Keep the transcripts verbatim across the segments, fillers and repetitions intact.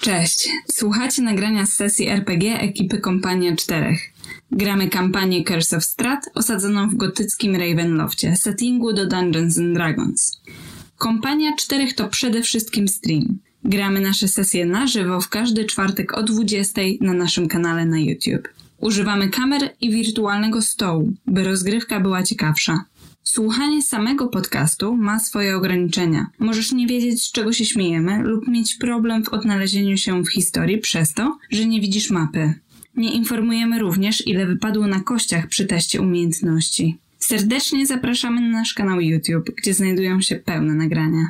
Cześć, słuchacie nagrania z sesji er pe gie ekipy Kompania czterech. Gramy kampanię Curse of Strahd osadzoną w gotyckim Ravenloftie, settingu do Dungeons and Dragons. Kompania czterech to przede wszystkim stream. Gramy nasze sesje na żywo w każdy czwartek o dwudziestej na naszym kanale na YouTube. Używamy kamer i wirtualnego stołu, by rozgrywka była ciekawsza. Słuchanie samego podcastu ma swoje ograniczenia. Możesz nie wiedzieć, z czego się śmiejemy lub mieć problem w odnalezieniu się w historii przez to, że nie widzisz mapy. Nie informujemy również, ile wypadło na kościach przy teście umiejętności. Serdecznie zapraszamy na nasz kanał YouTube, gdzie znajdują się pełne nagrania.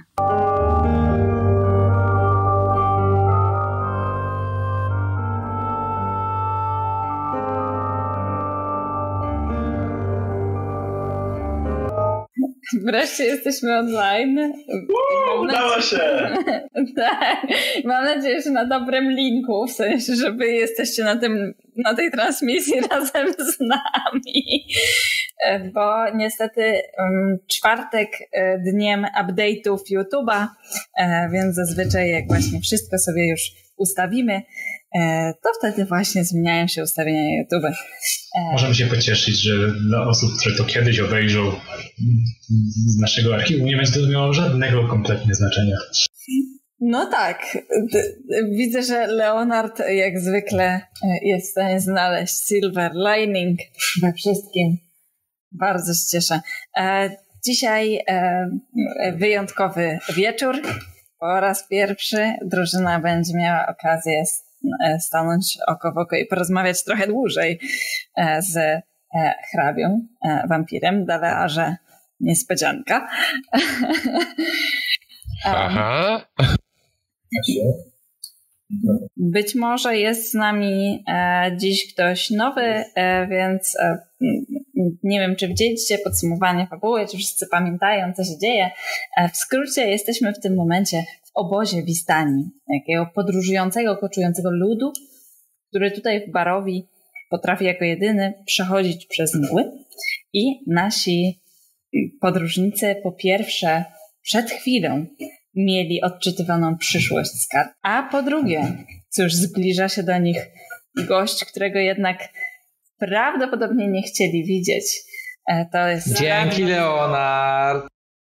Wreszcie jesteśmy online. Uuu, udało się! Tak. Mam nadzieję, że na dobrym linku, w sensie, że wy jesteście na, tym, na tej transmisji razem z nami. Bo niestety um, czwartek dniem update'ów YouTube'a, więc zazwyczaj jak właśnie wszystko sobie już ustawimy, to wtedy właśnie zmieniają się ustawienia YouTube. Możemy się pocieszyć, że dla osób, które to kiedyś obejrzą z naszego archiwum, nie będzie to miało żadnego kompletnie znaczenia. No tak. Widzę, że Leonard jak zwykle jest w stanie znaleźć silver lining we wszystkim. Bardzo się cieszę. Dzisiaj wyjątkowy wieczór. Po raz pierwszy drużyna będzie miała okazję stanąć oko w oko i porozmawiać trochę dłużej z hrabią, wampirem, Dalearze. Niespodzianka. Aha. Być może jest z nami dziś ktoś nowy, więc nie wiem, czy widzieliście podsumowanie fabuły, czy wszyscy pamiętają, co się dzieje. W skrócie jesteśmy w tym momencie w obozie Wistani, takiego podróżującego, koczującego ludu, który tutaj w Barovii potrafi jako jedyny przechodzić przez mgły i nasi podróżnicy po pierwsze przed chwilą mieli odczytywaną przyszłość z kart, a po drugie, cóż, zbliża się do nich gość, którego jednak prawdopodobnie nie chcieli widzieć. To jest... Dzięki, Leonard!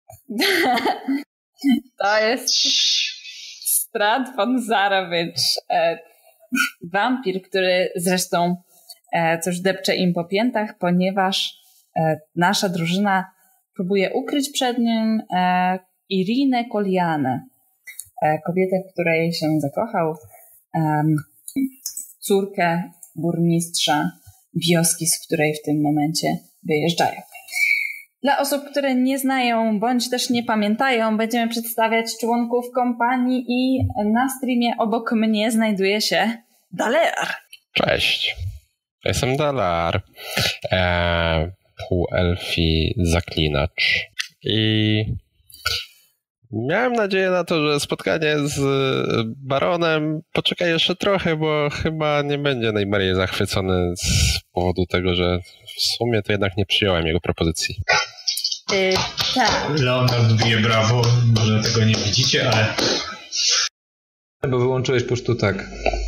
To jest Strahd von Zarovich, wampir, który zresztą cóż depcze im po piętach, ponieważ nasza drużyna próbuje ukryć przed nim Irinę Kolianę, kobietę, w której się zakochał, córkę burmistrza wioski, z której w tym momencie wyjeżdżają. Dla osób, które nie znają bądź też nie pamiętają, będziemy przedstawiać członków kompanii i na streamie obok mnie znajduje się Dalear. Cześć, jestem Dalear, eee, półelfi zaklinacz i miałem nadzieję na to, że spotkanie z Baronem poczeka jeszcze trochę, bo chyba nie będzie najbardziej zachwycony z powodu tego, że w sumie to jednak nie przyjąłem jego propozycji. Yy, tak. Leonard bije brawo, może tego nie widzicie, ale... Bo wyłączyłeś pusztutak.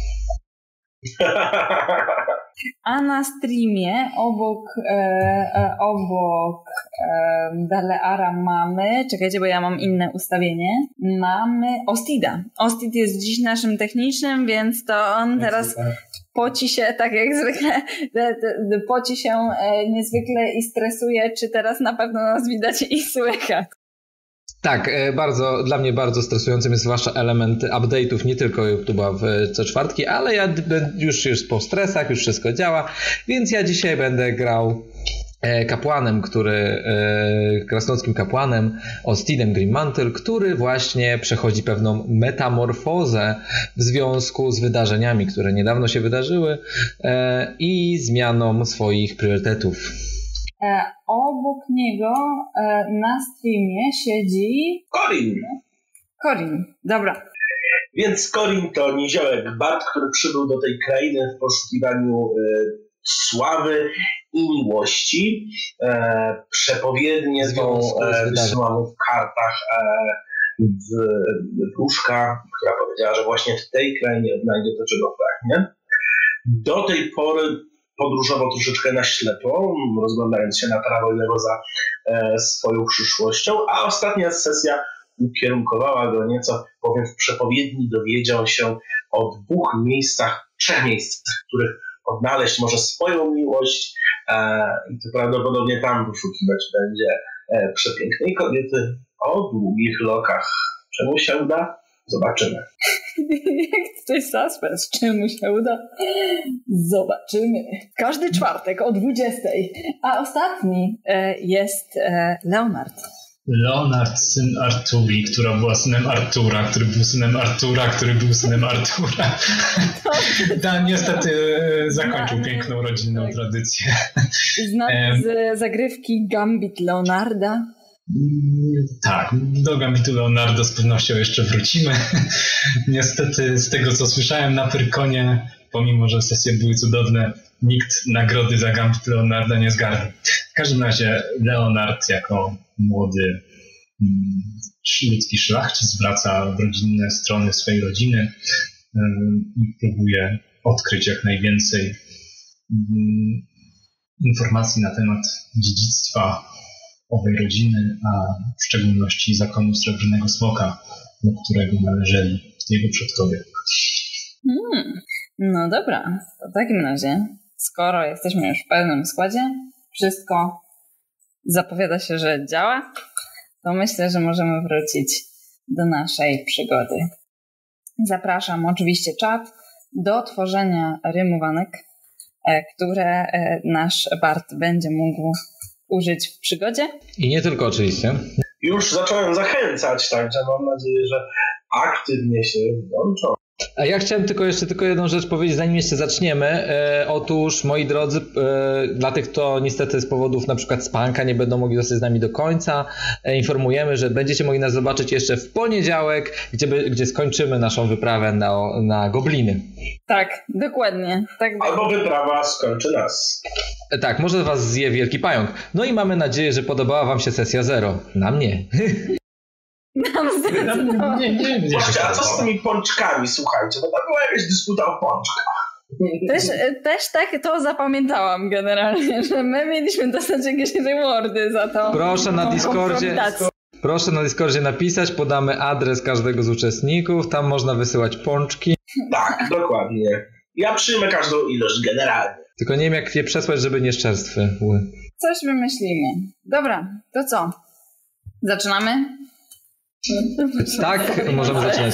A na streamie obok, e, e, obok e, Daleara mamy, czekajcie, bo ja mam inne ustawienie, mamy Ostida. Ostid jest dziś naszym technicznym, więc to on teraz poci się, tak jak zwykle, poci się e, niezwykle i stresuje, czy teraz na pewno nas widać i słychać. Tak, bardzo, dla mnie bardzo stresującym jest zwłaszcza element update'ów, nie tylko YouTube'a w co czwartki, ale ja już już po stresach, już wszystko działa, więc ja dzisiaj będę grał kapłanem, który, krasnoludzkim kapłanem, Ostidem Grimmantle, który właśnie przechodzi pewną metamorfozę w związku z wydarzeniami, które niedawno się wydarzyły i zmianą swoich priorytetów. E, obok niego e, na streamie siedzi... Corin. Corin, dobra. Więc Corin to niziołek bard, który przybył do tej krainy w poszukiwaniu e, sławy i miłości. E, przepowiednie są e, wysyłane w kartach e, wróżka, która powiedziała, że właśnie w tej krainie odnajdzie to, czego pragnie. Do tej pory podróżował troszeczkę na ślepo, rozglądając się na prawo i lewo za e, swoją przyszłością, a ostatnia sesja ukierunkowała go nieco, bowiem w przepowiedni dowiedział się o dwóch miejscach, trzech miejscach, w których odnaleźć może swoją miłość e, i to prawdopodobnie tam poszukiwać będzie e, przepięknej kobiety o długich lokach. Czemu się uda? Zobaczymy. Jak tutaj suspens, czemu się uda? Zobaczymy. Każdy czwartek o dwudziestej. A ostatni e, jest e, Leonard. Leonard, syn Arturi, która była synem Artura, który był synem Artura, który był synem Artura. Dan niestety zakończył piękną rodzinną tradycję. Znam z zagrywki Gambit Leonarda. Tak, do Gambitu Leonardo z pewnością jeszcze wrócimy. Niestety z tego, co słyszałem na Pyrkonie, pomimo że sesje były cudowne, nikt nagrody za Gambit Leonarda nie zgarnął. W każdym razie Leonard jako młody ludzki szlachcic wraca w rodzinne strony swojej rodziny i próbuje odkryć jak najwięcej informacji na temat dziedzictwa owej rodziny, a w szczególności zakonu Srebrnego Smoka, do którego należeli jego przodkowie. Hmm. No dobra, to w takim razie, skoro jesteśmy już w pełnym składzie, wszystko zapowiada się, że działa, to myślę, że możemy wrócić do naszej przygody. Zapraszam oczywiście czat do tworzenia rymowanek, które nasz Bart będzie mógł użyć w przygodzie. I nie tylko oczywiście. Już zacząłem zachęcać, także mam nadzieję, że aktywnie się włączą. A ja chciałem tylko jeszcze tylko jedną rzecz powiedzieć, zanim jeszcze zaczniemy. E, otóż, moi drodzy, e, dla tych, kto niestety z powodów na przykład spanka nie będą mogli zostać z nami do końca, e, informujemy, że będziecie mogli nas zobaczyć jeszcze w poniedziałek, gdzie, by, gdzie skończymy naszą wyprawę na, na gobliny. Tak, dokładnie. Tak. Albo wyprawa skończy nas. E, tak, może was zje wielki pająk. No i mamy nadzieję, że podobała wam się sesja zero. Na mnie. Nam nie, nie, nie, nie, Właśnie, a co z tymi pączkami, słuchajcie, bo tam była jakaś dysputa o pączkach. Też, też tak to zapamiętałam generalnie, że my mieliśmy dostać jakieś rewardy za to. Proszę na Discordzie, proszę na Discordzie napisać, podamy adres każdego z uczestników, tam można wysyłać pączki. Tak, dokładnie. Ja przyjmę każdą ilość generalnie. Tylko nie wiem jak je przesłać, żeby nie szczerstwy były. Coś wymyślimy. Dobra, to co? Zaczynamy? Tak, możemy zaczynać.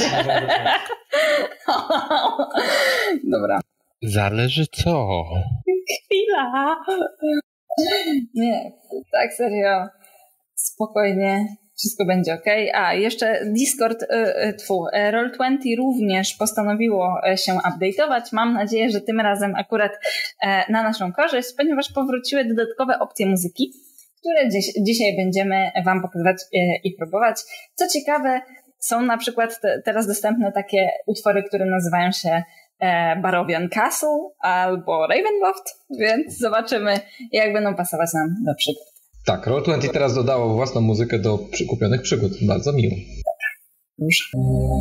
Dobra. Zależy co. Chwila. Nie, tak serio. Spokojnie. Wszystko będzie ok. A, jeszcze Discord, y, tfu, Roll dwadzieścia również postanowiło się update'ować. Mam nadzieję, że tym razem akurat e, na naszą korzyść, ponieważ powróciły dodatkowe opcje muzyki, które dziś, dzisiaj będziemy wam pokazywać e, i próbować. Co ciekawe, są na przykład te, teraz dostępne takie utwory, które nazywają się e, Barovian Castle albo Ravenloft, więc zobaczymy, jak będą pasować nam do przygód. Tak, Roll dwadzieścia teraz dodało własną muzykę do kupionych przygód. Bardzo miło. Dobra. Już.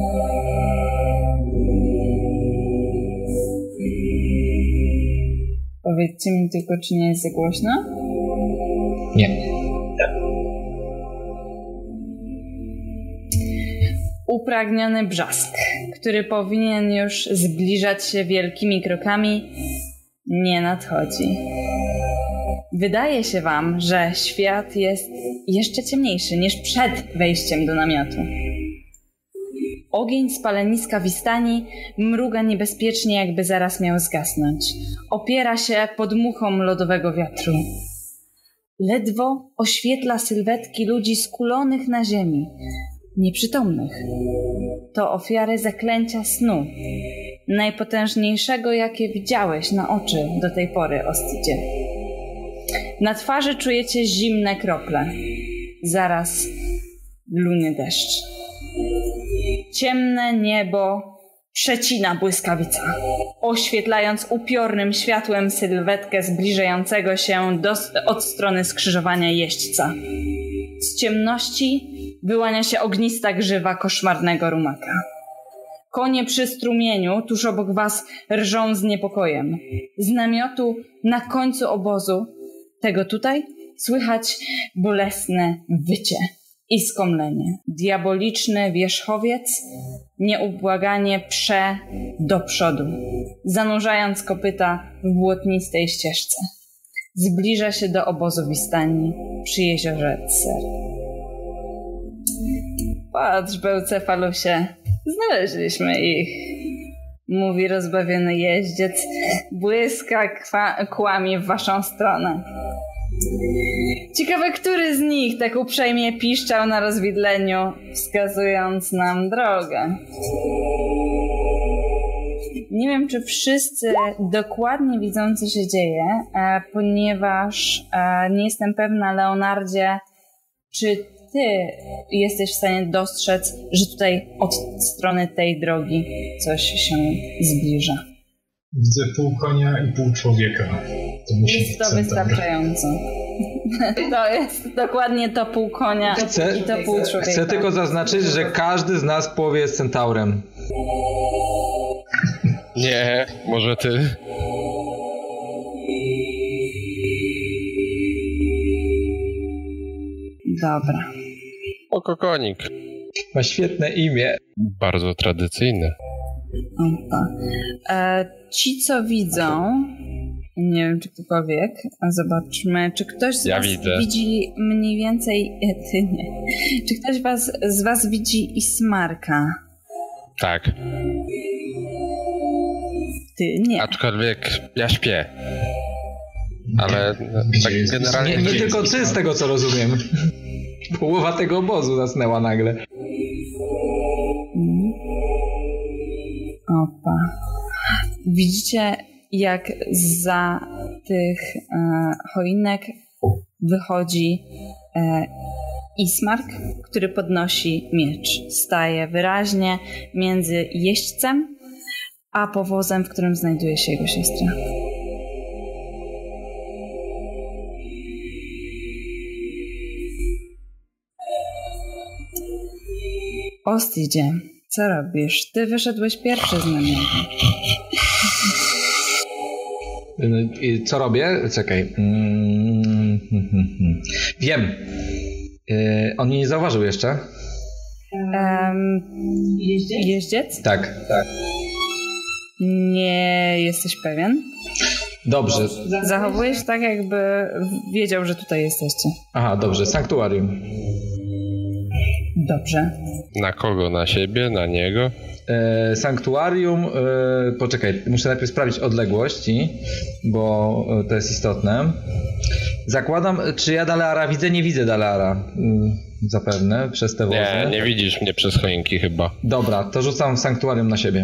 Powiedzcie mi tylko, czy nie jest za głośno? Nie. Upragniony brzask, który powinien już zbliżać się wielkimi krokami, nie nadchodzi. Wydaje się wam, że świat jest jeszcze ciemniejszy niż przed wejściem do namiotu. Ogień z paleniska Wistani mruga niebezpiecznie, jakby zaraz miał zgasnąć. Opiera się pod muchą lodowego wiatru. Ledwo oświetla sylwetki ludzi skulonych na ziemi, nieprzytomnych. To ofiary zaklęcia snu, najpotężniejszego, jakie widziałeś na oczy do tej pory, Ostydzie. Na twarzy czujecie zimne krople. Zaraz lunie deszcz. Ciemne niebo przecina błyskawica, oświetlając upiornym światłem sylwetkę zbliżającego się do, od strony skrzyżowania jeźdźca. Z ciemności wyłania się ognista grzywa koszmarnego rumaka. Konie przy strumieniu tuż obok was rżą z niepokojem. Z namiotu na końcu obozu, tego tutaj, słychać bolesne wycie i skomlenie. Diaboliczny wierzchowiec nieubłaganie prze do przodu, zanurzając kopyta w błotnistej ścieżce. Zbliża się do obozu Wistani przy jeziorze Tser. Patrz, Bełcefalusie, znaleźliśmy ich, mówi rozbawiony jeździec, błyska kwa- kłami w waszą stronę. Ciekawe, który z nich tak uprzejmie piszczał na rozwidleniu, wskazując nam drogę. Nie wiem, czy wszyscy dokładnie widzą, co się dzieje, e, ponieważ e, nie jestem pewna, Leonardzie, czy ty jesteś w stanie dostrzec, że tutaj od strony tej drogi coś się zbliża. Widzę pół konia i pół człowieka. To musi Jest być to centaur. wystarczająco. To jest dokładnie to pół konia Chcę, i to pół człowieka. chcę tylko zaznaczyć, że każdy z nas w połowie jest centaurem. Nie, może ty. Dobra. Okokonik. Ma świetne imię. Bardzo tradycyjne. Opa. E, ci, co widzą, nie wiem, czy ktokolwiek, zobaczmy, czy ktoś z Ja was widzę. widzi mniej więcej, e, ty nie, czy ktoś was, z was widzi Ismarka? Tak. Ty nie. Aczkolwiek ja śpię. Ale Gdzie tak jest? generalnie... Nie, nie Gdzie tylko jest ty, z tego co rozumiem. Połowa tego obozu zasnęła nagle. Mm. Opa. Widzicie, jak zza tych e, choinek wychodzi e, Ismark, który podnosi miecz. Staje wyraźnie między jeźdźcem a powozem, w którym znajduje się jego siostra. Ostidzie, co robisz? Ty wyszedłeś pierwszy z namiotu. I co robię? Czekaj. Mm, hmm, hmm, hmm. Wiem. Yy, on mnie nie zauważył jeszcze? Um, jeździec? jeździec? Tak, tak. Nie jesteś pewien? Dobrze. Zachowujesz tak, jakby wiedział, że tutaj jesteście. Aha, dobrze. Sanktuarium. Dobrze. Na kogo? Na siebie? Na niego? E, sanktuarium, e, poczekaj, muszę najpierw sprawdzić odległości, bo e, to jest istotne. Zakładam, czy ja Daleara widzę? Nie widzę Daleara. Mm, zapewne, przez te wozy. Nie, nie widzisz mnie przez choinki chyba. Dobra, to rzucam sanktuarium na siebie.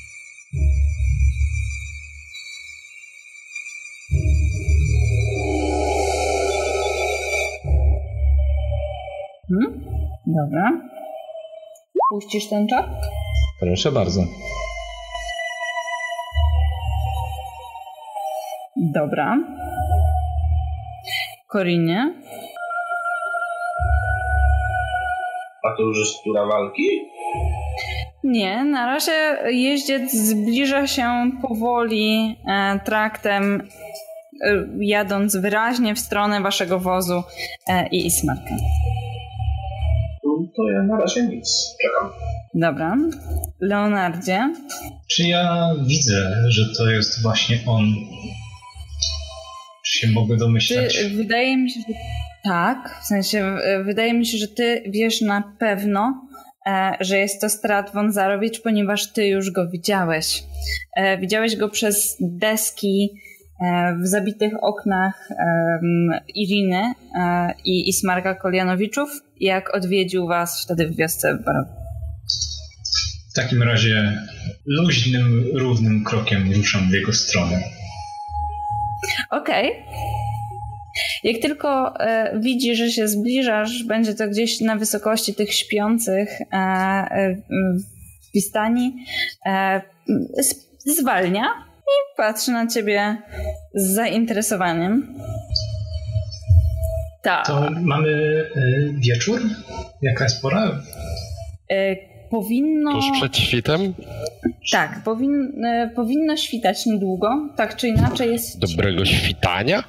Hmm? Dobra. Puścisz ten czar? Proszę bardzo. Dobra. Korinie? A to już jest tura walki? Nie, na razie jeździec zbliża się powoli e, traktem, e, jadąc wyraźnie w stronę waszego wozu e, i Ismarka. To ja na razie nic. Czekam. Dobra. Leonardzie? Czy ja widzę, że to jest właśnie on? Czy się mogę domyślać? Ty, wydaje mi się, że tak. W sensie, e, wydaje mi się, że ty wiesz na pewno, e, że jest to Strat von Zarowicz, ponieważ ty już go widziałeś. E, widziałeś go przez deski e, w zabitych oknach e, Iriny e, i Ismarka Kolianowiczów, jak odwiedził was wtedy w wiosce w Barowie. W takim razie luźnym, równym krokiem ruszam w jego stronę. Okej. Okay. Jak tylko e, widzi, że się zbliżasz, będzie to gdzieś na wysokości tych śpiących e, e, w Wistani, e, zwalnia i patrzy na ciebie z zainteresowaniem. Tak. To mamy y, wieczór? Jaka jest pora? Y, powinno... Tuż przed świtem? Tak, powin, y, powinno świtać niedługo. Tak czy inaczej jest... Dobrego świtania?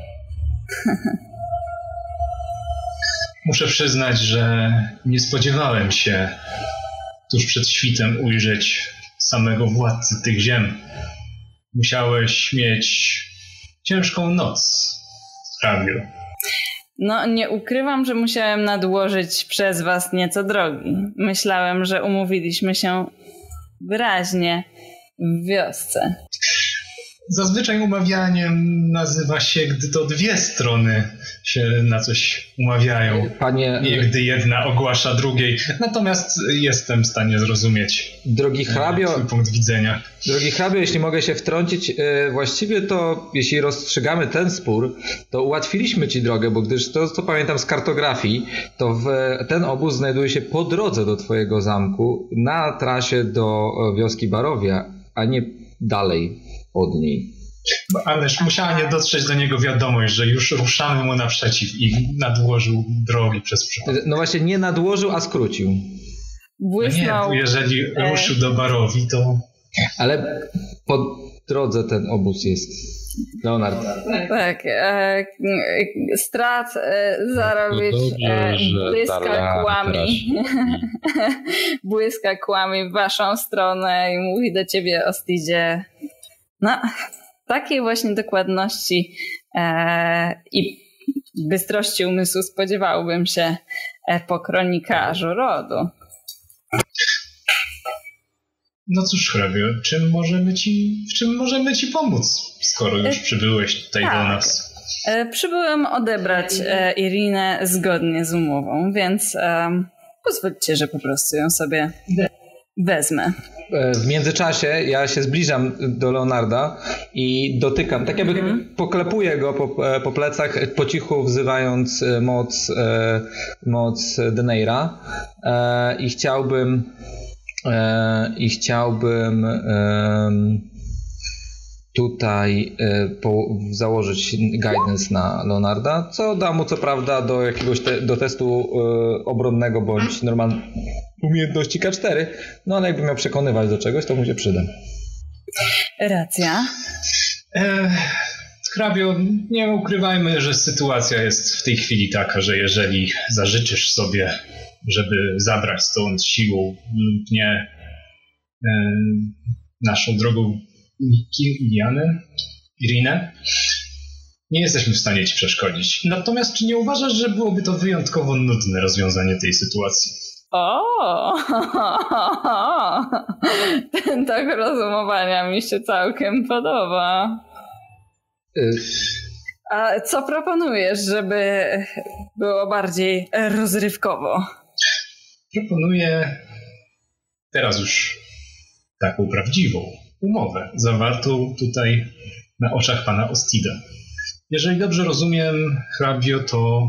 Muszę przyznać, że nie spodziewałem się tuż przed świtem ujrzeć samego władcy tych ziem. Musiałeś mieć ciężką noc, hrabiu. No, nie ukrywam, że musiałem nadłożyć przez was nieco drogi. Myślałem, że umówiliśmy się wyraźnie w wiosce. Zazwyczaj umawianiem nazywa się, gdy to dwie strony się na coś umawiają. Panie... Nie gdy jedna ogłasza drugiej. Natomiast jestem w stanie zrozumieć Drogi hrabio, twój punkt widzenia. Drogi hrabio, jeśli mogę się wtrącić, właściwie to jeśli rozstrzygamy ten spór, to ułatwiliśmy ci drogę, bo gdyż to, co pamiętam z kartografii, to w, ten obóz znajduje się po drodze do twojego zamku, na trasie do wioski Barowia, a nie dalej od niej. Ależ musiała nie dotrzeć do niego wiadomość, że już ruszamy mu naprzeciw i nadłożył drogi przez przypadek. No właśnie, nie nadłożył, a skrócił. Błysnął... No nie, jeżeli ruszył do Barowi, to... Ale po drodze ten obóz jest. Leonard. Tak. E, strat e, zarobić e, błyska kłami. Błyska kłami w waszą stronę i mówi do ciebie Ostidzie. No, takiej właśnie dokładności e, i bystrości umysłu spodziewałbym się e, po kronikarzu rodu. No cóż, hrabio, czym możemy ci, w czym możemy ci pomóc, skoro już przybyłeś tutaj tak. do nas? E, przybyłem odebrać e, Irinę zgodnie z umową, więc e, pozwólcie, że po prostu ją sobie wezmę. W międzyczasie ja się zbliżam do Leonarda i dotykam, tak jakby mhm. poklepuję go po, po plecach, po cichu wzywając moc, moc Deneira i chciałbym i chciałbym tutaj po, założyć guidance na Leonarda, co da mu co prawda do jakiegoś te, do testu obronnego bądź normalnego umiejętności K cztery, no ale jakby miał przekonywać do czegoś, to mu się przyda. Racja. E, hrabio, nie ukrywajmy, że sytuacja jest w tej chwili taka, że jeżeli zażyczysz sobie, żeby zabrać stąd siłą lub nie e, naszą drogą Ilianę, Irinę, nie jesteśmy w stanie ci przeszkodzić. Natomiast czy nie uważasz, że byłoby to wyjątkowo nudne rozwiązanie tej sytuacji? O, ten tak rozumowania mi się całkiem podoba. A co proponujesz, żeby było bardziej rozrywkowo? Proponuję teraz już taką prawdziwą umowę zawartą tutaj na oczach pana Ostida. Jeżeli dobrze rozumiem, hrabio, to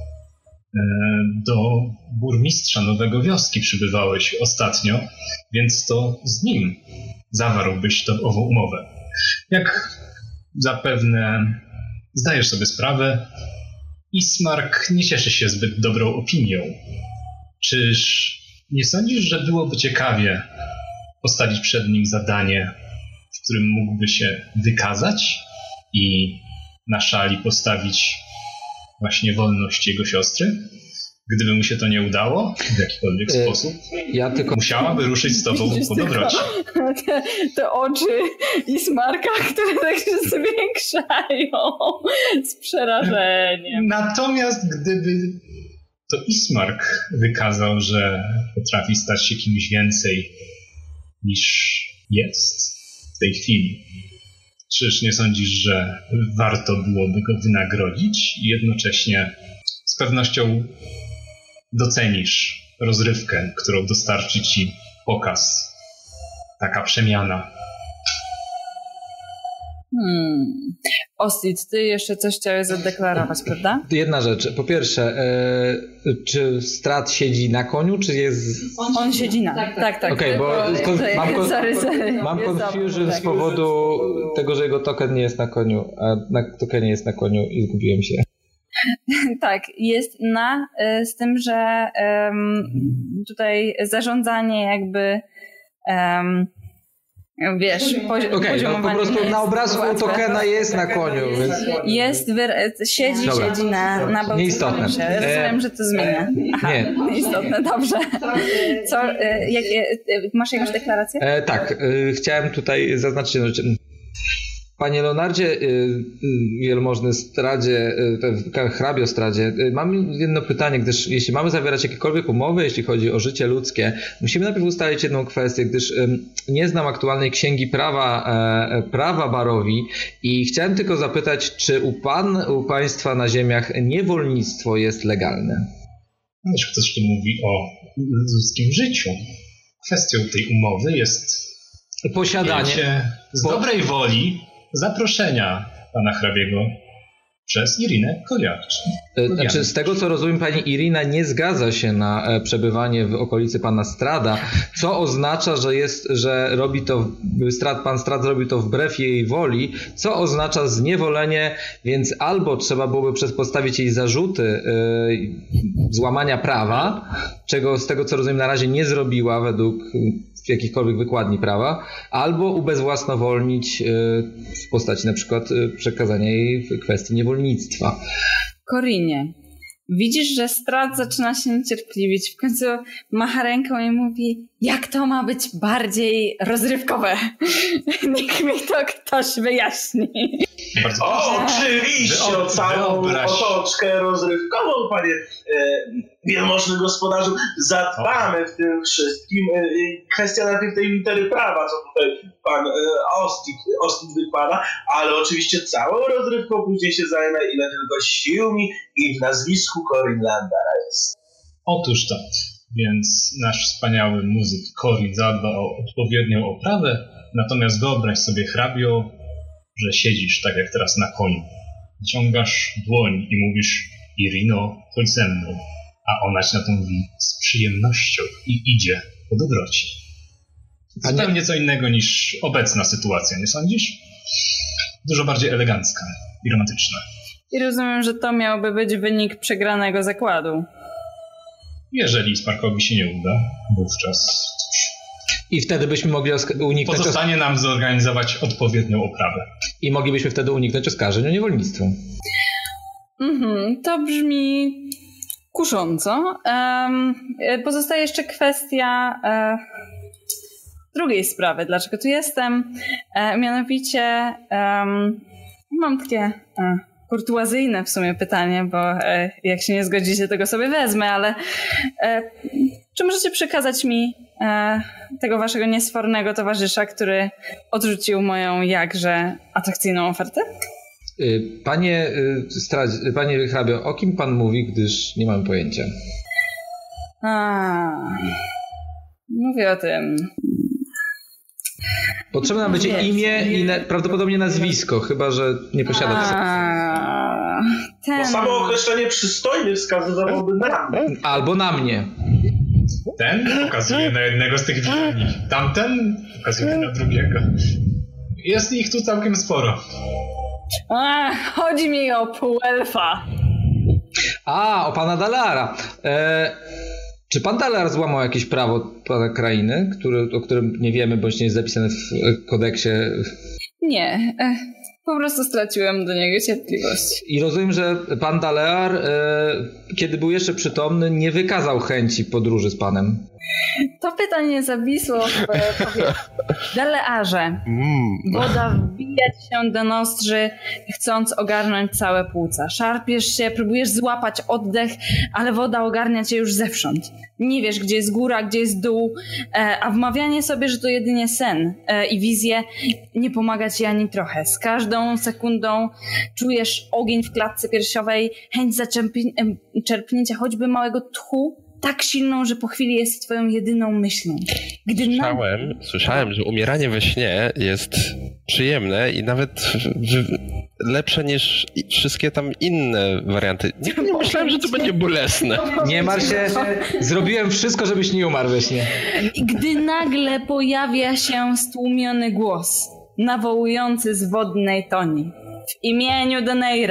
do burmistrza Nowego Wioski przybywałeś ostatnio, więc to z nim zawarłbyś tą ową umowę. Jak zapewne zdajesz sobie sprawę, Ismark nie cieszy się zbyt dobrą opinią. Czyż nie sądzisz, że byłoby ciekawie postawić przed nim zadanie, w którym mógłby się wykazać i na szali postawić właśnie wolność jego siostry? Gdyby mu się to nie udało w jakikolwiek e, sposób, ja tylko... musiałaby ruszyć z tobą po dobroci. Te, te oczy Ismarka, które tak się zwiększają z przerażeniem. Natomiast gdyby to Ismark wykazał, że potrafi stać się kimś więcej niż jest w tej chwili, czyż nie sądzisz, że warto byłoby go wynagrodzić i jednocześnie z pewnością docenisz rozrywkę, którą dostarczy ci pokaz, taka przemiana? Hmm. Ostid, ty jeszcze coś chciałeś zadeklarować, prawda? Jedna rzecz. Po pierwsze, e, czy Strat siedzi na koniu, czy jest... On, On siedzi na... Tak, tak. tak. Okej, okay, bo kon, mam, kon, sorry, sorry. mam confusion z powodu tego, że jego token nie jest na koniu, a na, token nie jest na koniu i zgubiłem się. Tak, jest na, z tym, że um, tutaj zarządzanie jakby um, wiesz, pozi- okay, poziomowanie. No po prostu na obrazku tokena jest na koniu. Więc... Jest, wyra- siedzi, Dobra. siedzi na, na balkonie. Nieistotne. Rozumiem, E... że to zmienia. Aha, nie. Nieistotne, dobrze. Co, jak, masz jakąś deklarację? E, tak, e, chciałem tutaj zaznaczyć jedną rzecz. Panie Leonardzie, wielmożny Stradzie, hrabio Stradzie, mam jedno pytanie, gdyż jeśli mamy zawierać jakiekolwiek umowy, jeśli chodzi o życie ludzkie, musimy najpierw ustalić jedną kwestię, gdyż nie znam aktualnej księgi prawa, prawa Barowi i chciałem tylko zapytać, czy u pan, u państwa na ziemiach niewolnictwo jest legalne? Wiesz, ktoś tu mówi o ludzkim życiu. Kwestią tej umowy jest posiadanie z dobrej woli zaproszenia pana hrabiego przez Irinę Koliarcz. Znaczy, z tego co rozumiem, pani Irina nie zgadza się na przebywanie w okolicy pana Strada, co oznacza, że jest, że robi to, Strad, pan Strad zrobi to wbrew jej woli, co oznacza zniewolenie, więc albo trzeba byłoby postawić jej zarzuty yy, złamania prawa, czego z tego co rozumiem na razie nie zrobiła według jakichkolwiek wykładni prawa, albo ubezwłasnowolnić w postaci na przykład przekazania jej w kwestii niewolnictwa. Korinie, widzisz, że Strad zaczyna się niecierpliwić. W końcu macha ręką i mówi, jak to ma być bardziej rozrywkowe? Niech mi to ktoś wyjaśni. Bardzo oczywiście, o całą otoczkę rozrywkową, panie e, wielmożny gospodarzu, zadbamy w tym wszystkim. E, kwestia najpierw tej litery prawa, co tutaj pan e, Ostit, Ostit wykłada, ale oczywiście całą rozrywką później się zajmę, ile tylko sił mi i w nazwisku Corin Landara jest. Otóż tak, więc nasz wspaniały muzyk Corin zadba o odpowiednią oprawę, natomiast wyobraź sobie, hrabio, że siedzisz tak jak teraz na koniu. Wyciągasz dłoń i mówisz: Irino, chodź ze mną. A ona ci na to mówi z przyjemnością i idzie po dobroci. Zupełnie co innego niż obecna sytuacja, nie sądzisz? Dużo bardziej elegancka i romantyczna. I rozumiem, że to miałby być wynik przegranego zakładu. Jeżeli Sparkowi się nie uda, wówczas i wtedy byśmy mogli uniknąć... Pozostanie nam zorganizować odpowiednią oprawę. I moglibyśmy wtedy uniknąć oskarżeń o niewolnictwo. Mhm, to brzmi kusząco. Um, pozostaje jeszcze kwestia e, drugiej sprawy, dlaczego tu jestem. E, mianowicie um, mam takie e, kurtuazyjne w sumie pytanie, bo e, jak się nie zgodzicie, tego sobie wezmę, ale e, czy możecie przekazać mi e, tego waszego niesfornego towarzysza, który odrzucił moją jakże atrakcyjną ofertę? Panie, Stradzie, panie hrabio, o kim pan mówi, gdyż nie mam pojęcia. A, mówię o tym. Potrzebne nam będzie imię i na, prawdopodobnie nazwisko, chyba że nie posiada w sobie. Ten... Bo samo określenie przystojny wskazywałby na mnie. Albo na mnie. Ten pokazuje na jednego z tych widziani. Tamten pokazuje na drugiego. Jest ich tu całkiem sporo. A, chodzi mi o półelfa. A, o pana Dalara. E, czy pan Dalar złamał jakieś prawo pana krainy, który, o którym nie wiemy, bądź nie jest zapisane w kodeksie? Nie, e, po prostu straciłem do niego cierpliwość. I rozumiem, że pan Dalar, e, kiedy był jeszcze przytomny, nie wykazał chęci podróży z panem. To pytanie zawisło w powietrzu. Dalearze, woda wbija ci się do nozdrzy, chcąc ogarnąć całe płuca. Szarpiesz się, próbujesz złapać oddech, ale woda ogarnia cię już zewsząd. Nie wiesz, gdzie jest góra, gdzie jest dół, a wmawianie sobie, że to jedynie sen i wizje nie pomaga ci ani trochę. Z każdą sekundą czujesz ogień w klatce piersiowej, chęć zaczerpnięcia choćby małego tchu, tak silną, że po chwili jest twoją jedyną myślą. Gdy słyszałem, na... słyszałem, że umieranie we śnie jest przyjemne i nawet lepsze niż wszystkie tam inne warianty. Nie, nie myślałem, że to będzie bolesne. Nie martw się, zrobiłem wszystko, żebyś nie umarł we śnie. Gdy nagle pojawia się stłumiony głos, nawołujący z wodnej toni. W imieniu Deneira,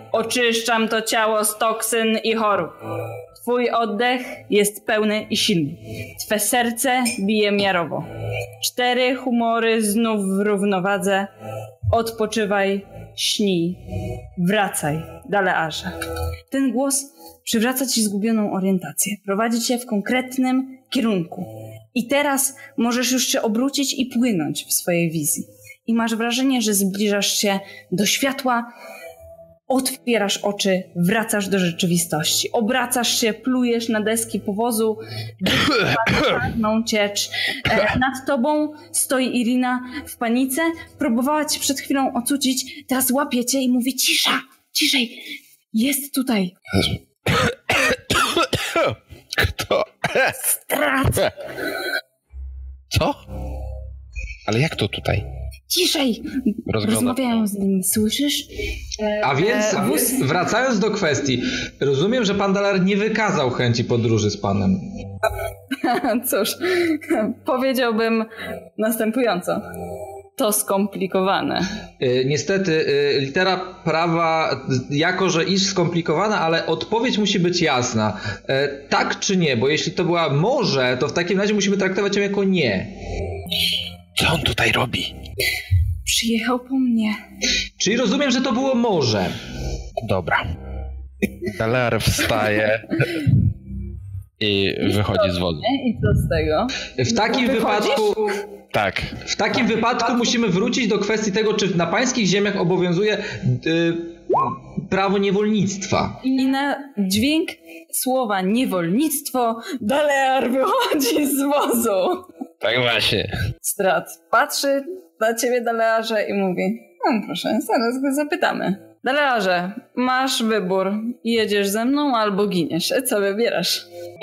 oczyszczam to ciało z toksyn i chorób. Twój oddech jest pełny i silny. Twe serce bije miarowo. Cztery humory znów w równowadze. Odpoczywaj, śnij, wracaj, Dalearze. Ten głos przywraca ci zgubioną orientację. Prowadzi cię w konkretnym kierunku. I teraz możesz już się obrócić i płynąć w swojej wizji. I masz wrażenie, że zbliżasz się do światła, otwierasz oczy, wracasz do rzeczywistości. Obracasz się, plujesz na deski powozu, czarną ciecz. E, nad tobą stoi Irina w panice. Próbowała cię przed chwilą ocucić, teraz łapie cię i mówi: cisza, ciszej, jest tutaj. Kto? Strat. Co? Ale jak to tutaj? Ciszej! Rozgląda- Rozmawiają z nim, słyszysz? E, A więc, e, a wóz... więc wracając do kwestii, rozumiem, że pan Dalar nie wykazał chęci podróży z panem. Cóż, powiedziałbym następująco. To skomplikowane. Y, niestety, y, litera prawa, jako że iż skomplikowana, ale odpowiedź musi być jasna. Y, tak czy nie? Bo jeśli to była może, to w takim razie musimy traktować ją jako nie. Co on tutaj robi? Przyjechał po mnie. Czyli rozumiem, że to było może. Dobra. Dalear wstaje i wychodzi z wozu. I co z tego? W takim Wychodzisz? wypadku... Tak. W takim wypadku musimy wrócić do kwestii tego, czy na pańskich ziemiach obowiązuje y, prawo niewolnictwa. I na dźwięk słowa niewolnictwo Dalear wychodzi z wozu. Tak właśnie. Strat patrzy na ciebie, Dalearze, i mówi: no proszę, zaraz go zapytamy. Dalearze, masz wybór. Jedziesz ze mną albo giniesz. Co wybierasz?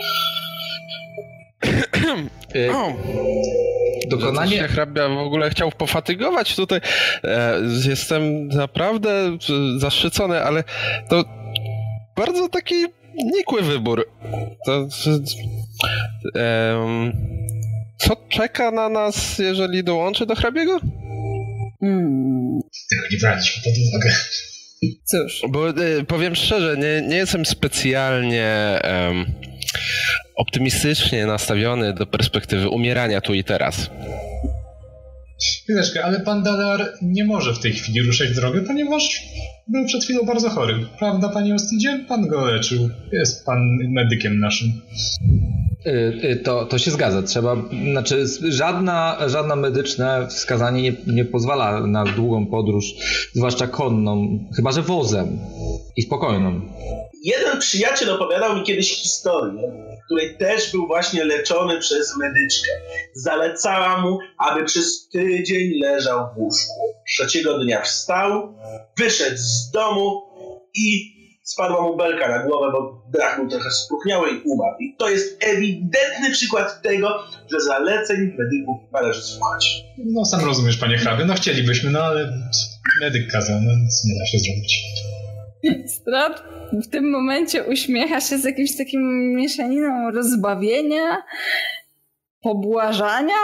Y, O, dokonanie... się hrabia w ogóle chciał pofatygować tutaj. E, jestem naprawdę zaszczycony, ale to bardzo taki nikły wybór. To, to, em, co czeka na nas, jeżeli dołączy do hrabiego? Hmm. Tego nie braliśmy pod uwagę. Cóż. Bo e, powiem szczerze, nie, nie jestem specjalnie em, optymistycznie nastawiony do perspektywy umierania tu i teraz. Chwileczkę, ale pan Dalear nie może w tej chwili ruszać w drogę, ponieważ był przed chwilą bardzo chory. Prawda, panie Ostidzie? Pan go leczył. Jest pan medykiem naszym. To, to się zgadza. Trzeba, znaczy żadna, żadna medyczne wskazanie nie, nie pozwala na długą podróż, zwłaszcza konną, chyba że wozem i spokojną. Jeden przyjaciel opowiadał mi kiedyś historię, w której też był właśnie leczony przez medyczkę. Zalecała mu, aby przez tydzień leżał w łóżku. Trzeciego dnia wstał, wyszedł z domu i spadła mu belka na głowę, bo dach był trochę spróchniały i umarł. I to jest ewidentny przykład tego, że zaleceń medyków należy słuchać. No sam rozumiesz, panie hrabie, no chcielibyśmy, no ale medyk kazał, no nic nie da się zrobić. Strat w tym momencie uśmiecha się z jakimś takim mieszaniną rozbawienia, pobłażania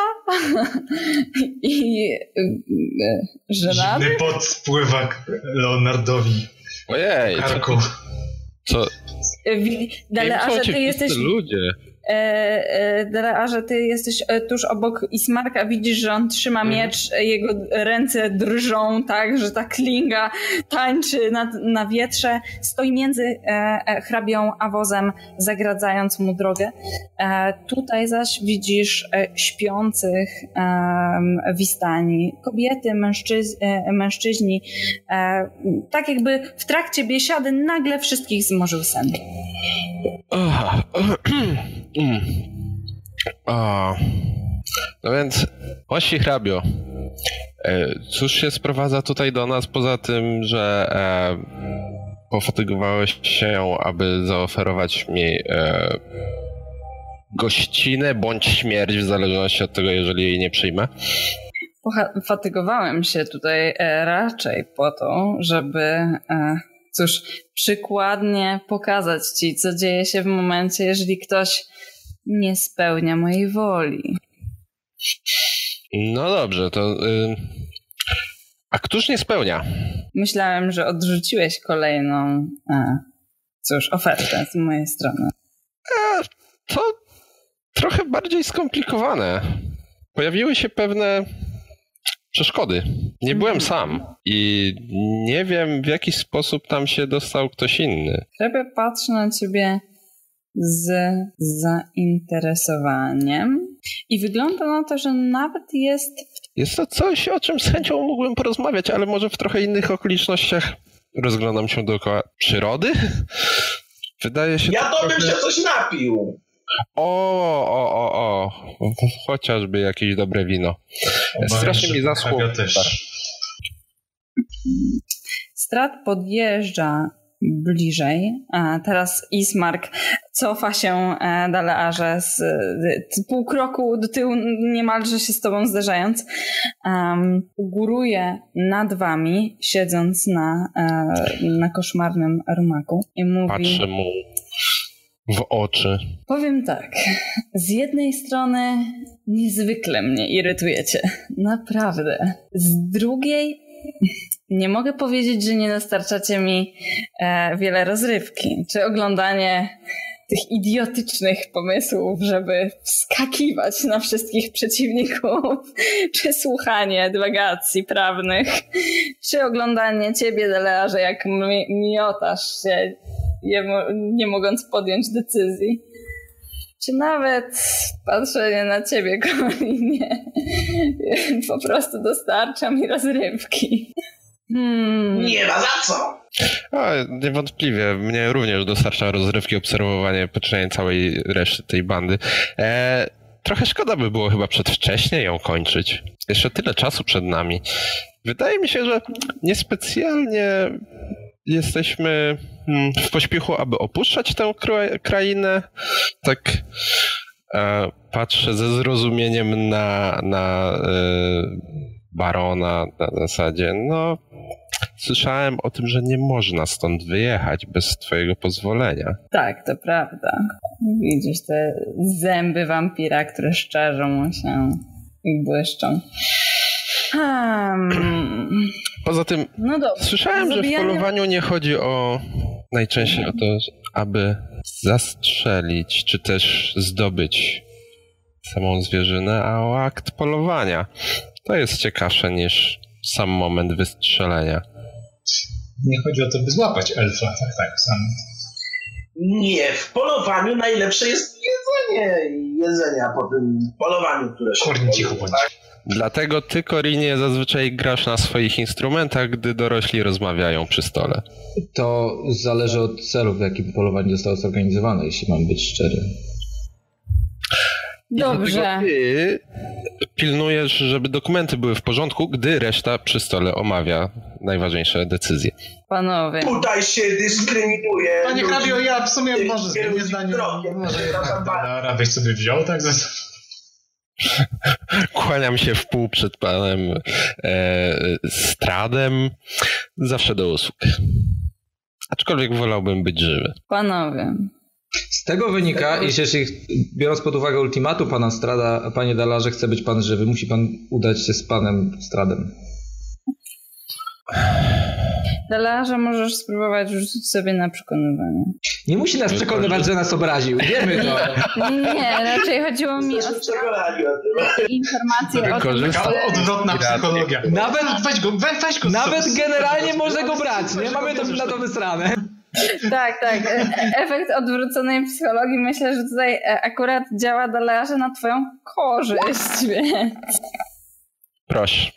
i żenady. Zimny pot spływa Leonardowi. Ojej, Karku. co? Dalearze, ty jesteś... ludzie. E, e, Dalearze, ty jesteś tuż obok Ismarka, widzisz, że on trzyma miecz, jego ręce drżą tak, że ta klinga tańczy na, na wietrze, stoi między e, hrabią a wozem, zagradzając mu drogę. E, tutaj zaś widzisz e, śpiących e, w Istanii kobiety, mężczyz, e, mężczyźni, e, tak jakby w trakcie biesiady nagle wszystkich zmorzył sen. Oh, mm. oh. No więc, ości hrabio, e, cóż się sprowadza tutaj do nas, poza tym, że e, pofatygowałeś się, aby zaoferować mi e, gościnę bądź śmierć, w zależności od tego, jeżeli jej nie przyjmę? Fatygowałem się tutaj e, raczej po to, żeby... E, Cóż, przykładnie pokazać ci, co dzieje się w momencie, jeżeli ktoś nie spełnia mojej woli. No dobrze, to... Y... A któż nie spełnia? Myślałem, że odrzuciłeś kolejną, a, cóż, ofertę z mojej strony. E, to trochę bardziej skomplikowane. Pojawiły się pewne przeszkody. Nie byłem sam i nie wiem, w jaki sposób tam się dostał ktoś inny. Hrabia patrzy na ciebie z zainteresowaniem i wygląda na to, że nawet jest... Jest to coś, o czym z chęcią mógłbym porozmawiać, ale może w trochę innych okolicznościach. Rozglądam się dookoła przyrody. Wydaje się... Ja to trochę... bym się coś napił. O, o, o, o. Chociażby jakieś dobre wino. Obawiam, Strasznie mi że zaschło. hrabia też. Strat podjeżdża bliżej. A teraz Ismark cofa się Dalearze z, z pół kroku do tyłu, niemalże się z tobą zderzając. Um, góruje nad wami, siedząc na, na koszmarnym rumaku i mówi... Patrzę mu w oczy. Powiem tak, z jednej strony niezwykle mnie irytujecie, naprawdę. Z drugiej nie mogę powiedzieć, że nie dostarczacie mi e, wiele rozrywki, czy oglądanie tych idiotycznych pomysłów, żeby wskakiwać na wszystkich przeciwników, czy słuchanie dywagacji prawnych, czy oglądanie ciebie, Delearze, jak mi- miotasz się, nie mogąc podjąć decyzji. Czy nawet patrzenie na ciebie, Kolinie, po prostu dostarcza mi rozrywki. Hmm. Nie ma za co! O, niewątpliwie. Mnie również dostarcza rozrywki obserwowanie poczynań całej reszty tej bandy. E, trochę szkoda by było chyba przedwcześnie ją kończyć. Jeszcze tyle czasu przed nami. Wydaje mi się, że niespecjalnie jesteśmy w pośpiechu, aby opuszczać tę krainę. Tak e, patrzę ze zrozumieniem na, na e, barona na zasadzie, no słyszałem o tym, że nie można stąd wyjechać bez twojego pozwolenia. Tak, to prawda. Widzisz te zęby wampira, które szczerzą mu się i błyszczą. Hmm. Poza tym no dobrze. Słyszałem, Zabijanie... że w polowaniu nie chodzi o najczęściej o to, aby zastrzelić, czy też zdobyć samą zwierzynę, a o akt polowania. To jest ciekawsze niż sam moment wystrzelenia. Nie chodzi o to, by złapać elfa, tak, tak, sam. Nie, w polowaniu najlepsze jest jedzenie jedzenia po tym polowaniu, które się... Kornie, cicho bądź. Tak? Dlatego ty, Korinie, zazwyczaj grasz na swoich instrumentach, gdy dorośli rozmawiają przy stole. To zależy od celu, w jakim polowanie zostało zorganizowane, jeśli mam być szczery. Dobrze. Ty pilnujesz, żeby dokumenty były w porządku, gdy reszta przy stole omawia najważniejsze decyzje. Panowie. Tutaj się dyskryminuje. Panie hrabio, ja w sumie może zmienię zdanie. Może jednak Dalara byś sobie wziął, tak? Kłaniam się w pół przed panem e, Stradem. Zawsze do usług. Aczkolwiek wolałbym być żywy. Panowie. Z tego wynika, iż jeśli biorąc pod uwagę ultimatu pana Strada, panie Dalarze, chce być pan żywy, musi pan udać się z panem Stradem. Dalarze, możesz spróbować rzucić sobie na przekonywanie. Nie musi nas przekonywać, że nas obraził. Wiemy to. Nie, raczej chodziło mi o informacje o tym, że... Odwrotna psychologia. Nawet, weź go, weź, weź go. Nawet generalnie może go brać, nie? Mamy to na to wysrane. Tak, tak. Efekt odwróconej psychologii myślę, że tutaj akurat działa Dalarze na twoją korzyść, więc... Proszę.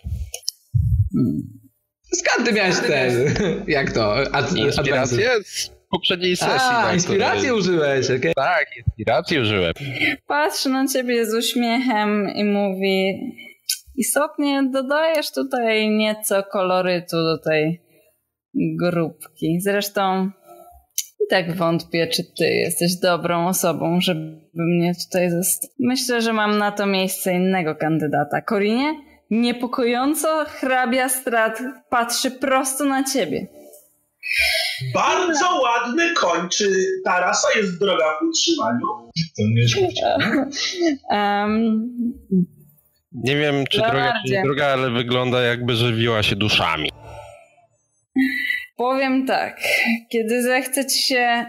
Skąd ty miałeś ten? Jak to? Ad- Inspirację z poprzedniej sesji. A, inspirację której... użyłeś, okej. Okay. Tak, inspirację użyłem. Patrzy na ciebie z uśmiechem i mówi: istotnie dodajesz tutaj nieco kolorytu do tej grupki. Zresztą i tak wątpię, czy ty jesteś dobrą osobą, żeby mnie tutaj zostać. Myślę, że mam na to miejsce innego kandydata. Korinie? Niepokojąco hrabia Strat patrzy prosto na ciebie. Bardzo ładny koń. Czy ta rasa jest droga w utrzymaniu? To nie jest um, Nie wiem, czy droga, czy droga, ale wygląda, jakby żywiła się duszami. Powiem tak, kiedy zechce ci się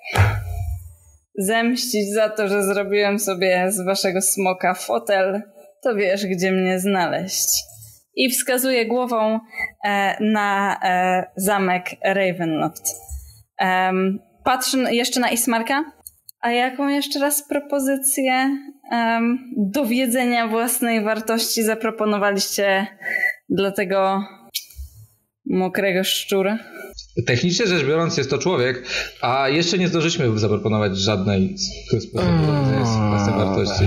zemścić za to, że zrobiłem sobie z waszego smoka fotel, to wiesz, gdzie mnie znaleźć. I wskazuje głową e, na e, zamek Ravenloft. Um, patrzę jeszcze na Ismarka. A jaką jeszcze raz propozycję um, dowiedzenia własnej wartości zaproponowaliście dla tego mokrego szczura? Technicznie rzecz biorąc jest to człowiek, a jeszcze nie zdążyliśmy zaproponować żadnej sposobu dowiedzenia własnej wartości.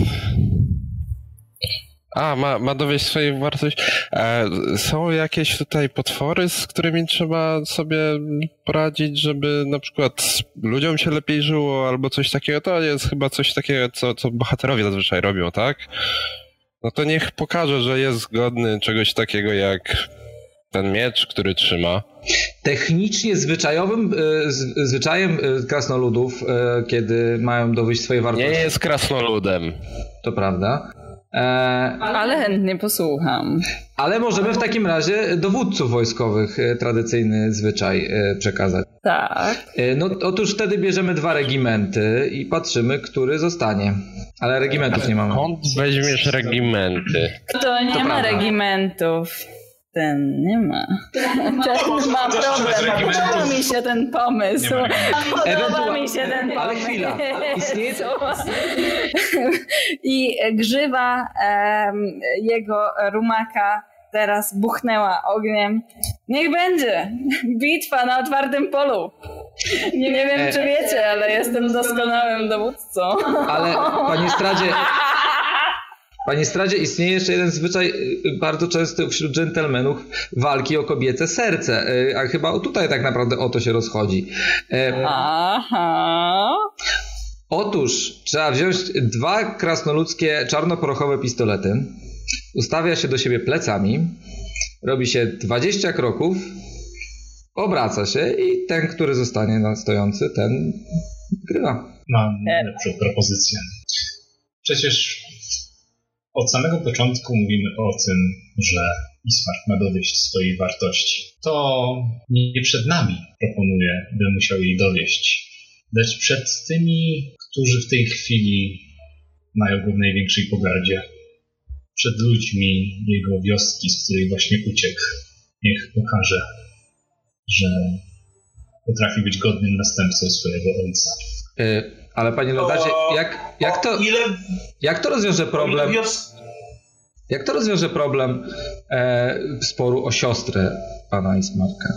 A, ma, ma dowieść swojej wartości. E, są jakieś tutaj potwory, z którymi trzeba sobie poradzić, żeby na przykład ludziom się lepiej żyło, albo coś takiego? To jest chyba coś takiego, co, co bohaterowie zazwyczaj robią, tak? No to niech pokaże, że jest godny czegoś takiego jak ten miecz, który trzyma. Technicznie zwyczajowym z, zwyczajem krasnoludów, kiedy mają dowieść swojej wartości. Nie jest krasnoludem. To prawda. E, ale chętnie posłucham. Ale możemy w takim razie dowódców wojskowych tradycyjny zwyczaj przekazać. Tak. No otóż wtedy bierzemy dwa regimenty i patrzymy, który zostanie. Ale regimentów nie mamy. Skąd weźmiesz regimenty? Kto nie To ma prawda. regimentów, ten nie ma. Ten ma problem. Podoba mi się ten pomysł. Podoba mi się ten pomysł. Ale chwila. Istnieje to... I grzywa um, jego rumaka teraz buchnęła ogniem. Niech będzie. Bitwa na otwartym polu. Nie, nie wiem, czy wiecie, ale jestem doskonałym dowódcą. Ale panie Stradzie... Panie Stradzie, istnieje jeszcze jeden zwyczaj bardzo często wśród dżentelmenów, walki o kobiece serce. A chyba tutaj tak naprawdę o to się rozchodzi. Aha. Otóż trzeba wziąć dwa krasnoludzkie czarnoprochowe pistolety, ustawia się do siebie plecami, robi się dwadzieścia kroków, obraca się i ten, który zostanie na stojący, ten grywa. Mam lepszą propozycję. Przecież od samego początku mówimy o tym, że Ismark ma dowieść swojej wartości. To nie przed nami proponuję, by musiał jej dowieść, lecz przed tymi, którzy w tej chwili mają go w największej pogardzie. Przed ludźmi jego wioski, z której właśnie uciekł. Niech pokaże, że potrafi być godnym następcą swojego ojca. Y- Ale panie Lodacie, jak, jak, to, jak to rozwiąże problem? Jak to rozwiąże problem e, sporu o siostrę pana Ismarka?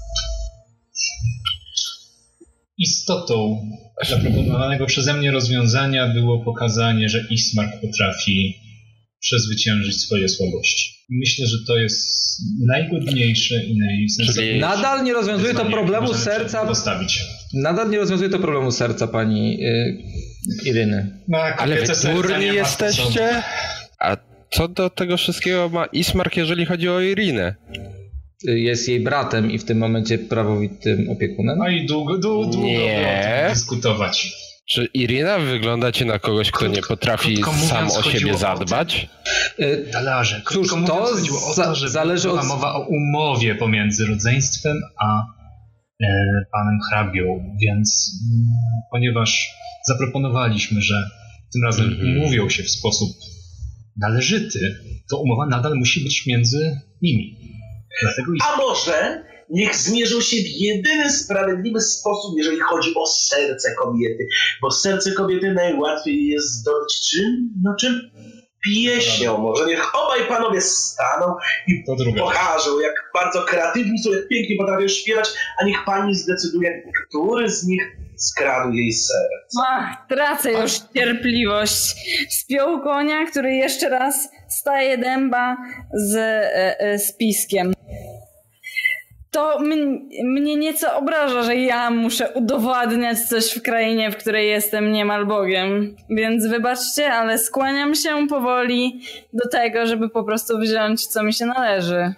Istotą zaproponowanego przeze mnie rozwiązania było pokazanie, że Ismark potrafi przezwyciężyć swoje słabości. Myślę, że to jest najgodniejsze i najsensowniejsze. Nadal nie rozwiązuje to problemu serca. Postawić. Nadal nie rozwiązuje to problemu serca pani y, Iryny. No, ale wy durni jesteście? A co do tego wszystkiego ma Ismark, jeżeli chodzi o Irynę? Jest jej bratem i w tym momencie prawowitym opiekunem. No i długo, długo, długo nie. dyskutować. Czy Iryna wygląda ci na kogoś, kto krótko, nie potrafi sam o siebie zadbać? Talarze. Cóż, to chodziło o to, że zależy była od... mowa o umowie pomiędzy rodzeństwem a e, panem hrabią, więc m, ponieważ zaproponowaliśmy, że tym razem mm-hmm. umówią się w sposób należyty, to umowa nadal musi być między nimi. Dlatego a może niech zmierzą się w jedyny sprawiedliwy sposób, jeżeli chodzi o serce kobiety. Bo serce kobiety najłatwiej jest zdobyć czym? No czym? Pieśnią. Może niech obaj panowie staną i pokażą, jak bardzo kreatywni są, jak pięknie potrafią śpiewać, a niech pani zdecyduje, który z nich skradł jej serce. Ach, tracę już cierpliwość. Spiął konia, który jeszcze raz staje dęba z, e, z piskiem. To m- mnie nieco obraża, że ja muszę udowadniać coś w krainie, w której jestem niemal Bogiem. Więc wybaczcie, ale skłaniam się powoli do tego, żeby po prostu wziąć, co mi się należy.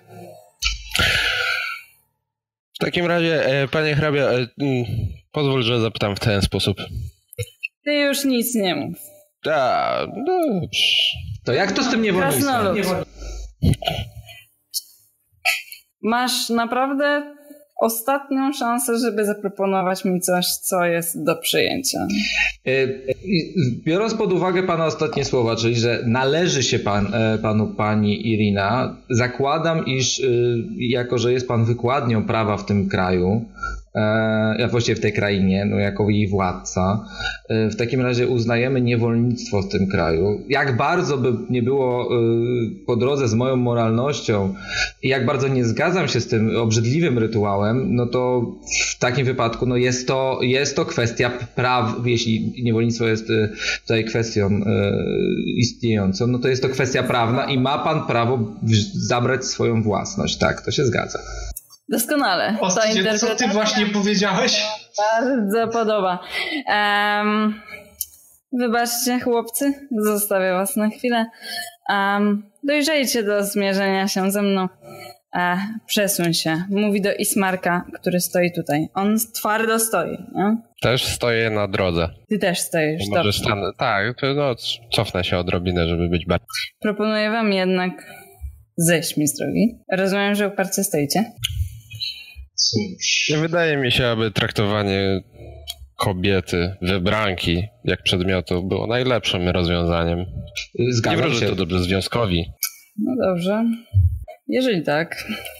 W takim razie, e, panie hrabia, e, pozwól, że zapytam w ten sposób. Ty już nic nie mów. Tak, no dobrze. To jak to z tym niewolnictwem? Masz naprawdę ostatnią szansę, żeby zaproponować mi coś, co jest do przyjęcia. Biorąc pod uwagę pana ostatnie słowa, czyli że należy się pan, panu pani Irina, zakładam, iż jako, że jest pan wykładnią prawa w tym kraju, ja właściwie w tej krainie, no jako jej władca, w takim razie uznajemy niewolnictwo w tym kraju. Jak bardzo by nie było po drodze z moją moralnością i jak bardzo nie zgadzam się z tym obrzydliwym rytuałem, no to w takim wypadku no jest to, jest to kwestia praw, jeśli niewolnictwo jest tutaj kwestią istniejącą, no to jest to kwestia prawna i ma pan prawo zabrać swoją własność. Tak, to się zgadza. Doskonale. Ostydzie, co ty właśnie powiedziałeś? Bardzo podoba. Um, wybaczcie, chłopcy, zostawię was na chwilę. Um, dojrzejcie do zmierzenia się ze mną. E, przesuń się. Mówi do Ismarka, który stoi tutaj. On twardo stoi. Nie? Też stoję na drodze. Ty też stoisz. Może stan... Tak, to no, cofnę się odrobinę, żeby być bardziej. Proponuję wam jednak zejść mi z drogi. Rozumiem, że uparcie stoicie. Cóż. Nie wydaje mi się, aby traktowanie kobiety, wybranki, jak przedmiotu było najlepszym rozwiązaniem. Zgadzam nie wróży się. to dobrze związkowi. No dobrze. Jeżeli tak,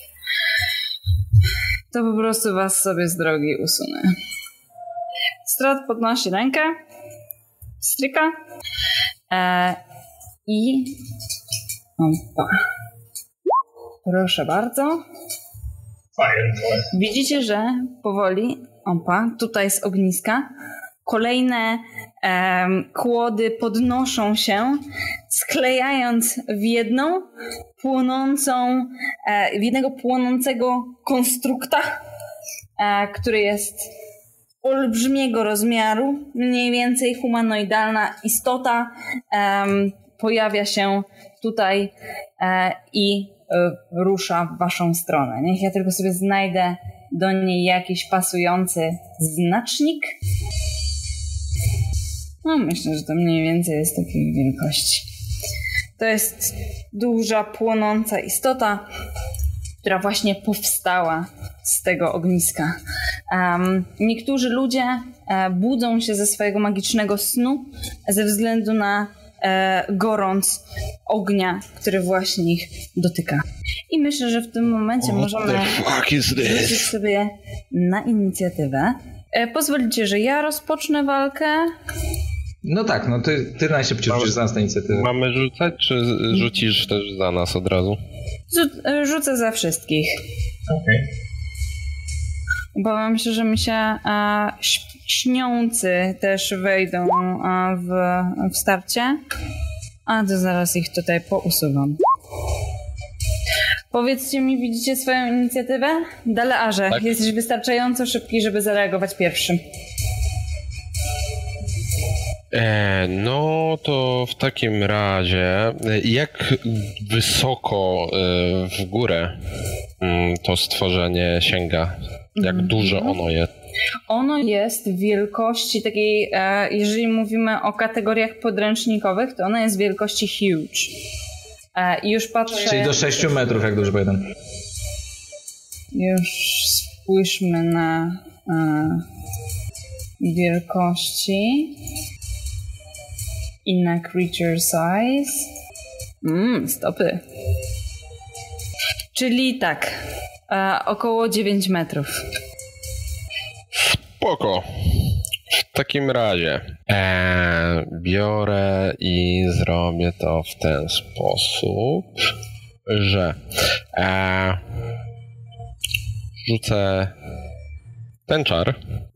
to po prostu was sobie z drogi usunę. Strat podnosi rękę, stryka e, i opa. Proszę bardzo. Widzicie, że powoli, opa, tutaj z ogniska, kolejne um, kłody podnoszą się, sklejając w jedną płonącą, e, w jednego płonącego konstrukta, e, który jest olbrzymiego rozmiaru, mniej więcej humanoidalna istota um, pojawia się tutaj e, i rusza w waszą stronę. Niech ja tylko sobie znajdę do niej jakiś pasujący znacznik. No myślę, że to mniej więcej jest takiej wielkości. To jest duża, płonąca istota, która właśnie powstała z tego ogniska. Um, niektórzy ludzie e, budzą się ze swojego magicznego snu ze względu na e, gorąc ognia, który właśnie ich dotyka. I myślę, że w tym momencie What możemy rzucić sobie na inicjatywę. E, pozwolicie, że ja rozpocznę walkę. No tak, no ty, ty najszybciej rzucisz za nas na inicjatywę. Mamy rzucać, czy rzucisz też za nas od razu? Rzucę za wszystkich. Okej. Okay. Obawiam się, że mi się a, śniący też wejdą a, w, w starcie. A to zaraz ich tutaj pousuwam. Powiedzcie mi, widzicie swoją inicjatywę? Dalearze, tak. Jesteś wystarczająco szybki, żeby zareagować pierwszy. E, no to w takim razie, jak wysoko w górę to stworzenie sięga? Jak duże ono jest? Ono jest wielkości takiej, jeżeli mówimy o kategoriach podręcznikowych, to ono jest wielkości huge. I już patrzę... Czyli do sześciu metrów, jak dobrze pamiętam. Już spójrzmy na wielkości i na creature size. Mmm, stopy. Czyli tak, około dziewięć metrów. Spoko. W takim razie e, biorę i zrobię to w ten sposób, że e, rzucę ten czar.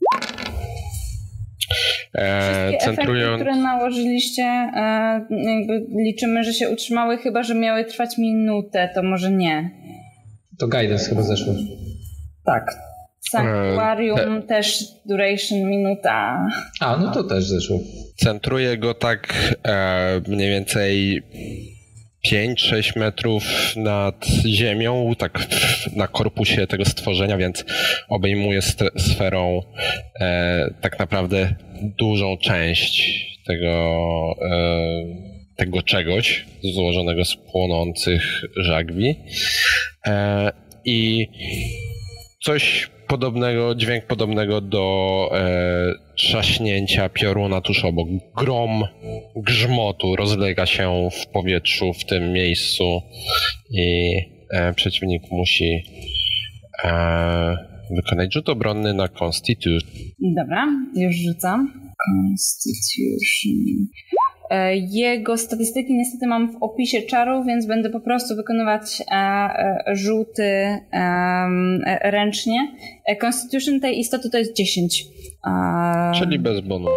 E, centrując... efekty, które nałożyliście, e, jakby liczymy, że się utrzymały, chyba że miały trwać minutę, to może nie. To guidance chyba zeszło. Tak. Sanctuarium, Te... też duration minuta. A, no to też zeszło. Centruję go tak e, mniej więcej pięć sześć metrów nad ziemią, tak na korpusie tego stworzenia, więc obejmuje st- sferą e, tak naprawdę dużą część tego, e, tego czegoś złożonego z płonących żagwi. E, I coś podobnego, dźwięk podobnego do e, trzaśnięcia pioruna tuż obok. Grom grzmotu rozlega się w powietrzu w tym miejscu i e, przeciwnik musi e, wykonać rzut obronny na Constitution. Dobra, już rzucam. Constitution. Jego statystyki niestety mam w opisie czaru, więc będę po prostu wykonywać e, e, rzuty e, ręcznie. Constitution tej istoty to jest dziesięć. E... Czyli bez bonusu.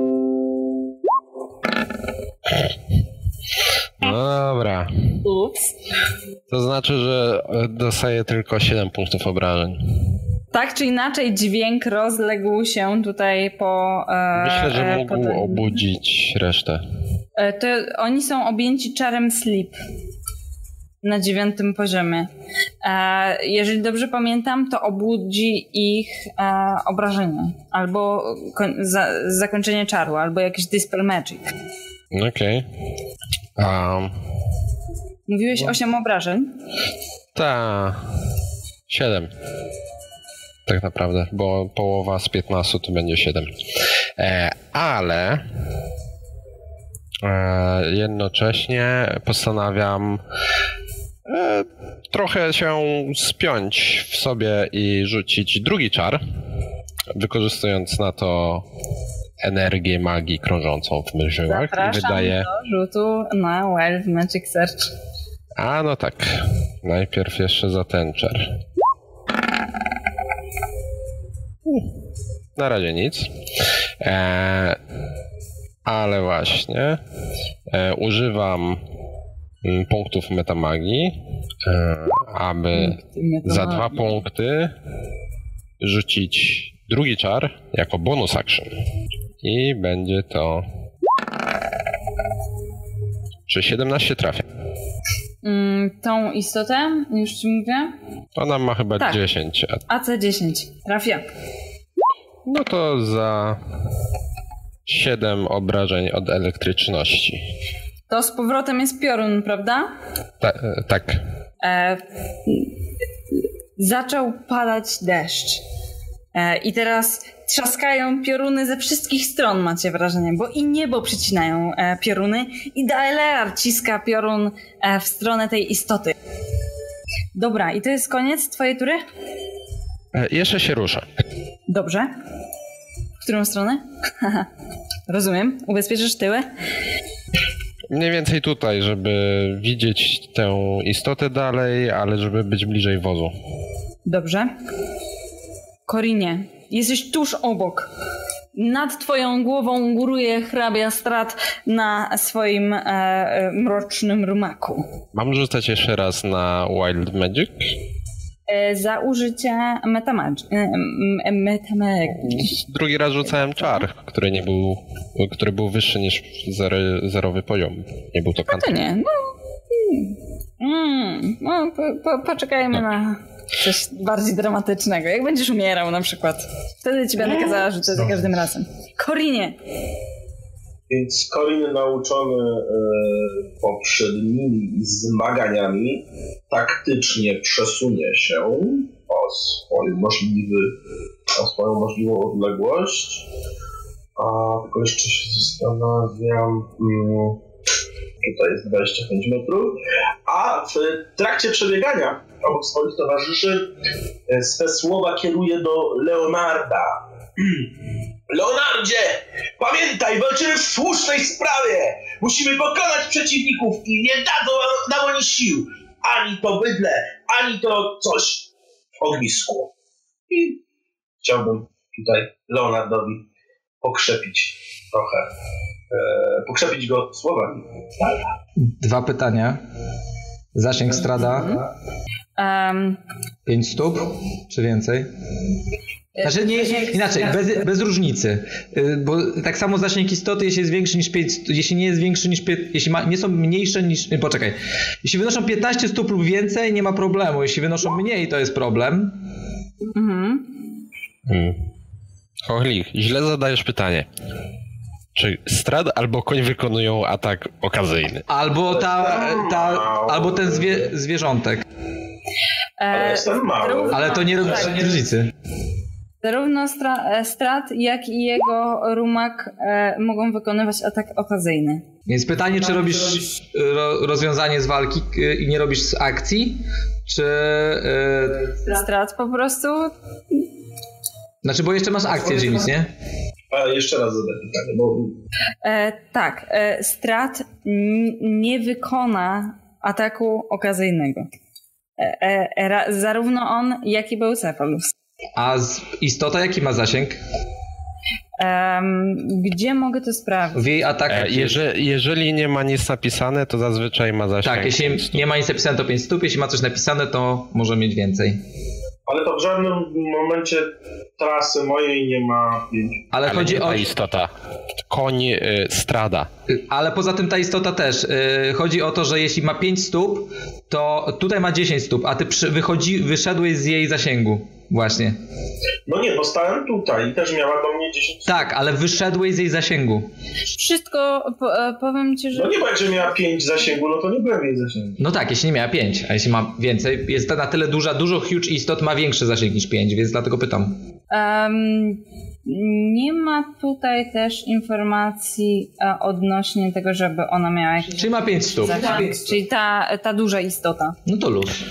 No dobra. Ups. To znaczy, że dostaje tylko siedem punktów obrażeń. Tak czy inaczej dźwięk rozległ się tutaj po... E, Myślę, że mógł po ten... obudzić resztę. E, to oni są objęci czarem sleep na dziewiątym poziomie. E, jeżeli dobrze pamiętam, to obudzi ich e, obrażenie albo koń, za, zakończenie czaru, albo jakiś Dispel Magic. Okej. Okay. Um, Mówiłeś no. osiem obrażeń? Ta. siedem. Tak naprawdę, bo połowa z piętnastu to będzie siedem. E, ale e, jednocześnie postanawiam e, trochę się spiąć w sobie i rzucić drugi czar, wykorzystując na to energię magii krążącą w mych żyłach. Zapraszam Wydaje... do rzutu na Wild Magic Search. A no tak, najpierw jeszcze za ten czar. Na razie nic. E, ale właśnie e, używam m, punktów metamagii, e, aby za dwa punkty rzucić drugi czar jako bonus action. I będzie to... Czy siedemnaście trafia? Mm, tą istotę, już ci mówię. Ona ma chyba tak. dziesięć. A C dziesięć. Trafia. No to za siedem obrażeń od elektryczności. To z powrotem jest piorun, prawda? Ta, tak. E, zaczął padać deszcz. E, I teraz trzaskają pioruny ze wszystkich stron, macie wrażenie, bo i niebo przycinają e, pioruny i Daelear ciska piorun e, w stronę tej istoty. Dobra, i to jest koniec twojej tury? E, jeszcze się rusza. Dobrze. W którą stronę? Rozumiem. Ubezpieczysz tyły? Mniej więcej tutaj, żeby widzieć tę istotę dalej, ale żeby być bliżej wozu. Dobrze. Korinie, jesteś tuż obok. Nad twoją głową góruje hrabia Strat na swoim e, mrocznym rumaku. Mam rzucać jeszcze raz na Wild Magic? E, za użycie metamagii. E, metamagii. Drugi raz rzucałem czar, który nie był, który był wyższy niż zery, zerowy poziom. Nie był to kantor. No to nie. No, mm, no po, po, poczekajmy no. na coś bardziej dramatycznego. Jak będziesz umierał na przykład. Wtedy ci będę kazała rzucać za każdym razem. Korinie! Więc Corin, nauczony e, poprzednimi zmaganiami, taktycznie przesunie się o, swój możliwy, o swoją możliwą odległość. A tylko jeszcze się zastanawiam. Hmm, tutaj jest dwadzieścia pięć metrów. A w trakcie przebiegania obok swoich towarzyszy swe słowa kieruje do Leonarda. Leonardzie, pamiętaj, walczymy w słusznej sprawie. Musimy pokonać przeciwników i nie dadzą nam oni sił. Ani to bydle, ani to coś w ognisku. I chciałbym tutaj Leonardowi pokrzepić trochę, e, pokrzepić go słowami. Dwa pytania. Zasięg strada? Um. Pięć stóp? Czy więcej? Znaczy nie, inaczej, bez, bez różnicy, bo tak samo zasięg istoty, jeśli jest większy niż pięć, jeśli nie jest większy niż pięć, jeśli ma, nie są mniejsze niż, poczekaj, jeśli wynoszą piętnaście stóp lub więcej, nie ma problemu, jeśli wynoszą mniej, to jest problem. Mhm. Hmm. Chochlik, źle zadajesz pytanie. Czy Strad albo koń wykonują atak okazyjny? Albo ta, ta albo ten zwie, zwierzątek. Ale jestem mały. Ale to nie robi tak. różnicy. Zarówno stra- Strat, jak i jego rumak e, mogą wykonywać atak okazyjny. Więc pytanie, czy robisz ro- rozwiązanie z walki y, i nie robisz z akcji, czy... Y... Strat po prostu... Znaczy, bo jeszcze masz akcję, Jimis, nie? A jeszcze raz zadaj pytanie, bo... E, tak, e, Strat n- nie wykona ataku okazyjnego. E, e, ra- zarówno on, jak i Beucephalus. A z istota jaki ma zasięg? Um, gdzie mogę to sprawdzić? W jej atakach... E, jeżeli, jeżeli nie ma nic napisane, to zazwyczaj ma zasięg. Tak, jeśli nie ma nic napisane, to pięć stóp, jeśli ma coś napisane, to może mieć więcej. Ale to w żadnym momencie trasy mojej nie ma pięć. Ale, Ale chodzi nie o... ta istota. Koń y, strada. Ale poza tym ta istota też. Yy, chodzi o to, że jeśli ma pięć stóp, to tutaj ma dziesięć stóp, a ty przy, wychodzi, wyszedłeś z jej zasięgu. Właśnie. No nie, bo stałem tutaj i też miała do mnie dziesięć. Tak, ale wyszedłeś z jej zasięgu. Wszystko, po, powiem ci, że... No nie będzie miała pięć zasięgu, no to nie byłem jej zasięgu. No tak, jeśli nie miała pięć, a jeśli ma więcej, jest na tyle duża, dużo huge istot ma większy zasięg niż pięć, więc dlatego pytam. Um, nie ma tutaj też informacji e, odnośnie tego, żeby ona miała jakiś... Czyli ma pięć stóp. zasięg. Czyli ta, ta duża istota. No to luz.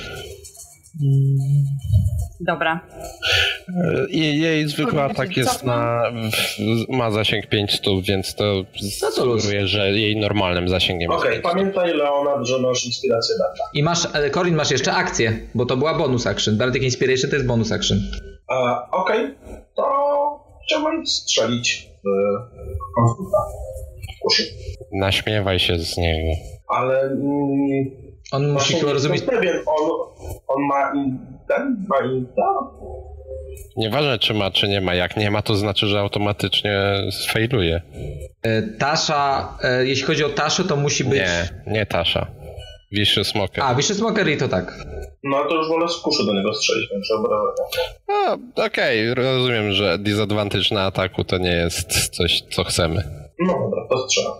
Dobra. I jej zwykły atak jest na... ma zasięg pięć stóp, więc to sugeruje, że jej normalnym zasięgiem Okej, jest okay, pamiętaj Leonard, że masz inspirację data. I masz, Corin, masz jeszcze akcję, bo to była bonus action. Bardic Inspiration to jest bonus action. Uh, Okej, okay, to chciałbym strzelić w konflikta. Kuszy. Naśmiewaj się z niego. Ale... Mm, On musi chyba rozumieć... pewien, on, on ma in, ten, ma inta? Nieważne czy ma, czy nie ma. Jak nie ma, to znaczy, że automatycznie sfailuje. Tasza, jeśli chodzi o Taszę, to musi być... Nie, nie Tasza. Vicious Smoker. A, Vicious Smoker i to tak. No to już wolę z kuszy do niego strzelić, więc obrażenia. Okej, okay. Rozumiem, że disadvantage na ataku to nie jest coś, co chcemy. No dobra, to strzelam.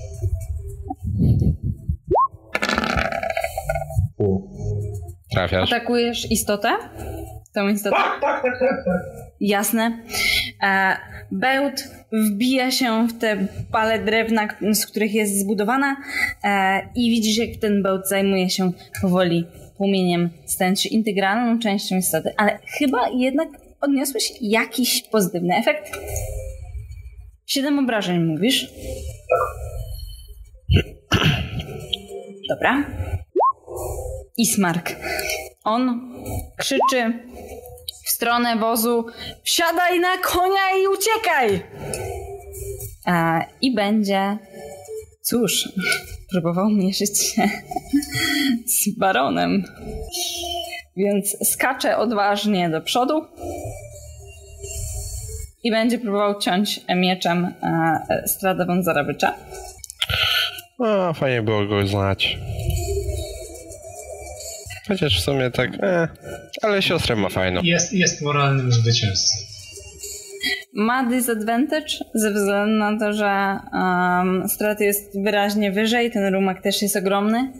U. Trafiasz? Atakujesz istotę? Tą istotę? Tak, tak, tak, tak, tak. Jasne. E, bełt wbija się w te pale drewna, z których jest zbudowana e, i widzisz, jak ten bełt zajmuje się powoli płomieniem, stając się integralną częścią istoty. Ale chyba jednak odniosłeś jakiś pozytywny efekt. Siedem obrażeń mówisz? Dobra. Ismark. On krzyczy w stronę wozu: wsiadaj na konia i uciekaj! A, I będzie, cóż, próbował mierzyć się z baronem. Więc skacze odważnie do przodu i będzie próbował ciąć mieczem e, Strada von Zarawicza. O, fajnie było go znać. Chociaż w sumie tak, eh, ale siostrę ma fajną. Jest, jest moralnym zwycięzcą. Ma disadvantage ze względu na to, że um, Strat jest wyraźnie wyżej, ten rumak też jest ogromny.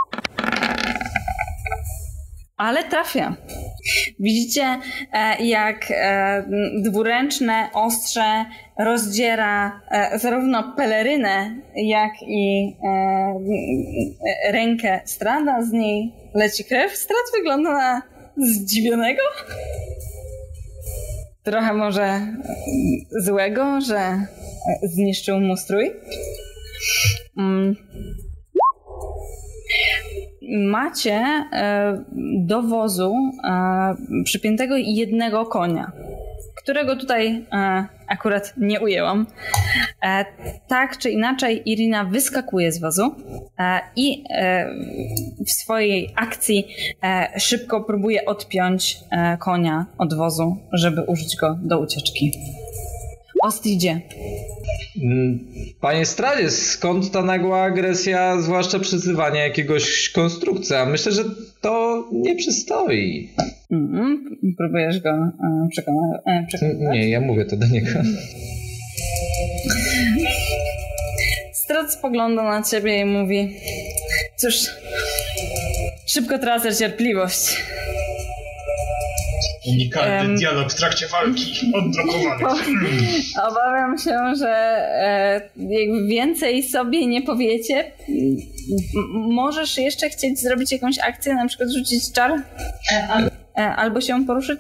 Ale trafia. Widzicie, e, jak e, dwuręczne ostrze rozdziera e, zarówno pelerynę, jak i e, rękę Strada. Z niej leci krew. Strat wygląda na zdziwionego. Trochę może złego, że zniszczył mu strój. Mm. Macie do wozu przypiętego jednego konia, którego tutaj akurat nie ujęłam. Tak czy inaczej Irina wyskakuje z wozu i w swojej akcji szybko próbuje odpiąć konia od wozu, żeby użyć go do ucieczki. Ostidzie. Panie Stradzie, skąd ta nagła agresja, zwłaszcza przyzywanie jakiegoś konstrukcja? Myślę, że to nie przystoi. Mm-hmm. Próbujesz go e, przekona- e, przekonywać? Nie, ja mówię to do niego. Strat spogląda na ciebie i mówi: cóż, szybko tracę cierpliwość. Unikalny um, dialog w trakcie walki, odblokowany. Po, obawiam się, że e, jakby więcej sobie nie powiecie. M- możesz jeszcze chcieć zrobić jakąś akcję, na przykład rzucić czar? E, al, e, albo się poruszyć?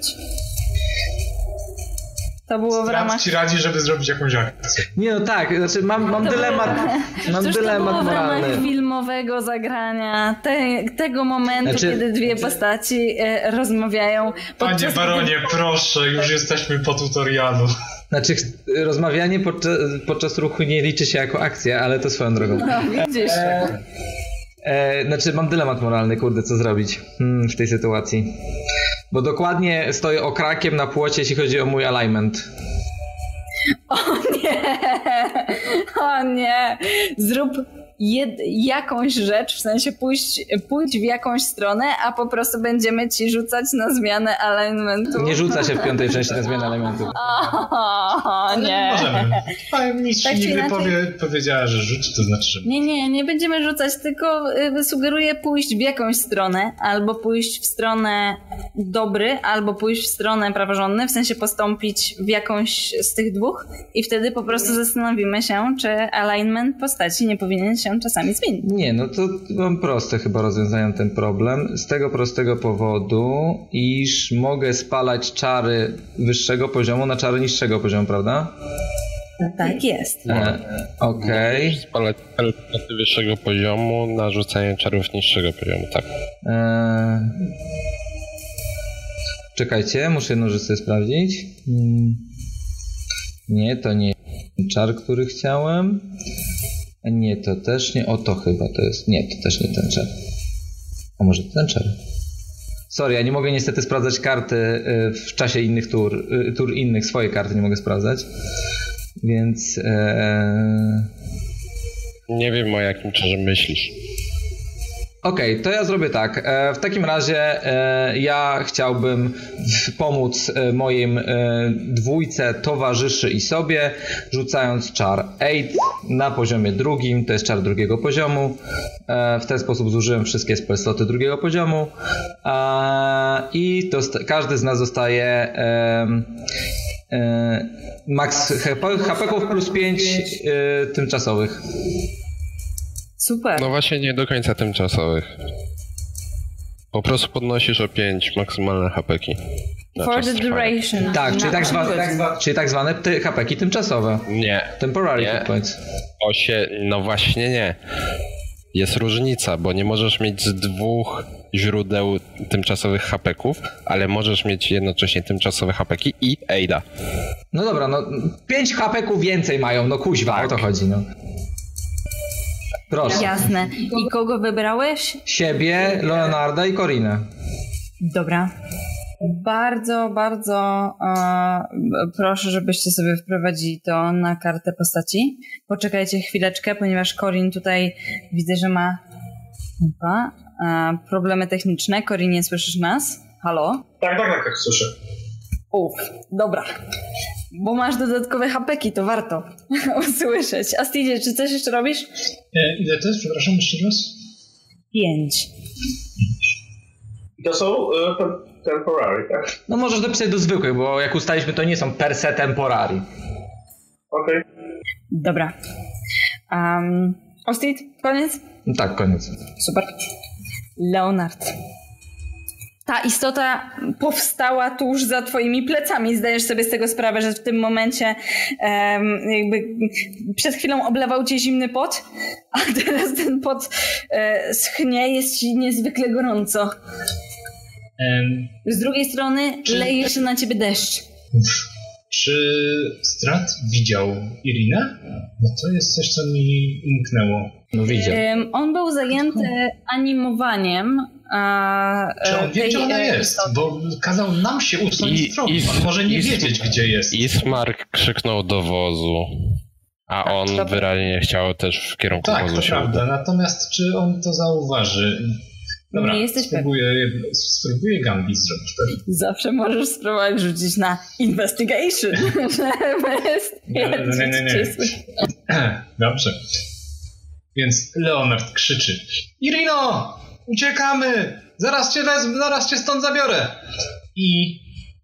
To było w ramach... ci radzi, żeby zrobić jakąś akcję. Nie no tak, znaczy mam, mam dylemat, mam Cóż, dylemat to było moralny. w ramach filmowego zagrania, te, tego momentu, znaczy... kiedy dwie postaci e, rozmawiają. Podczas... Panie baronie, proszę, już jesteśmy po tutorialu. Znaczy rozmawianie podczas, podczas ruchu nie liczy się jako akcja, ale to swoją drogą. No widzisz. E, e, znaczy mam dylemat moralny, kurde, co zrobić hmm, w tej sytuacji. Bo dokładnie stoję okrakiem na płocie, jeśli chodzi o mój alignment. O nie! O nie! Zrób jed, jakąś rzecz, w sensie pójść, pójdź w jakąś stronę, a po prostu będziemy ci rzucać na zmianę alignmentu. Nie rzuca się w piątej części na zmianę alignmentu. O nie! Możemy. Pani mistrz tak nigdy inaczej... powie, powiedziała, że rzuć, to znaczy, że... Nie, nie, nie będziemy rzucać, tylko sugeruję pójść w jakąś stronę, albo pójść w stronę dobry, albo pójść w stronę praworządny, w sensie postąpić w jakąś z tych dwóch i wtedy po prostu zastanowimy się, czy alignment postaci nie powinien się czasami zmienić. Nie, no to mam proste chyba rozwiązanie ten problem. Z tego prostego powodu, iż mogę spalać czary wyższego poziomu na czary niższego poziomu, prawda? Tak jest. E, Okej. Okay. Spalać czary wyższego poziomu na rzucanie czarów niższego poziomu, tak. E... Czekajcie, muszę jedną rzecz sobie sprawdzić. Hmm. Nie, to nie czar, który chciałem. Nie, to też nie. O, to chyba to jest. Nie, to też nie ten czar. A może ten czar? Sorry, ja nie mogę niestety sprawdzać karty w czasie innych tur. Tur innych, swoje karty nie mogę sprawdzać. Więc... Ee... Nie wiem, o jakim czarze myślisz. Okej, okay, to ja zrobię tak. W takim razie ja chciałbym pomóc moim dwójce towarzyszy i sobie, rzucając czar Aid na poziomie drugim, to jest czar drugiego poziomu. W ten sposób zużyłem wszystkie spellsloty drugiego poziomu i dosta- każdy z nas dostaje max H P-ków plus pięć tymczasowych. Super. No właśnie nie do końca tymczasowych. Po prostu podnosisz o pięć maksymalne H P-ki. For the duration. Tak, czyli tak, zwa, tak, zwa, czyli tak zwane ty, H P-ki tymczasowe. Nie. Temporary nie. hit points. Osie, no właśnie nie. Jest różnica, bo nie możesz mieć z dwóch źródeł tymczasowych H P-ków, ale możesz mieć jednocześnie tymczasowe H P-ki i Aida. No dobra, no pięć H P-ków więcej mają, no kuźwa, tak. O to chodzi, no. Proszę. Jasne. I kogo wybrałeś? Siebie, Leonarda i Corinę. Dobra. Bardzo, bardzo e, proszę, żebyście sobie wprowadzili to na kartę postaci. Poczekajcie chwileczkę, ponieważ Corin tutaj widzę, że ma opa, e, problemy techniczne. Corin, nie słyszysz nas? Halo? Tak, tak, tak, tak, słyszę. Uff, dobra. Bo masz dodatkowe hapeki, to warto usłyszeć. Astidzie, czy coś jeszcze robisz? E, ile to jest? Przepraszam, jeszcze raz? Pięć. To są uh, temporary, tak? No możesz dopisać do zwykłych, bo jak ustaliśmy, to nie są per se temporary. Okej. Okay. Dobra. Um, Ostid, koniec? No tak, koniec. Super. Leonard. Ta istota powstała tuż za twoimi plecami. Zdajesz sobie z tego sprawę, że w tym momencie um, jakby przed chwilą oblewał cię zimny pot, a teraz ten pot e, schnie, jest ci niezwykle gorąco. Um, z drugiej strony czy... leje się na ciebie deszcz. Czy Strat widział Irinę? No to jest coś, co mi umknęło. No widział. Um, on był zajęty animowaniem. A, Czy on wie, gdzie ona jest? Bo kazał nam się usunąć z tronu. On może nie is, wiedzieć, gdzie jest. Ismark krzyknął do wozu, a tak, on to... wyraźnie chciał też w kierunku tak, wozu to się prawda. udać. Natomiast czy on to zauważy? Dobra, nie jesteś spróbuję, spróbuję Gambit zrobić pewnie. Zawsze możesz spróbować rzucić na investigation. nie, nie, nie, nie. Dobrze. Więc Leonard krzyczy: Irino! Uciekamy! Zaraz cię wezmę, zaraz cię stąd zabiorę! I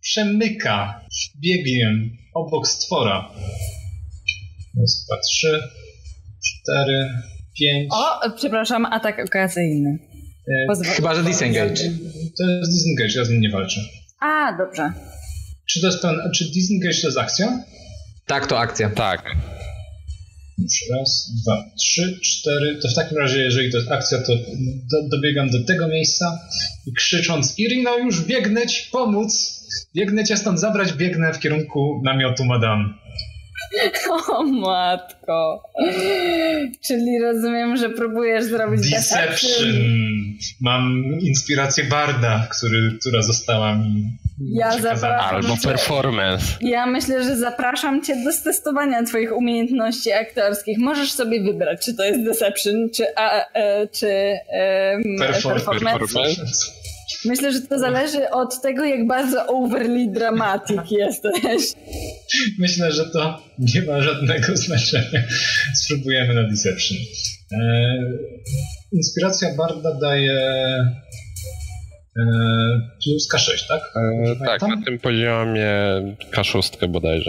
przemyka biegiem obok stwora. Raz, dwa, trzy, cztery, pięć. O, przepraszam, atak okazyjny. E, Chyba, że disengage. To jest disengage, ja z nim nie walczę. A, dobrze. Czy to jest ten, czy disengage to jest akcja? Tak, to akcja. Tak. Raz, dwa, trzy, cztery. To w takim razie, jeżeli to jest akcja, to do, dobiegam do tego miejsca i krzycząc: Irino, już biegnę ci pomóc! Biegnę cię stąd zabrać, biegnę w kierunku namiotu Madame. O matko. Czyli rozumiem, że próbujesz zrobić Deception. Mam inspirację Barda, który, która została mi ja zapraszam Albo cię. performance. Ja myślę, że zapraszam cię do testowania twoich umiejętności aktorskich. Możesz sobie wybrać, czy to jest Deception, czy, a, e, czy e, Perform- performance. performance. Myślę, że to zależy od tego, jak bardzo overly dramatic jesteś. Myślę, że to nie ma żadnego znaczenia. Spróbujemy na Deception. E, inspiracja Barda daje e, plus K sześć, tak? E, tak, na tym poziomie K sześć bodajże.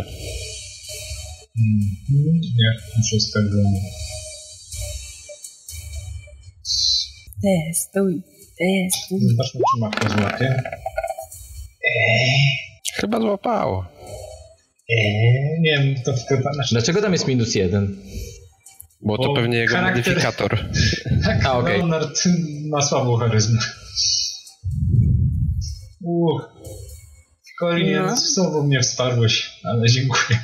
Mhm. Nie, muszę z tego... Testuj, testuj. Zobaczmy, czy ma kto złapie. Chyba złapało. Eee, nie wiem, to chyba... Znaczy, Dlaczego tam jest minus jeden? Bo to Bo pewnie jego charakter- modyfikator. tak, A, okej. Leonard ma słabą charyzmę. Uch. Corinie, No. słowo mnie wsparłeś, ale dziękuję.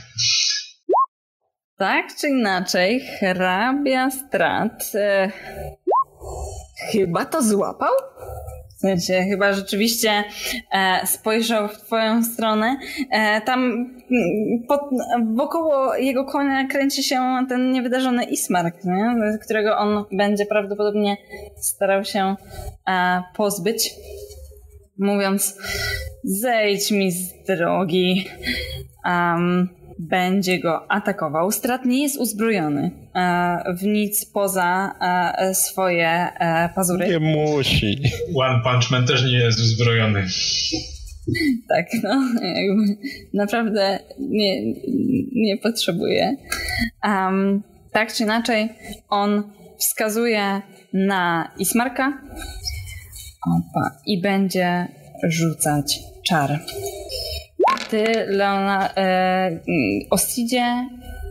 Tak czy inaczej, hrabia Strat e, chyba to złapał? W sensie, chyba rzeczywiście e, spojrzał w twoją stronę. E, tam mm, pod, wokoło jego konia kręci się ten niewydarzony Ismark, nie? Którego on będzie prawdopodobnie starał się e, pozbyć. Mówiąc: zejdź mi z drogi. Um, będzie go atakował. Strat nie jest uzbrojony e, w nic poza e, swoje e, pazury. Nie musi. One Punch Man też nie jest uzbrojony. Tak, no, jakby naprawdę nie, nie potrzebuje. Um, tak czy inaczej, on wskazuje na Ismarka Opa, i będzie rzucać czar. Ty, Leona, e, Ossidzie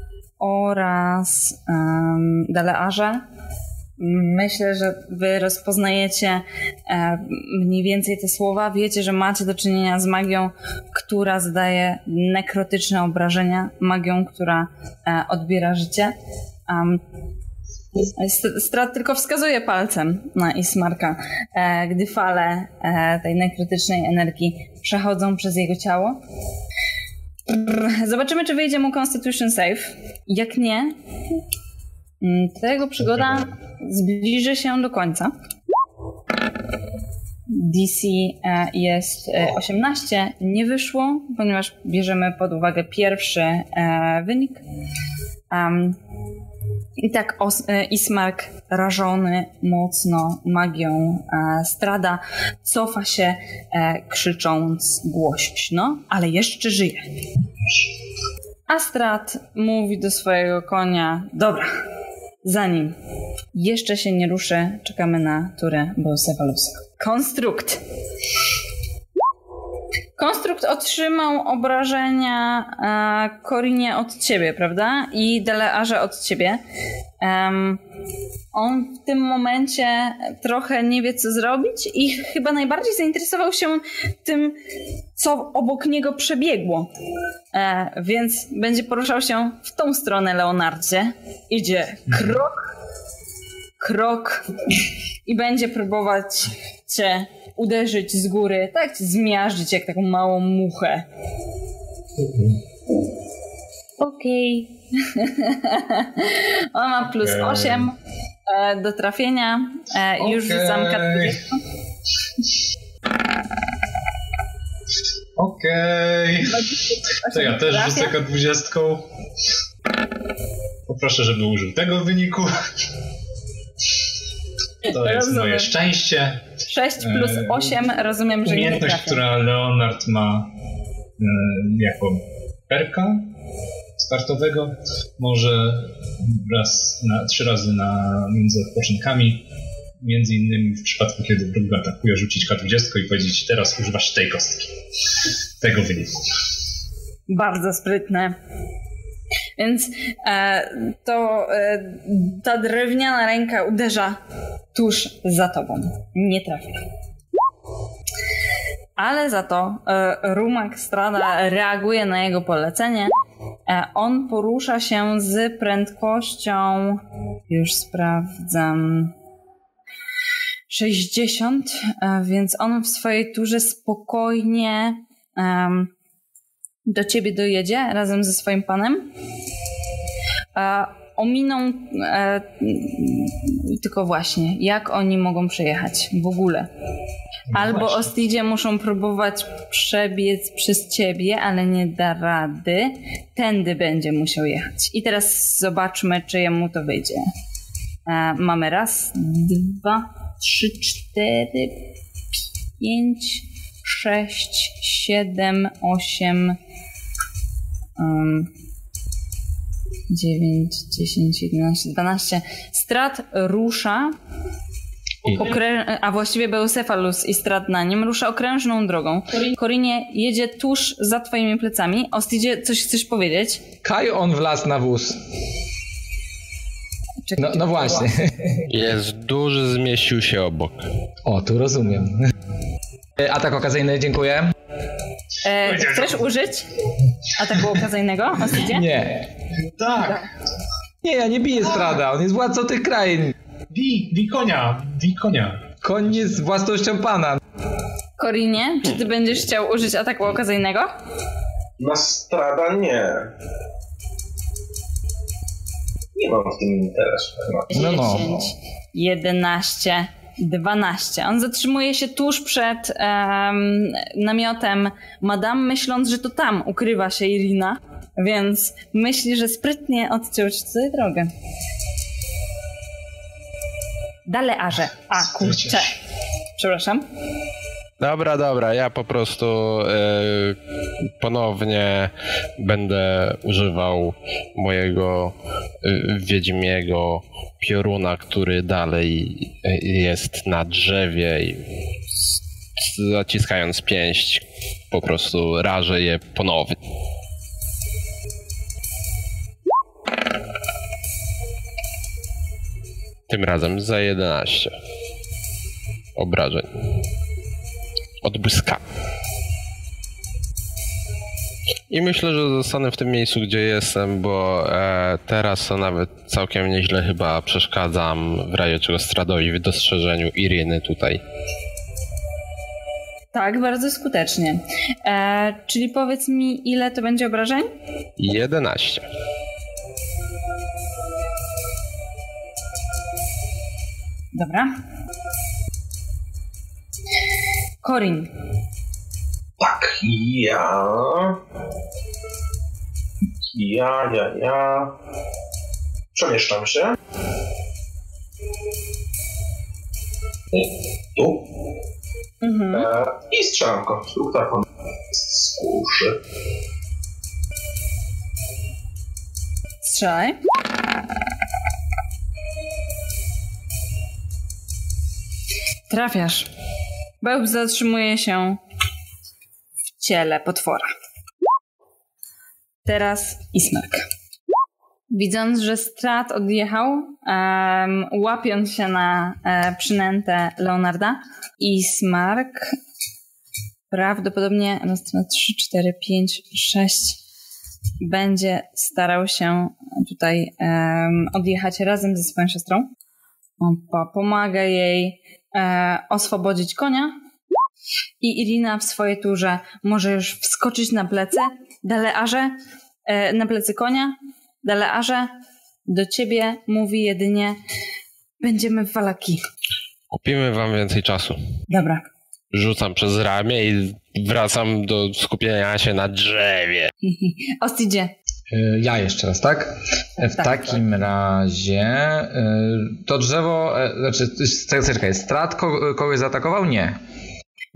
oraz um, Dalearze, myślę, że wy rozpoznajecie e, mniej więcej te słowa. Wiecie, że macie do czynienia z magią, która zadaje nekrotyczne obrażenia, magią, która e, odbiera życie. Um, Strat tylko wskazuje palcem na Ismarka, e, gdy fale e, tej nekrotycznej energii przechodzą przez jego ciało. Zobaczymy, czy wyjdzie mu Constitution Save. Jak nie, to jego przygoda zbliży się do końca. D C e, jest e, osiemnaście, nie wyszło, ponieważ bierzemy pod uwagę pierwszy e, wynik. Um, I tak os- Ismark, rażony mocno magią e, Strada, cofa się e, krzycząc głośno, ale jeszcze żyje. A Strad mówi do swojego konia: dobra, za nim. Jeszcze się nie ruszy, czekamy na turę Bucefalusa. Konstrukt. Konstrukt otrzymał obrażenia e, Corinie od ciebie, prawda? I Delearze od ciebie. Um, on w tym momencie trochę nie wie, co zrobić i chyba najbardziej zainteresował się tym, co obok niego przebiegło. E, więc będzie poruszał się w tą stronę, Leonardzie. Idzie krok, krok i będzie próbować cię uderzyć z góry, tak cię zmiażdżyć jak taką małą muchę. Okej. Okay. On ma plus okay. osiem e, do trafienia. E, okay. Już rzucam K dwadzieścia. Okej. Okay. To ja też rzucę K dwadzieścia. Poproszę, żeby użył tego wyniku. To jest rozumiem. Moje szczęście. sześć plus osiem, rozumiem, że nie umiejętność, która Leonard ma jako perka startowego. Może raz na, trzy razy na, między odpoczynkami, między innymi w przypadku, kiedy wróg go atakuje, rzucić K dwadzieścia i powiedzieć: teraz używasz tej kostki, tego wyniku. Bardzo sprytne. Więc e, to e, ta drewniana ręka uderza tuż za tobą. Nie trafia. Ale za to e, Rumak Strada reaguje na jego polecenie. E, on porusza się z prędkością, już sprawdzam, sześćdziesiąt, e, więc on w swojej turze spokojnie e, do ciebie dojedzie razem ze swoim panem. E, ominą e, tylko właśnie, jak oni mogą przejechać w ogóle. No Albo właśnie. Ostidzie muszą próbować przebiec przez ciebie, ale nie da rady. Tędy będzie musiał jechać. I teraz zobaczmy, czy jemu to wyjdzie. E, mamy raz, dwa, trzy, cztery, pięć, sześć, siedem, osiem, um, dziewięć, dziesięć, jedenaście, dwanaście. Strat rusza, okrę... a właściwie Beusefalus i Strat na nim rusza okrężną drogą. Korinie jedzie tuż za twoimi plecami. Ostidzie, coś chcesz powiedzieć? Kaj on wlazł na wóz. Czekaj, no, no właśnie. Jest duży, zmieścił się obok. O, tu rozumiem. Atak okazyjny, dziękuję. E, chcesz użyć ataku okazyjnego, Ostidzie? Nie. Tak. Nie, ja nie biję Strada, on jest władcą tych krain. Bij, bij konia, bij konia. Koń jest własnością pana. Korinie, czy ty będziesz chciał użyć ataku okazyjnego? Na Strada nie. Nie mam w tym interesu. No, no. dziesięć, jedenaście, dwanaście. On zatrzymuje się tuż przed um, namiotem Madame, myśląc, że to tam ukrywa się Irina, więc myśli, że sprytnie odciął ci tutaj drogę. Dalearze. A, kurczę. Przepraszam. Dobra, dobra, ja po prostu y, ponownie będę używał mojego y, wiedźmiego pioruna, który dalej y, jest na drzewie i zaciskając pięść po prostu rażę je ponownie. Tym razem za jedenaście obrażeń. Od błyska. I myślę, że zostanę w tym miejscu, gdzie jestem, bo e, teraz to nawet całkiem nieźle chyba przeszkadzam w razie czego Stradowi w dostrzeżeniu Iriny tutaj. Tak, bardzo skutecznie. E, czyli powiedz mi, ile to będzie obrażeń? jedenaście. Dobra. Corin. Tak, ja... Ja, ja, ja... Przemieszczam się. Tu. Mhm. E, I strzelam konstrukta z kuszy. Strzelaj. Trafiasz. Bełb zatrzymuje się w ciele potwora. Teraz Ismark. Widząc, że Strat odjechał, um, łapiąc się na e, przynętę Leonarda, Ismark prawdopodobnie raz, dwa, trzy, cztery, pięć, sześć będzie starał się tutaj um, odjechać razem ze swoją siostrą. Opa, pomaga jej e, oswobodzić konia i Irina w swojej turze może już wskoczyć na plecy Dalearze, e, na plecy konia. Dalearze, do ciebie mówi jedynie: będziemy w Vallaki. Kupimy wam więcej czasu. Dobra. Rzucam przez ramię i wracam do skupienia się na drzewie. Ostidzie. Ja jeszcze raz, tak? W tak, takim tak. razie to drzewo, znaczy, czekaj, Strat kogoś zaatakował? Nie.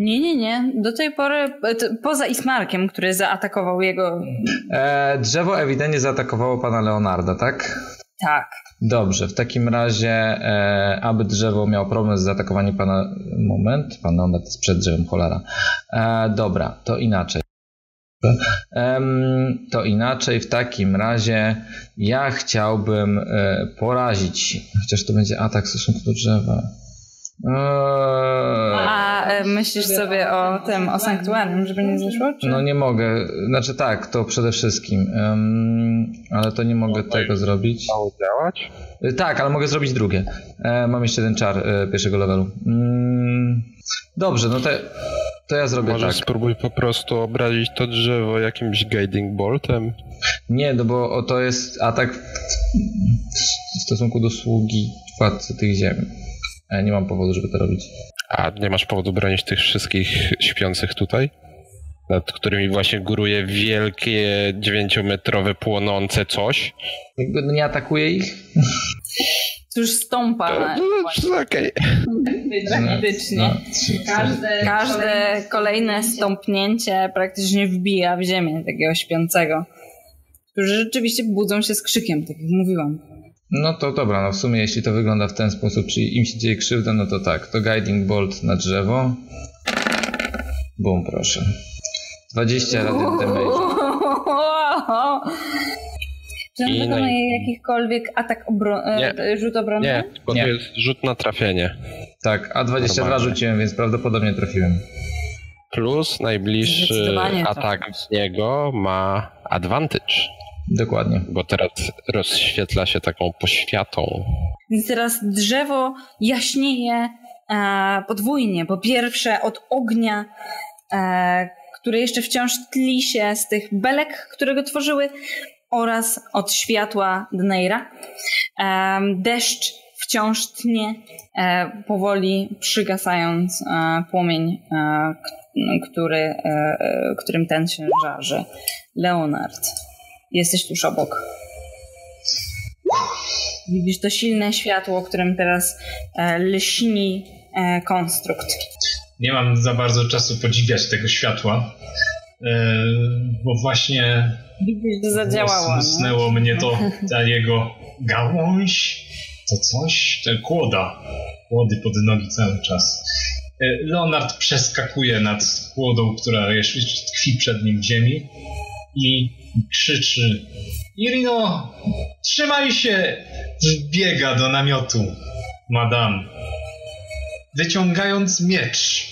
Nie, nie, nie. Do tej pory, poza Ismarkiem, który zaatakował jego... E, drzewo ewidentnie zaatakowało pana Leonarda, tak? Tak. Dobrze, w takim razie, e, aby drzewo miało problem z zaatakowaniem pana... Moment, pan Leonard jest przed drzewem, cholera. E, dobra, to inaczej. E, to inaczej, w takim razie ja chciałbym e, porazić, chociaż to będzie atak w stosunku do drzewa. Eee... A e, myślisz sobie o tym, o sanktuarium, żeby nie zeszło? Czy? No nie mogę, znaczy tak, to przede wszystkim, um, ale to nie mogę tego zrobić. Mało działać? Tak, ale mogę zrobić drugie. E, mam jeszcze jeden czar e, pierwszego levelu. Mm, dobrze, no to, to ja zrobię Może tak. spróbuj po prostu obrazić to drzewo jakimś guiding boltem? Nie, no bo to jest atak w, w stosunku do sługi władcy tych ziem. Ja nie mam powodu, żeby to robić. A nie masz powodu bronić tych wszystkich śpiących tutaj? Nad którymi właśnie góruje wielkie, dziewięciometrowe, płonące coś? Jakby nie atakuję ich? Cóż, stąpa. No, no, okej. Praktycznie. No, Każde, każde kolejne stąpnięcie praktycznie wbija w ziemię takiego śpiącego, którzy rzeczywiście budzą się z krzykiem, tak jak mówiłam. No to dobra, no w sumie jeśli to wygląda w ten sposób, czyli im się dzieje krzywda, no to tak, to guiding bolt na drzewo. Bum, proszę. dwadzieścia radiant damage. Czy on I wykonuje naj- jakikolwiek atak obro- Nie. rzut obronny? Nie, bo Nie. to jest rzut na trafienie. Tak, a dwadzieścia dwa Normalnie. rzuciłem, więc prawdopodobnie trafiłem. Plus najbliższy Zdecydowanie atak z niego ma advantage, Dokładnie. bo teraz rozświetla się taką poświatą. Więc teraz drzewo jaśnieje e, podwójnie. Po pierwsze od ognia, e, który jeszcze wciąż tli się z tych belek, które go tworzyły, oraz od światła Dneira. E, deszcz wciąż tnie, e, powoli przygasając e, płomień, e, k- który, e, e, którym ten się żarzy. Leonard, jesteś tuż obok. Widzisz to silne światło, którym teraz e, lśni e, konstrukt. Nie mam za bardzo czasu podziwiać tego światła, e, bo właśnie Widzisz, że zadziałało. wsnęło mnie to, ta jego gałąź, to coś, te kłoda, kłody pod nogi cały czas. E, Leonard przeskakuje nad kłodą, która jeszcze tkwi przed nim w ziemi i krzyczy: Irino, trzymaj się! Wbiega do namiotu Madame, wyciągając miecz.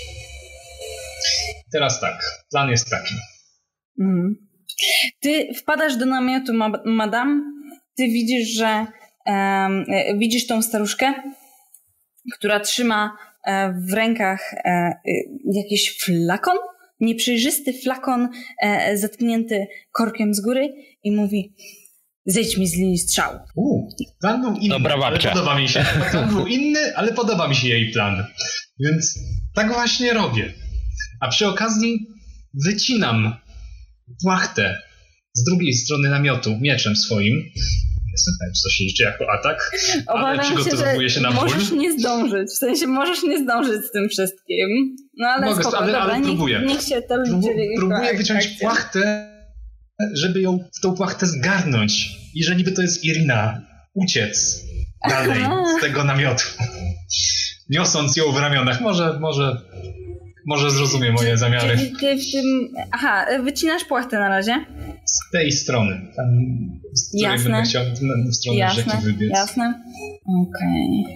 Teraz tak, plan jest taki. Mhm. Ty wpadasz do namiotu, ma- madam. Ty widzisz, że um, e, widzisz tą staruszkę, która trzyma e, w rękach e, e, jakiś flakon, nieprzejrzysty flakon e, zatknięty korkiem z góry i mówi: zejdź mi z linii strzału. U, plan był inny, Dobra ale babcia. podoba mi się. Plan był inny, ale podoba mi się jej plan. Więc tak właśnie robię. A przy okazji wycinam płachtę z drugiej strony namiotu mieczem swoim. Jestem pewien, czy to się liczy jako atak, ale Obawiam się, przygotowuję się, że na ból. możesz nie zdążyć. W sensie możesz nie zdążyć z tym wszystkim. No ale Mogę, spoko, ale- dobra, ale niech, próbuję. niech się to liczy. Próbu- jako próbuję ak- wyciąć akcja. płachtę, żeby ją w tą płachtę zgarnąć i że niby to jest Irina, uciec dalej z tego namiotu. Niosąc ją w ramionach. Może, może, może zrozumie moje zamiary. Czyli ty w tym... Aha, wycinasz płachtę na razie? Z tej strony. Tam, z której Jasne. będę chciał w- w stronę Jasne, rzeki wybiec. jasne. Okej.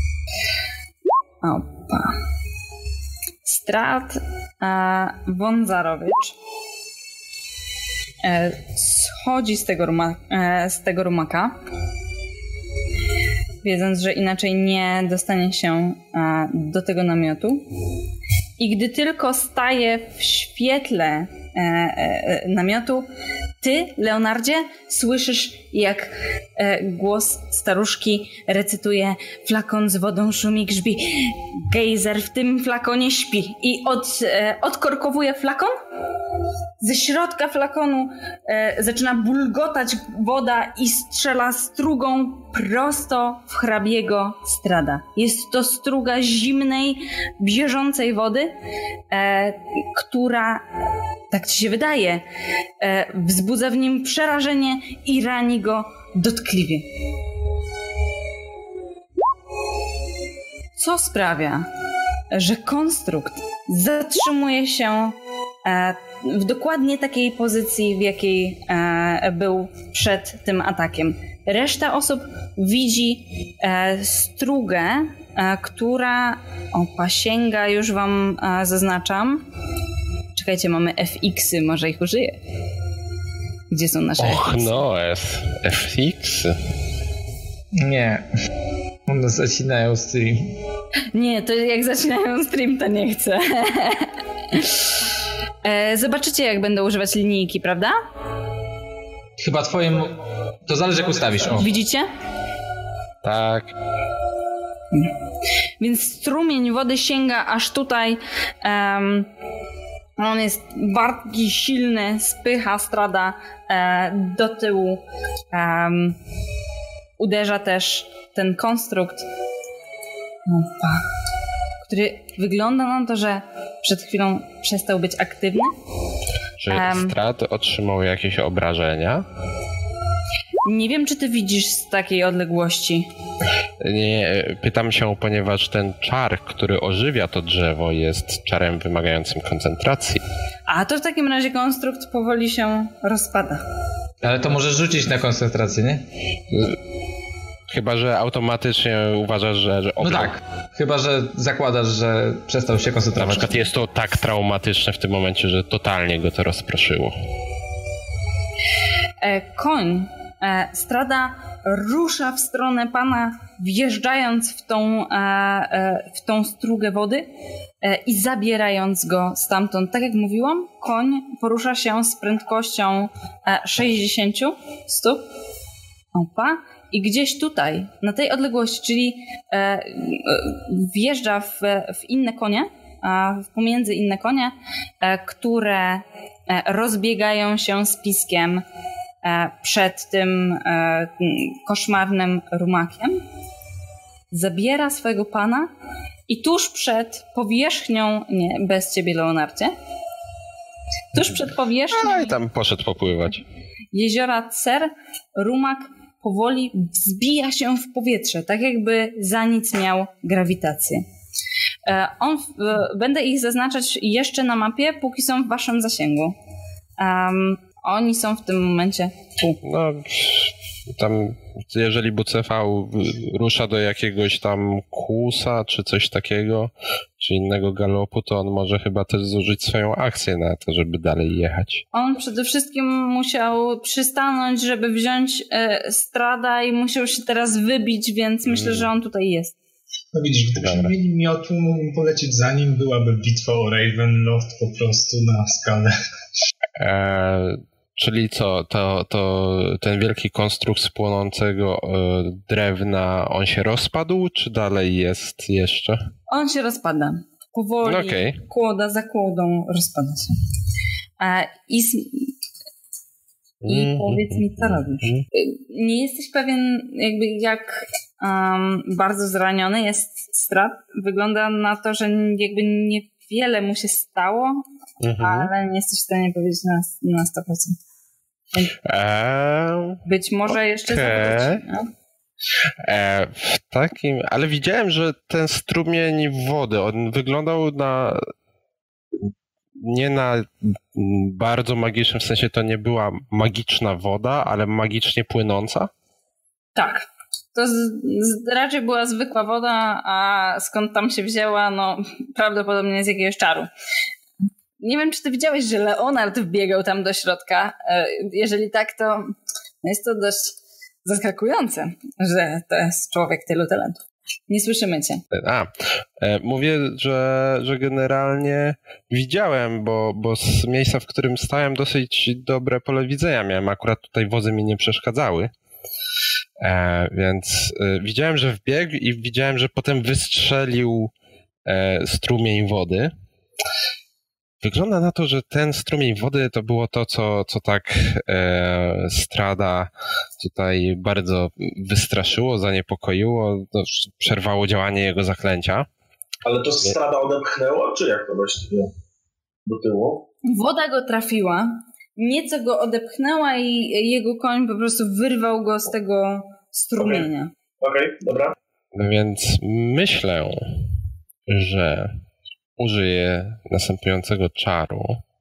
Opa. Strat e, Wązarowicz e, schodzi z tego, ruma, e, z tego rumaka, wiedząc, że inaczej nie dostanie się e, do tego namiotu. I gdy tylko staje w świetle e, e, namiotu, ty, Leonardzie, słyszysz, jak e, głos staruszki recytuje: flakon z wodą szumi, grzbi, gejzer w tym flakonie śpi. I od, e, odkorkowuje flakon Ze środka flakonu e, zaczyna bulgotać woda i strzela strugą prosto w hrabiego Strada. Jest to struga zimnej, bieżącej wody, e, która, tak ci się wydaje, e, wzbudza w nim przerażenie i rani go dotkliwie. Co sprawia, że konstrukt zatrzymuje się w dokładnie takiej pozycji, w jakiej był przed tym atakiem. Reszta osób widzi strugę, która opa, sięga, już wam zaznaczam. Czekajcie, mamy F X-y, może ich użyję. Gdzie są nasze Och, F X-y? no, F, F X-y. Nie. One zacinają stream. Nie, to jak zaczynają stream, to nie chcę. Zobaczycie, jak będę używać linijki, prawda? Chyba twoim... To zależy, jak ustawisz. O. Widzicie? Tak. Więc strumień wody sięga aż tutaj. Um, on jest bardziej silny, spycha Strada e, do tyłu. Um, uderza też ten konstrukt, Opa. który wygląda na to, że przed chwilą przestał być aktywny. Czy um, Strad otrzymał jakieś obrażenia? Nie wiem, czy ty widzisz z takiej odległości. Nie, pytam się, ponieważ ten czar, który ożywia to drzewo, jest czarem wymagającym koncentracji. A to w takim razie konstrukt powoli się rozpada. Ale to możesz rzucić na koncentrację, nie? Chyba że automatycznie uważasz, że... że no tak, chyba że zakładasz, że przestał się koncentrować. Na przykład jest to tak traumatyczne w tym momencie, że totalnie go to rozproszyło. E, koń e, Strada rusza w stronę pana, wjeżdżając w tą, e, e, w tą strugę wody e, i zabierając go stamtąd. Tak jak mówiłam, koń porusza się z prędkością e, sześćdziesiąt stóp. Opa. I gdzieś tutaj, na tej odległości, czyli e, e, wjeżdża w, w inne konie, e, pomiędzy inne konie, e, które e, rozbiegają się z piskiem e, przed tym e, koszmarnym rumakiem. Zabiera swojego pana i tuż przed powierzchnią, nie, bez ciebie, Leonardzie, tuż przed powierzchnią No i tam poszedł popływać. jeziora Cer, rumak powoli wzbija się w powietrze, tak jakby za nic miał grawitację. On, będę ich zaznaczać jeszcze na mapie, póki są w waszym zasięgu. Um, oni są w tym momencie tu. No, tam jeżeli B C V rusza do jakiegoś tam kłusa, czy coś takiego, czy innego galopu, to on może chyba też zużyć swoją akcję na to, żeby dalej jechać. On przede wszystkim musiał przystanąć, żeby wziąć e, Strada i musiał się teraz wybić, więc myślę, że on tutaj jest. No widzisz, gdybyśmy Dobra. mieli miotu, mógłbym polecieć za nim, byłaby bitwa o Ravenloft po prostu na skalę. Eee, czyli co, to, to ten wielki konstrukt z płonącego e, drewna, on się rozpadł, czy dalej jest jeszcze? On się rozpada. Powoli, no okay. Kłoda za kłodą rozpada się. E, I, i powiedz mi, co robisz? Nie jesteś pewien, jakby jak um, bardzo zraniony jest Strad. Wygląda na to, że jakby niewiele mu się stało, mhm. ale nie jesteś w stanie powiedzieć na, na sto procent. Eee, Być może okay. jeszcze zawróci. No? E, w takim, ale widziałem, że ten strumień wody, on wyglądał na nie na bardzo magicznym, w sensie to nie była magiczna woda, ale magicznie płynąca? Tak. To z, z, raczej była zwykła woda, a skąd tam się wzięła, no prawdopodobnie z jakiegoś czaru. Nie wiem, czy ty widziałeś, że Leonard wbiegał tam do środka. Jeżeli tak, to jest to dość zaskakujące, że to jest człowiek tylu talentów. Nie słyszymy cię. A, e, mówię, że, że generalnie widziałem, bo, bo z miejsca, w którym stałem, dosyć dobre pole widzenia miałem. Akurat tutaj wozy mi nie przeszkadzały. E, więc e, widziałem, że wbiegł i widziałem, że potem wystrzelił e, strumień wody. wygląda na to, że ten strumień wody to było to, co, co tak e, Strada tutaj bardzo wystraszyło, zaniepokoiło, to przerwało działanie jego zaklęcia. Ale to Strada odepchnęło, czy jak to właściwie do tyłu? Woda go trafiła, nieco go odepchnęła i jego koń po prostu wyrwał go z tego strumienia. Okej, okay, dobra. Więc myślę, że użyję następującego czaru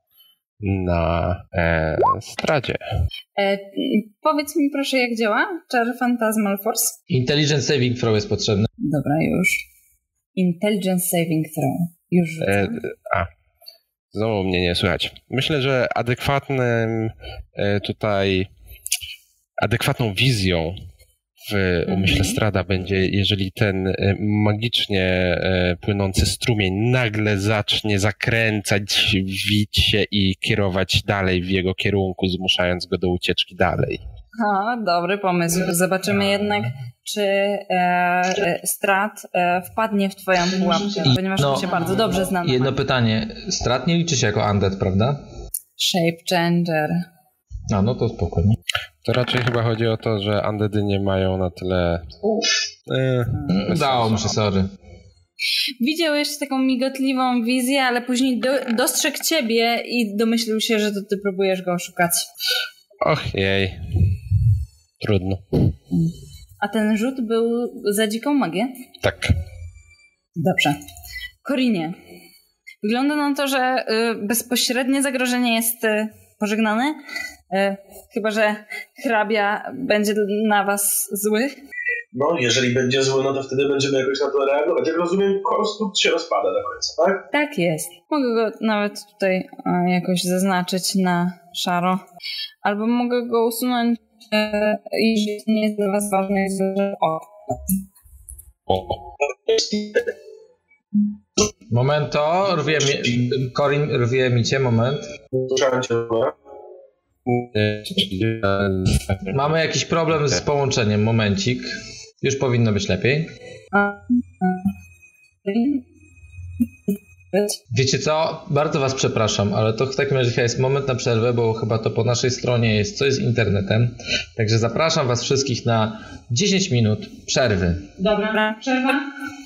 na e, Stradzie. E, powiedz mi proszę, jak działa czar Phantasmal Force? Intelligence Saving Throw jest potrzebny. Dobra, już. Intelligence Saving Throw. Już e, A, znowu mnie nie słychać. Myślę, że adekwatnym e, tutaj adekwatną wizją w umyśle Strada będzie, jeżeli ten magicznie płynący strumień nagle zacznie zakręcać, wić się i kierować dalej w jego kierunku, zmuszając go do ucieczki dalej. O, dobry pomysł. Zobaczymy jednak, czy e, Strad e, wpadnie w twoją pułapkę, ponieważ no, to się bardzo dobrze zna. Jedno pytanie. Strad nie liczy się jako undead, prawda? Shape Changer. A, no to spokojnie. To raczej chyba chodzi o to, że undeady nie mają na tyle... E, Dało mi się, sorry. Widział jeszcze taką migotliwą wizję, ale później do, dostrzegł ciebie i domyślił się, że to ty próbujesz go oszukać. Och jej. Trudno. A ten rzut był za dziką magię? Tak. Dobrze. Korinie, wygląda na to, że y, bezpośrednie zagrożenie jest y, pożegnane. Y, chyba że hrabia będzie na was zły. No, jeżeli będzie zły, no to wtedy będziemy jakoś na to reagować. Jak rozumiem, konstrukt się rozpada do końca, tak? Tak jest. Mogę go nawet tutaj y, jakoś zaznaczyć na szaro. Albo mogę go usunąć, y, jeśli nie jest dla was ważne, jest o. O. Momento, rwie mi, Corin, rwie mi cię, moment. Mamy jakiś problem z połączeniem, momencik. Już powinno być lepiej. Wiecie co? Bardzo was przepraszam, ale to w takim razie jest moment na przerwę, bo chyba to po naszej stronie jest coś z internetem. Także zapraszam was wszystkich na dziesięć minut przerwy. Dobra, przerwa.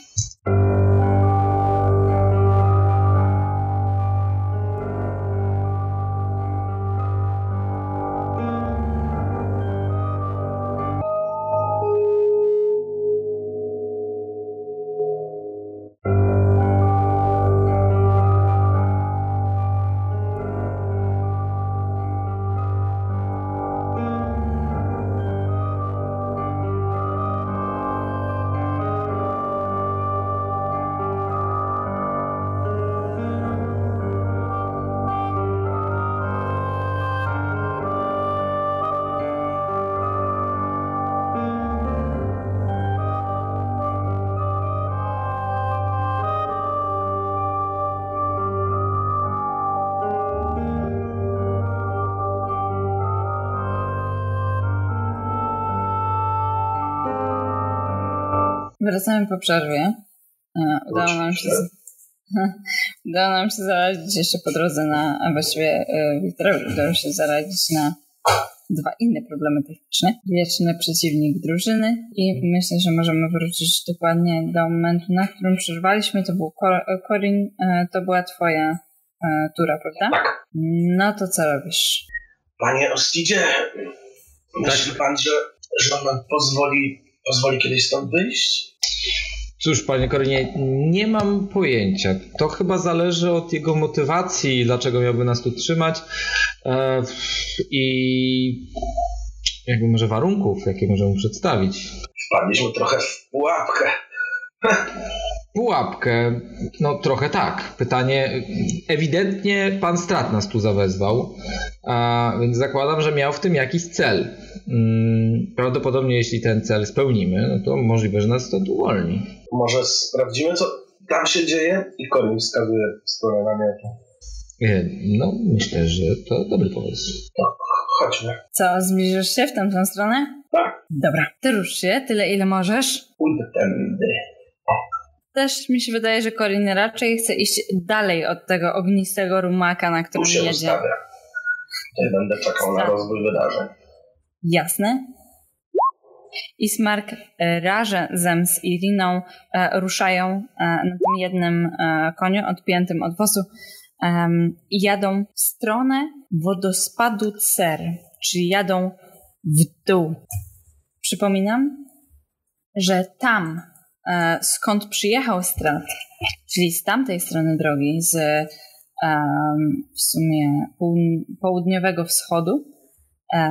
Wracamy po przerwie. Udało nam się, udało nam się zaradzić jeszcze po drodze na, a właściwie Wiktorowi udało się zaradzić na dwa inne problemy techniczne. Wieczny przeciwnik drużyny i myślę, że możemy wrócić dokładnie do momentu, na którym przerwaliśmy. To był Corin, to była twoja tura, prawda? Tak. No to co robisz? Panie Ostidzie, myśli pan, że, że on nam pozwoli, pozwoli kiedyś stąd wyjść? Cóż, panie Korinie, nie mam pojęcia. To chyba zależy od jego motywacji, dlaczego miałby nas tu trzymać e, i jakby może warunków, jakie możemy przedstawić. Wpadliśmy trochę w pułapkę. Pułapkę? No trochę tak. Pytanie, ewidentnie pan Strat nas tu zawezwał, a, więc zakładam, że miał w tym jakiś cel. Hmm, prawdopodobnie jeśli ten cel spełnimy, no to możliwe, że nas stąd uwolni. Może sprawdzimy, co tam się dzieje? I Corin wskazuje w stronę namiotu. No, myślę, że to dobry pomysł. No, chodźmy. Co, zbliżysz się w tamtą stronę? Tak. Dobra, ty rusz się, tyle ile możesz. Pójdę tędy. też mi się wydaje, że Corin raczej chce iść dalej od tego ognistego rumaka, na którym Tu się jedzie. ustawia. Tutaj będę czekał na rozwój wydarzeń. Jasne. Ismark razem z Iriną e, ruszają e, na tym jednym e, koniu odpiętym od wozu e, i jadą w stronę wodospadu Cer, czyli jadą w dół. Przypominam, że tam, e, skąd przyjechał Strat, czyli z tamtej strony drogi, z e, w sumie południowego wschodu, e,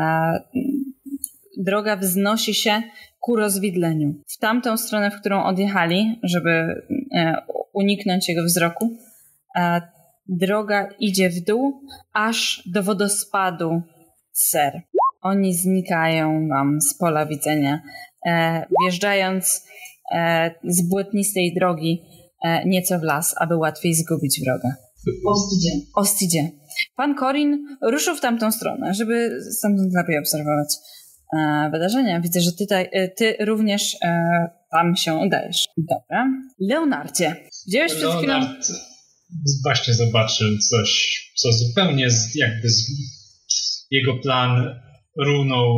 droga wznosi się ku rozwidleniu. W tamtą stronę, w którą odjechali, żeby e, uniknąć jego wzroku, e, droga idzie w dół, aż do wodospadu Cer. Oni znikają wam z pola widzenia, e, wjeżdżając e, z błotnistej drogi e, nieco w las, aby łatwiej zgubić wroga. Ostidzie. Ostidzie. Pan Corin ruszył w tamtą stronę, żeby stamtąd lepiej obserwować e, wydarzenia. Widzę, że ty, taj, ty również e, tam się udajesz. Dobra. Leonardzie, widziałeś przed chwilą... Leonard właśnie zobaczył coś, co zupełnie z, jakby z, jego plan runął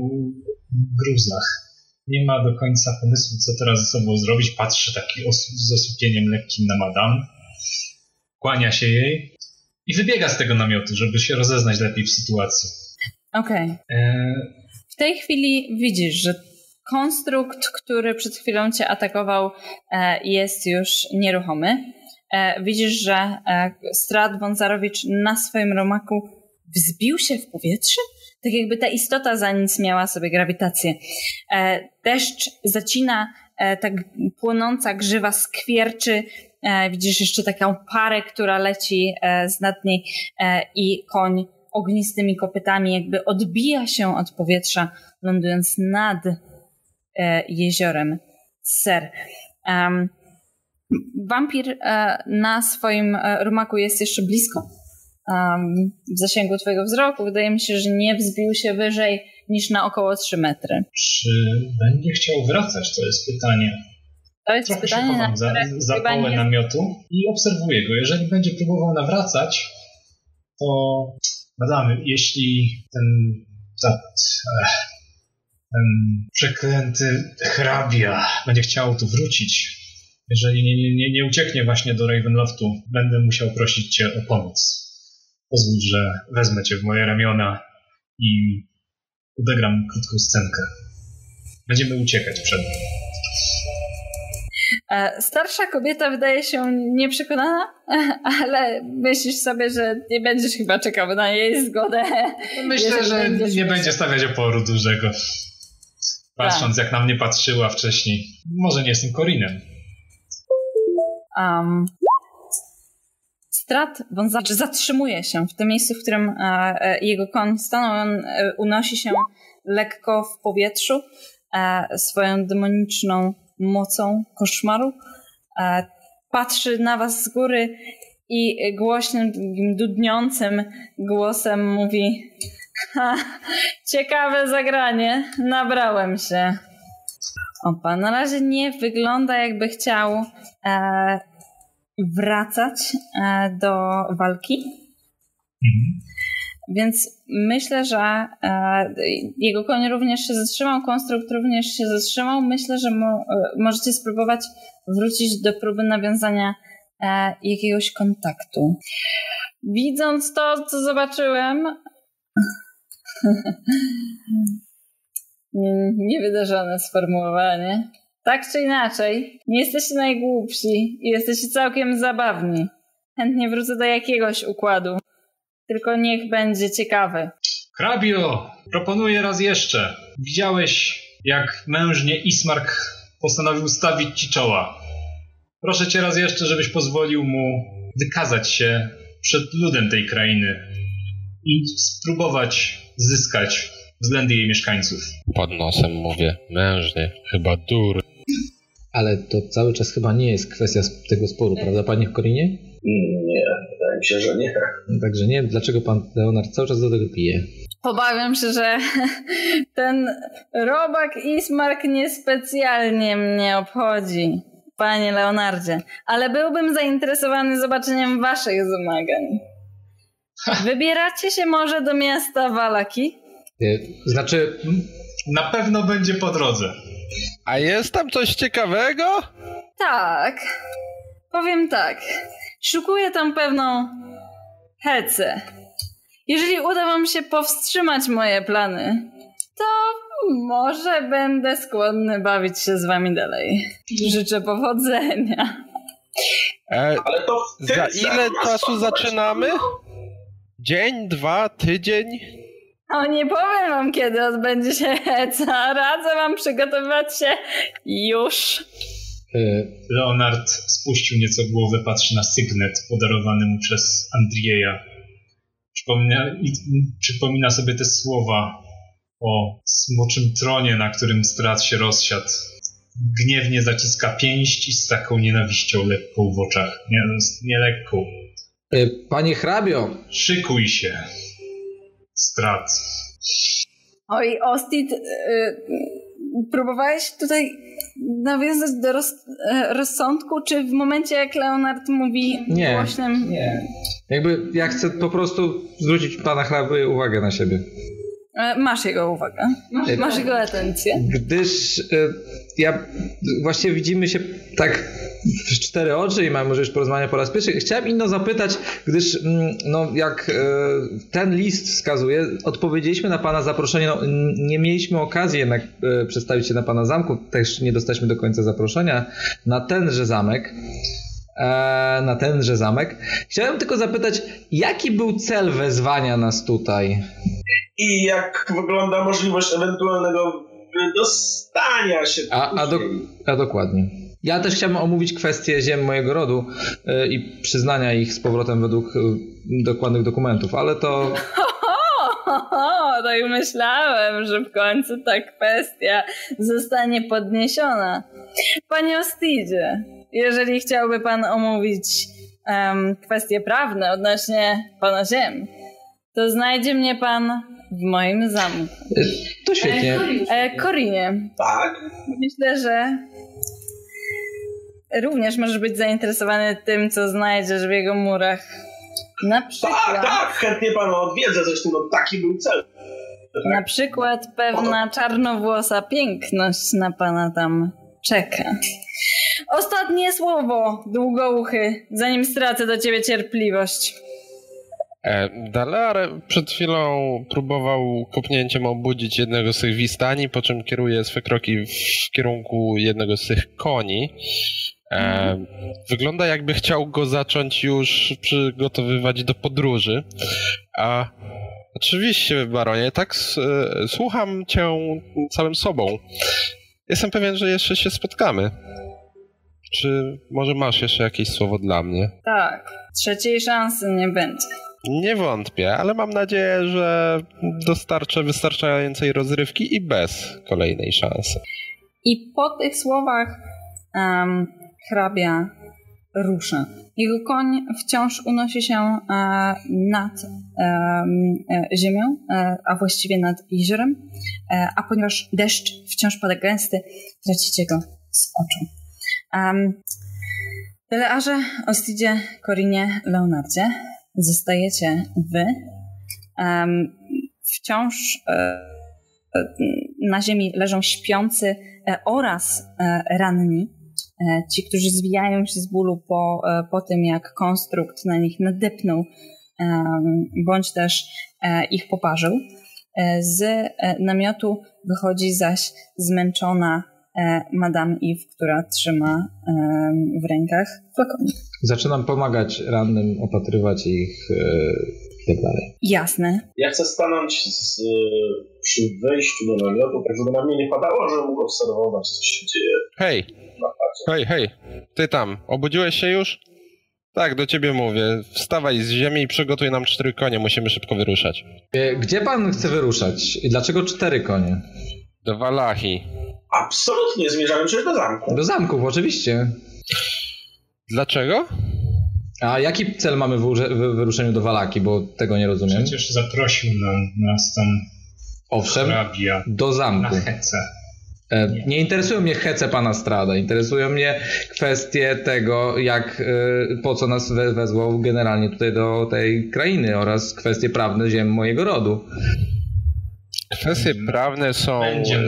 w gruzach. Nie ma do końca pomysłu, co teraz ze sobą zrobić. Patrzy taki os- z osłupieniem lekkim na madam. Kłania się jej i wybiega z tego namiotu, żeby się rozeznać lepiej w sytuacji. Okej. Okay. E... W tej chwili widzisz, że konstrukt, który przed chwilą cię atakował, e, jest już nieruchomy. E, widzisz, że e, Strat Wązarowicz na swoim rumaku wzbił się w powietrze? Tak jakby ta istota za nic miała sobie grawitację. E, deszcz zacina, e, tak płonąca grzywa skwierczy. E, widzisz jeszcze taką parę, która leci e, z nad niej e, i koń ognistymi kopytami jakby odbija się od powietrza, lądując nad e, jeziorem Cer. Um, wampir e, na swoim e, rumaku jest jeszcze blisko. Um, w zasięgu twojego wzroku. Wydaje mi się, że nie wzbił się wyżej niż na około trzy metry. Czy będzie chciał wracać? To jest pytanie. To jest Trochę pytanie, się chowam za, za połę nie... namiotu i obserwuję go. Jeżeli będzie próbował nawracać, to badamy, jeśli ten, ten, ten przeklęty hrabia będzie chciał tu wrócić, jeżeli nie, nie, nie ucieknie właśnie do Ravenloftu, będę musiał prosić cię o pomoc. Pozwól, że wezmę cię w moje ramiona i odegram krótką scenkę. Będziemy uciekać przed nim. Starsza kobieta wydaje się nieprzekonana, ale myślisz sobie, że nie będziesz chyba czekał na jej zgodę. Myślę, że nie będzie stawiać oporu dużego. Patrząc, tak, jak na mnie patrzyła wcześniej. Może nie jestem Corinem. Um, Strat Wązarowicz zatrzymuje się w tym miejscu, w którym e, jego koń stanął. On e, unosi się lekko w powietrzu e, swoją demoniczną mocą koszmaru. E, patrzy na was z góry i głośnym, dudniącym głosem mówi: ha, ciekawe zagranie, nabrałem się. Opa, na razie nie wygląda, jakby chciał e, wracać e, do walki. Mhm. Więc myślę, że e, jego koń również się zatrzymał, konstrukt również się zatrzymał. Myślę, że mo, e, możecie spróbować wrócić do próby nawiązania e, jakiegoś kontaktu. Widząc to, co zobaczyłem... Niewydarzone sformułowanie. Tak czy inaczej, nie jesteście najgłupsi i jesteście całkiem zabawni. Chętnie wrócę do jakiegoś układu. Tylko niech będzie ciekawy. Hrabio, proponuję raz jeszcze. Widziałeś, jak mężnie Ismark postanowił stawić ci czoła. Proszę cię raz jeszcze, żebyś pozwolił mu wykazać się przed ludem tej krainy i spróbować zyskać względy jej mieszkańców. Pod nosem mówię, mężnie, chyba dur. Ale to cały czas chyba nie jest kwestia tego sporu, prawda, panie Corinie? Nie, wydaje mi się, że nie. Także nie wiem, dlaczego pan Leonard cały czas do tego pije. Obawiam się, że ten robak Ismark niespecjalnie mnie obchodzi. panie Leonardzie, ale byłbym zainteresowany zobaczeniem waszych zmagań. Wybieracie się może do miasta Vallaki? Znaczy... Na pewno będzie po drodze. A jest tam coś ciekawego? Tak. Powiem tak. Szukuję tam pewną hecę. Jeżeli uda wam się powstrzymać moje plany, to może będę skłonny bawić się z wami dalej. Życzę powodzenia. E, Ale to za ile czasu zaczynamy? Dzień, dwa, tydzień? O, nie powiem wam, kiedy odbędzie się heca. Radzę wam przygotowywać się już. Leonard spuścił nieco głowę, patrzy na sygnet podarowany mu przez Andrieja. Przypomina, i, przypomina sobie te słowa o smoczym tronie, na którym Strat się rozsiadł. Gniewnie zaciska pięść i z taką nienawiścią lekką w oczach. Nie, nie lekką. Panie hrabio! Szykuj się, Strat. Oj, Ostit, yy, próbowałeś tutaj nawiązać do roz, yy, rozsądku, czy w momencie jak Leonard mówi nie, głośnym... Nie, jakby ja chcę po prostu zwrócić pana hrabio uwagę na siebie. Masz jego uwagę. Masz, masz jego atencję. Gdyż y, ja właściwie widzimy się tak w cztery oczy i mamy może już porozmawiać po raz pierwszy. Chciałem inno zapytać, gdyż y, no, jak y, ten list wskazuje, odpowiedzieliśmy na pana zaproszenie. No, nie mieliśmy okazji jednak y, przedstawić się na pana zamku. Też nie dostaliśmy do końca zaproszenia na tenże zamek. na tenże zamek. Chciałem tylko zapytać, jaki był cel wezwania nas tutaj? I jak wygląda możliwość ewentualnego wydostania się. A, a, do, a dokładnie. Ja też chciałbym omówić kwestię ziem mojego rodu yy, i przyznania ich z powrotem według yy, dokładnych dokumentów, ale to... O, tak myślałem, że w końcu ta kwestia zostanie podniesiona. Panie Ostidzie, jeżeli chciałby pan omówić um, kwestie prawne odnośnie pana ziem, to znajdzie mnie pan w moim zamku. To świetnie. E, e, Korinie. Tak? Myślę, że również możesz być zainteresowany tym, co znajdziesz w jego murach. Na przykład... Tak, tak, chętnie pana odwiedzę, zresztą no, taki był cel. Na przykład pewna czarnowłosa piękność na pana tam czeka. Ostatnie słowo, długouchy, zanim stracę do ciebie cierpliwość. E, Dalar przed chwilą próbował kopnięciem obudzić jednego z tych wistani, po czym kieruje swe kroki w kierunku jednego z tych koni. E, wygląda, jakby chciał go zacząć już przygotowywać do podróży. A oczywiście, baronie, tak s- słucham cię całym sobą. Jestem pewien, że jeszcze się spotkamy. Czy może masz jeszcze jakieś słowo dla mnie? Tak, trzeciej szansy nie będzie. Nie wątpię, ale mam nadzieję, że dostarczę wystarczającej rozrywki i bez kolejnej szansy. I po tych słowach um, hrabia rusza. Jego koń wciąż unosi się e, nad e, e, ziemią, e, a właściwie nad jeziorem, e, a ponieważ deszcz wciąż pada gęsty, tracicie go z oczu. Um, Delearze, Ostidzie, Korinie, Leonardzie, zostajecie wy. Um, wciąż e, na ziemi leżą śpiący e, oraz e, ranni. E, ci, którzy zwijają się z bólu po, e, po tym, jak konstrukt na nich nadepnął, e, bądź też e, ich poparzył. E, z e, namiotu wychodzi zaś zmęczona e, Madame Eve, która trzyma e, w rękach flakonik. Zaczynam pomagać rannym, opatrywać ich i tak dalej. Jasne. Ja chcę stanąć z, przy wejściu do namiotu, tak żeby na mnie nie padało, że mógł obserwować, co się dzieje. Hej, hej, hej, ty tam, obudziłeś się już? Tak, do ciebie mówię. Wstawaj z ziemi i przygotuj nam cztery konie, musimy szybko wyruszać. Gdzie pan chce wyruszać? I dlaczego cztery konie? Do Vallaki. Absolutnie, zmierzamy przecież do zamku. Do zamków, oczywiście. Dlaczego? A jaki cel mamy w, urze- w wyruszeniu do Vallaki, bo tego nie rozumiem? Przecież zaprosił nam, nas tam Owszem, hrabia do na zamku. hece. Nie interesują mnie hece pana Strada, interesują mnie kwestie tego, jak, po co nas wezwał generalnie tutaj do tej krainy oraz kwestie prawne ziem mojego rodu. Kwestie prawne są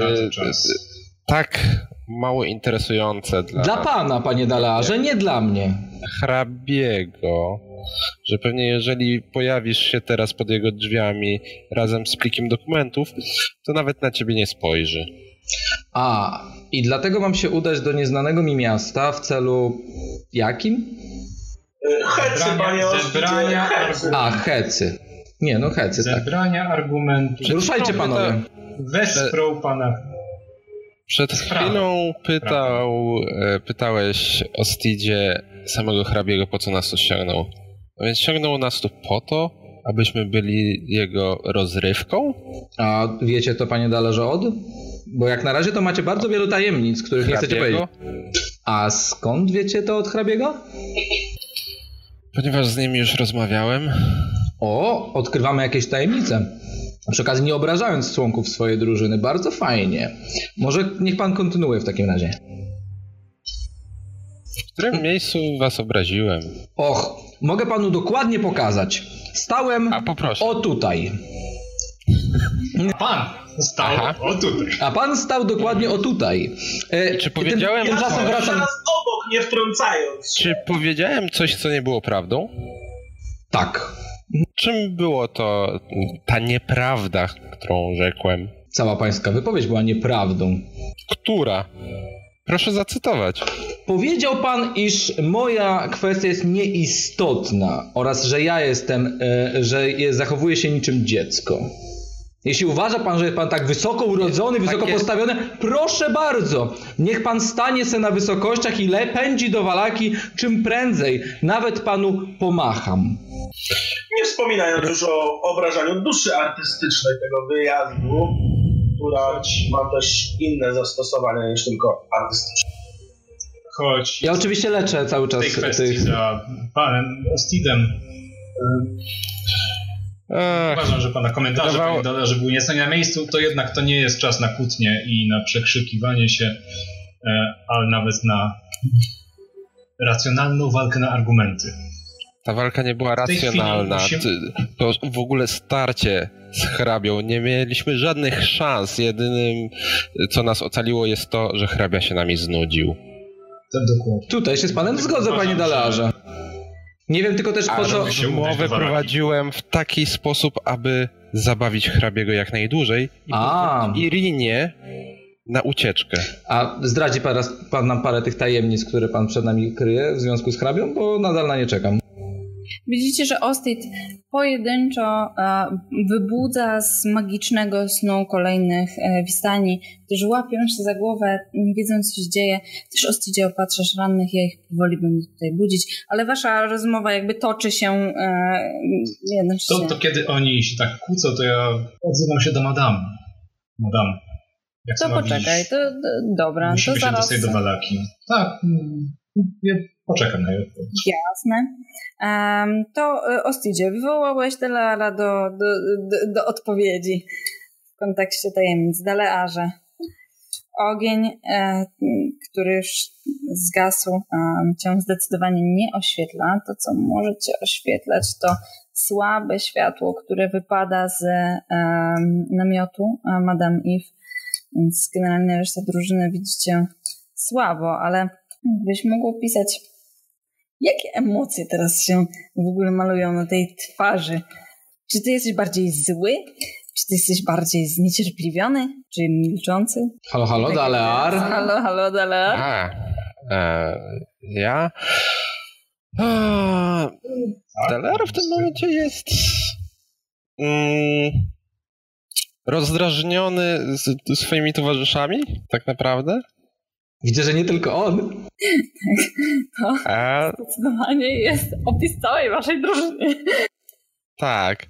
tak mało interesujące dla... Dla pana, panie Dalearze, nie dla mnie. Hrabiego, że pewnie jeżeli pojawisz się teraz pod jego drzwiami razem z plikiem dokumentów, to nawet na ciebie nie spojrzy. A, i dlatego mam się udać do nieznanego mi miasta w celu jakim? Hecy, panie zebrania hecy. A, hecy. Nie, no hecy, tak. Zebrania argumentów. Ruszajcie, panowie. Wesprą pana. Przed chwilą pytał, pytałeś o Stidzie samego hrabiego, po co nas tu ściągnął. A więc ściągnął nas tu po to, abyśmy byli jego rozrywką? A wiecie to, panie Dalerze, od? Bo jak na razie to macie bardzo wielu tajemnic, których nie chcecie powiedzieć. A skąd wiecie to od hrabiego? Ponieważ z nim już rozmawiałem. O, odkrywamy jakieś tajemnice. Przy okazji nie obrażając członków swojej drużyny. Bardzo fajnie. Może niech pan kontynuuje w takim razie. W którym miejscu was obraziłem? Och, mogę panu dokładnie pokazać. Stałem A poproszę. o tutaj. Pan stał Aha. o tutaj. A pan stał dokładnie o tutaj. E, Czy powiedziałem... Tym, tymczasem wracam... Teraz obok, nie wtrącając. Czy powiedziałem coś, co nie było prawdą? Tak. Czym było to ta nieprawda, którą rzekłem? Cała pańska wypowiedź była nieprawdą. Która? Proszę zacytować. Powiedział pan, iż moja kwestia jest nieistotna oraz że ja jestem, e, że je, zachowuję się niczym dziecko. Jeśli uważa pan, że jest pan tak wysoko urodzony, tak wysoko jest. postawiony, proszę bardzo, niech pan stanie se na wysokościach i le pędzi do Walaki czym prędzej. Nawet panu pomacham. Nie wspominając już o obrażaniu duszy artystycznej tego wyjazdu, która ma też inne zastosowania niż tylko artystyczne. Choć Ja oczywiście leczę cały w czas tej kwestii tych... za panem Ostidem Ech, uważam, że pana komentarze, wydawało- panie Dalerze, były nie na miejscu, to jednak to nie jest czas na kłótnie i na przekrzykiwanie się, e, ale nawet na racjonalną walkę na argumenty. ta walka nie była tej chwili racjonalna. musimy- Ty- To w ogóle starcie z hrabią. Nie mieliśmy żadnych szans. Jedynym, co nas ocaliło, jest to, że hrabia się nami znudził. To dokładnie. Tutaj się z panem zgodzę, panie Dalarze. Nie wiem tylko też po A co... żeby się udać rozmowę do Walaki. prowadziłem w taki sposób, aby zabawić hrabiego jak najdłużej i A. pozwolić Irinie na ucieczkę. A zdradzi pan, raz, pan nam parę tych tajemnic, które pan przed nami kryje w związku z hrabią, bo nadal na nie czekam. Widzicie, że Ostid pojedynczo e, wybudza z magicznego snu kolejnych e, wistani, którzy łapią się za głowę, nie wiedząc, co się dzieje. Też Ostidzie opatrzasz rannych, ja ich powoli będę tutaj budzić, ale wasza rozmowa jakby toczy się e, jednocześnie. To, to kiedy oni się tak kłócą, to ja odzywam się do madame. Madame. Jak To sama poczekaj, widzisz, to d- dobra, musimy to się zaraz... dostać do Walaki. Tak, mm, ja poczekam na jej odpowiedź. Jasne. Um, to e, Ostidzie, wywołałeś Daleara do, do, do, do odpowiedzi w kontekście tajemnic. Dalearze. Ogień, e, który już zgasł, e, cię zdecydowanie nie oświetla. To, co może cię oświetlać, to słabe światło, które wypada z e, namiotu e, Madame Eve. Więc generalnie reszta drużyny widzicie słabo, ale byś mógł opisać, jakie emocje teraz się w ogóle malują na tej twarzy? Czy ty jesteś bardziej zły? Czy ty jesteś bardziej zniecierpliwiony? Czy milczący? Halo, halo, Dalear. Halo, halo, Dalear. A, e, ja? A, Dalear w tym momencie jest mm, rozdrażniony z, z swoimi towarzyszami, tak naprawdę. Widzę, że nie tylko on. To A, zdecydowanie jest opis całej waszej drużyny. tak.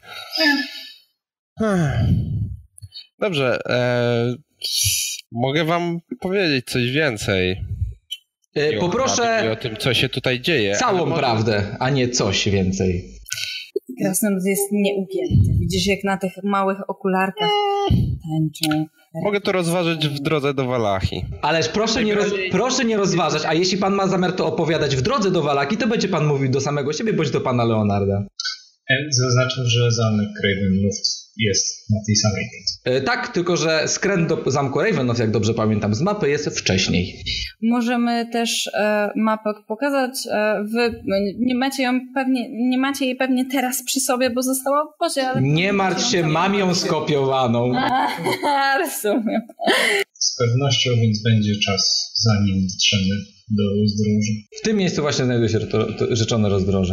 Dobrze, e, mogę wam powiedzieć coś więcej. E, I o poproszę hrabie, i o tym, co się tutaj dzieje. całą ale może- prawdę, a nie coś więcej. Krasnolud jest nieugięty. Widzisz, jak na tych małych okularkach tańczą Mogę to rozważyć w drodze do Walachii. Ależ proszę nie, roz, proszę nie rozważać, a jeśli pan ma zamiar to opowiadać w drodze do Walachii, to będzie pan mówił do samego siebie, bądź do pana Leonarda. Zaznaczył, że zamek Ravenloft jest na tej samej drodze. E, tak, tylko że skręt do zamku Ravenloft, jak dobrze pamiętam z mapy, jest wcześniej. Możemy też e, mapę pokazać. E, wy nie macie ją pewnie, nie macie jej pewnie teraz przy sobie, bo została w wozie, ale... Nie martw się, mam ją skopiowaną. A, rozumiem. Z pewnością więc będzie czas, zanim dotrzemy do rozdroża. W tym miejscu właśnie znajduje się to, to rzeczone rozdroże.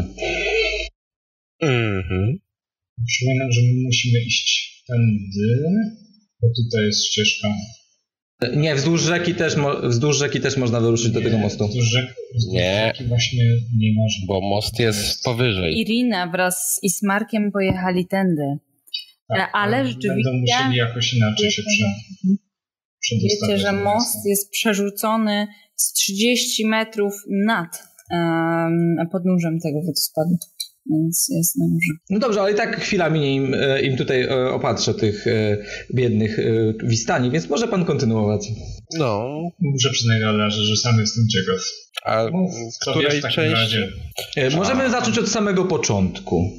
Mhm. Przypominam, że my musimy iść tędy, bo tutaj jest ścieżka. Nie, wzdłuż rzeki też, wzdłuż rzeki też można wyruszyć do tego mostu. Wzdłuż rzeki, wzdłuż Nie. rzeki właśnie nie ma rzeki. Bo most jest powyżej. Irina wraz z Ismarkiem pojechali tędy. Tak, ale rzeczywiście... Będą musieli jakoś inaczej się prze, przedostawiać. Wiecie, że most jest przerzucony z trzydzieści metrów nad um, podnóżem tego wodospadu. Więc jest na górze. No dobrze, ale i tak chwila minie im, im tutaj opatrzę tych biednych Wistani, więc może pan kontynuować. No. Muszę przyznać, że, że sam jestem ciekaw. A no, której części? Razie? Możemy A. zacząć od samego początku.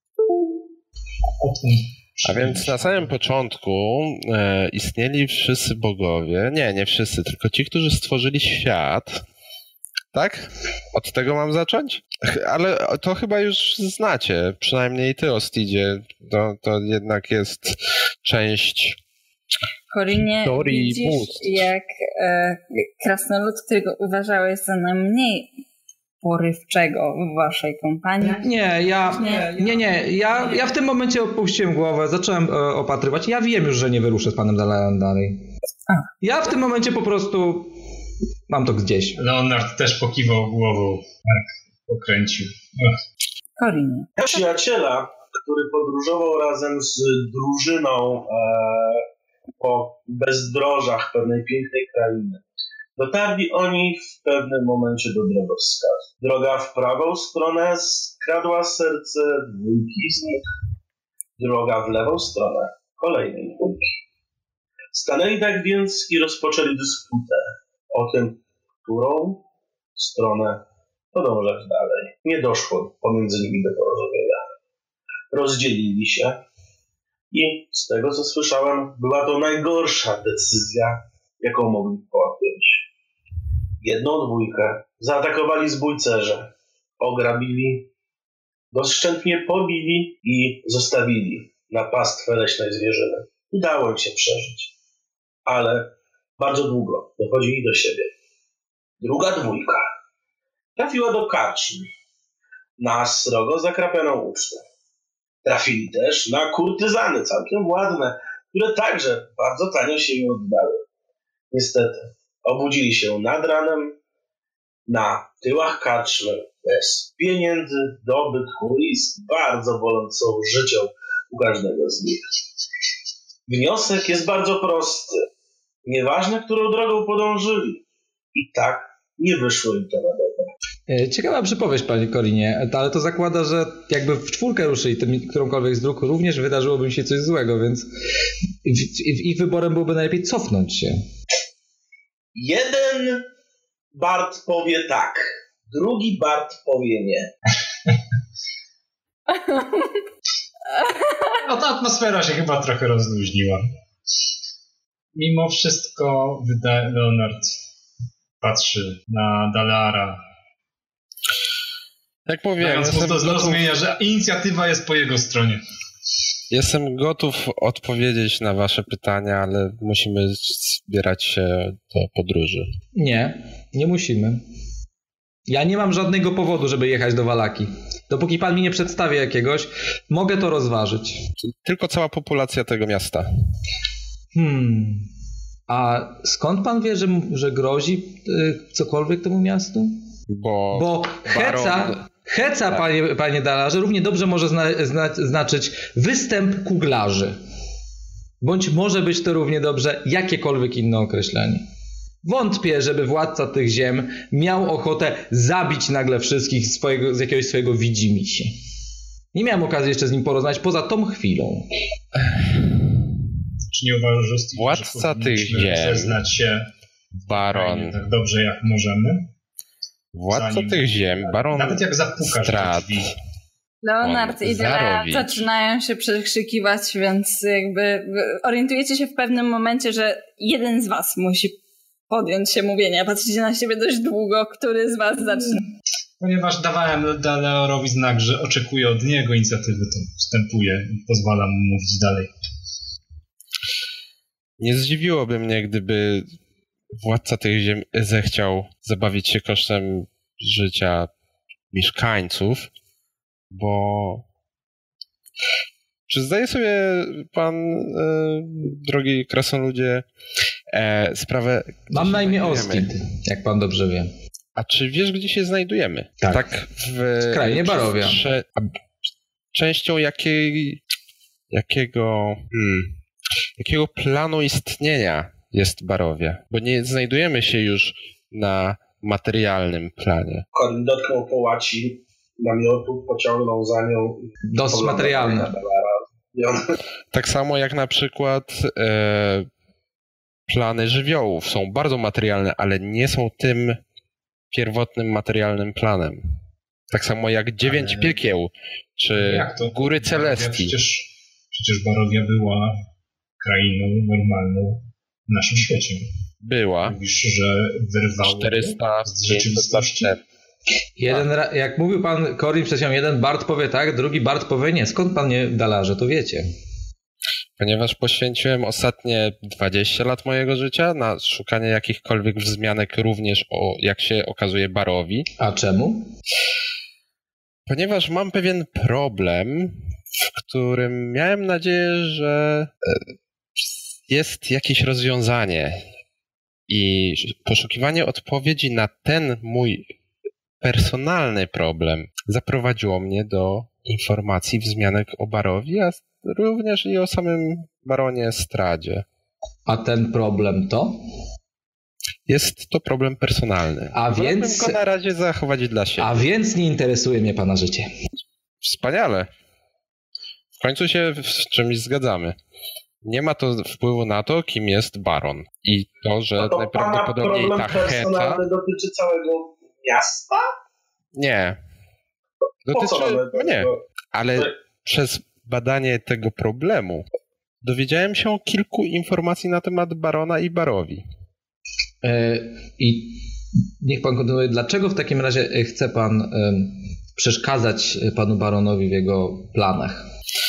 A więc na samym początku e, istnieli wszyscy bogowie. Nie, nie wszyscy, tylko ci, którzy stworzyli świat. Tak? Od tego mam zacząć? Ale to chyba już znacie, przynajmniej ty, Ostidzie. To, to jednak jest część Korinie, historii widzisz, bóstw. jak e, krasnolud, którego uważałeś za najmniej porywczego w waszej kompanii. Nie, ja nie, nie, nie. Ja, ja w tym momencie opuściłem głowę, zacząłem e, opatrywać. Ja wiem już, że nie wyruszę z panem dalej. Ja w tym momencie po prostu mam to gdzieś. Leonard też pokiwał głową, tak, pokręcił. Ach. Korinie. Przyjaciela, który podróżował razem z drużyną e, po bezdrożach pewnej pięknej krainy. Dotarli oni w pewnym momencie do drogowskazu. Droga w prawą stronę skradła serce dwójki z nich. Droga w lewą stronę kolejnej dwójki. Stanęli tak więc i rozpoczęli dysputę o tym, którą stronę podążać dalej. Nie doszło pomiędzy nimi do porozumienia. Rozdzielili się i z tego, co słyszałem, była to najgorsza decyzja, jaką mogli podjąć. Jedną dwójkę zaatakowali zbójcerze, ograbili, doszczętnie pobili i zostawili na pastwę leśnej zwierzyny. Udało im się przeżyć, ale bardzo długo dochodzili do siebie. Druga dwójka trafiła do karczmy na srogo zakrapioną ucztę. Trafili też na kurtyzany całkiem ładne, które także bardzo tanio się im oddały. Niestety, obudzili się nad ranem na tyłach karczmy bez pieniędzy, dobytku i z bardzo bolącą życią u każdego z nich. Wniosek jest bardzo prosty. Nieważne, którą drogą podążyli, i tak nie wyszło im to na dobre. Ciekawa przypowieść, panie Korinie, ale to zakłada, że jakby w czwórkę ruszyli tym, którąkolwiek z dróg, również wydarzyłoby mi się coś złego, więc ich wyborem byłoby najlepiej cofnąć się. Jeden bard powie tak, drugi bard powie nie. No ta atmosfera się chyba trochę rozluźniła. Mimo wszystko wydaje Leonard patrzy na Dalara. Jak mówiłem, Dając mu to jestem zrozumienia, że inicjatywa jest po jego stronie. Jestem gotów odpowiedzieć na wasze pytania, ale musimy zbierać się do podróży. Nie, nie musimy. Ja nie mam żadnego powodu, żeby jechać do Walaki. Dopóki pan mi nie przedstawi jakiegoś, mogę to rozważyć. Tylko cała populacja tego miasta. Hmm. A skąd pan wie, że, że grozi y, cokolwiek temu miastu? Bo, Bo heca, baron... heca tak. panie, panie Dalarze, równie dobrze może zna, zna, znaczyć występ kuglarzy. Bądź może być to równie dobrze jakiekolwiek inne określenie. Wątpię, żeby władca tych ziem miał ochotę zabić nagle wszystkich swojego, z jakiegoś swojego widzimisię. Nie miałem okazji jeszcze z nim porozmawiać poza tą chwilą. Czy nie uważasz, że Steve, Władca że tych ziem, zeznać się baron, tak dobrze jak możemy? władca Zanim, tych ziem, baron nawet jak zapukasz Strat, do drzwi. Leonard i Delea zaczynają się przekrzykiwać, więc jakby orientujecie się w pewnym momencie, że jeden z was musi podjąć się mówienia. Patrzycie na siebie dość długo, który z was zacznie. Ponieważ dawałem Daleorowi znak, że oczekuję od niego inicjatywy, to wstępuję i pozwalam mu mówić dalej. Nie zdziwiłoby mnie, gdyby władca tych ziem zechciał zabawić się kosztem życia mieszkańców, bo czy zdaje sobie pan, e, drogi krasnoludzie, e, sprawę... Mam na imię Ostid, jak pan dobrze wie. A czy wiesz, gdzie się znajdujemy? Tak, tak w, w krainie Barovia. Prze, częścią jakiej, jakiego, hmm, jakiego planu istnienia jest Barovia? Bo nie znajdujemy się już na materialnym planie. Corin dotknął połaci namiotu, pociągnął za nią. Dosyć materialne. Tak samo jak na przykład e, plany żywiołów są bardzo materialne, ale nie są tym pierwotnym materialnym planem. Tak samo jak dziewięć ale... piekieł, czy jak to? Góry Celestii. Przecież, przecież Barovia była krainą normalną w naszym świecie. Była. Mówisz, że wyrwało czterysta z rzeczywistości. Jeden, ra- jak mówił pan Corin przed chwilą, jeden Bard powie tak, drugi Bard powie nie. Skąd pan nie Dalarze, to wiecie? Ponieważ poświęciłem ostatnie dwadzieścia lat mojego życia na szukanie jakichkolwiek wzmianek również o, jak się okazuje, Barowi. A czemu? Ponieważ mam pewien problem, w którym miałem nadzieję, że jest jakieś rozwiązanie i poszukiwanie odpowiedzi na ten mój personalny problem zaprowadziło mnie do informacji, wzmianek o Barowi, a również i o samym baronie Stradzie. A ten problem to? Jest to problem personalny. A Wolałbym więc... go na razie zachować dla siebie. A więc nie interesuje mnie pana życie. Wspaniale. W końcu się w czymś zgadzamy. Nie ma to wpływu na to, kim jest baron. I to, że no to najprawdopodobniej ta heta... dotyczy całego miasta? Nie. Dotyczy... Nie. Ale przez badanie tego problemu dowiedziałem się o kilku informacji na temat barona i barowi. Yy, I niech pan kontynuuje. Dlaczego w takim razie chce pan yy, przeszkadzać panu baronowi w jego planach?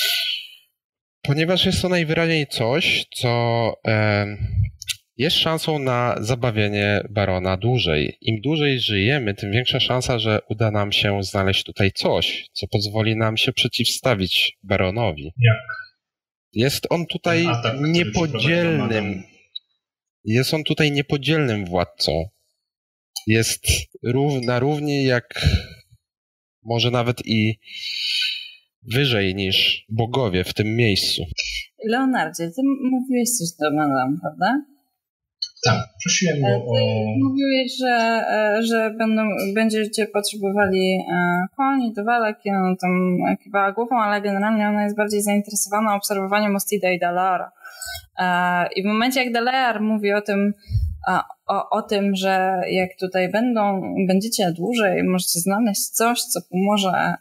Ponieważ jest to najwyraźniej coś, co e, jest szansą na zabawienie barona dłużej. Im dłużej żyjemy, tym większa szansa, że uda nam się znaleźć tutaj coś, co pozwoli nam się przeciwstawić baronowi. Jak? Jest on tutaj atak, niepodzielnym. Jest on tutaj niepodzielnym władcą. Jest rów, na równi jak może nawet i wyżej niż bogowie w tym miejscu. Leonardzie, ty mówiłeś coś do Madame, prawda? Tak, prosiłem go o... Mówiłeś, że, że będą, będziecie potrzebowali koni do walek i ona tam kiwała głową, ale generalnie ona jest bardziej zainteresowana obserwowaniem Ostida i Dalara. I w momencie, jak Dalear mówi o tym, o, o tym, że jak tutaj będą, będziecie dłużej, możecie znaleźć coś, co pomoże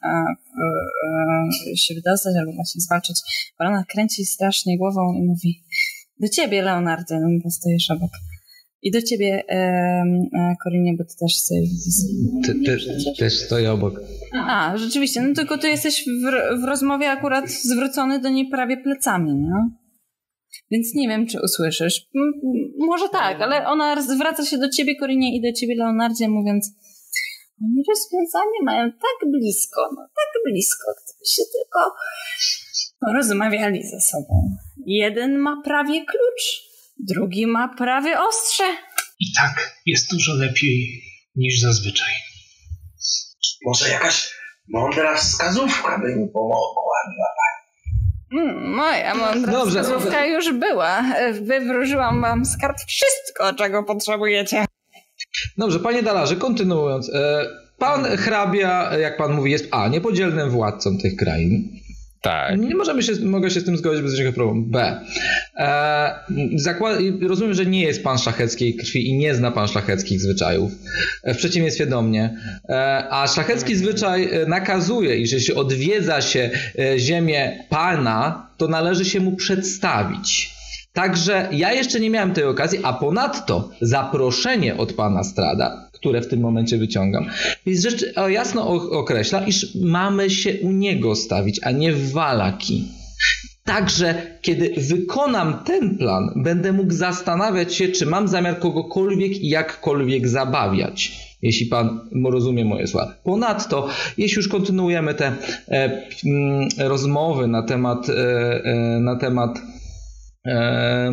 w, w, się wydostać albo właśnie zwalczyć. Barona kręci strasznie głową i mówi: do ciebie, Leonardzie, no bo stoisz obok. I do ciebie, Corinie, bo ty też stoisz. Ty, ty, też stoję obok. A, rzeczywiście, no tylko ty jesteś w, w rozmowie akurat zwrócony do niej prawie plecami, no. Więc nie wiem, czy usłyszysz. M- może tak, ale ona zwraca się do ciebie, Corinie, i do ciebie, Leonardzie, mówiąc: oni rozwiązanie mają tak blisko, no tak blisko, gdyby się tylko rozmawiali ze sobą. Jeden ma prawie klucz, drugi ma prawie ostrze. I tak jest dużo lepiej niż zazwyczaj. Może jakaś mądra wskazówka by mi pomogła. Mm, moja mądra Dobrze. wskazówka już była. Wywróżyłam wam z kart wszystko, czego potrzebujecie. Dobrze, panie Dalarze, kontynuując. Pan hrabia, jak pan mówi, jest a, niepodzielnym władcą tych krain. Tak. Nie możemy się, mogę się z tym zgodzić bez żadnego problemu. B. E, zakład, rozumiem, że nie jest pan szlacheckiej krwi i nie zna pan szlacheckich zwyczajów. W przeciwieństwie do mnie. E, a szlachecki zwyczaj nakazuje, iż jeśli odwiedza się ziemię pana, to należy się mu przedstawić. Także ja jeszcze nie miałem tej okazji, a ponadto zaproszenie od pana Strada, które w tym momencie wyciągam, jest rzecz jasno określa, iż mamy się u niego stawić, a nie w Vallaki. Także kiedy wykonam ten plan, będę mógł zastanawiać się, czy mam zamiar kogokolwiek i jakkolwiek zabawiać. Jeśli pan rozumie moje słowa. Ponadto, jeśli już kontynuujemy te e, m, rozmowy na temat, e, e, na temat e,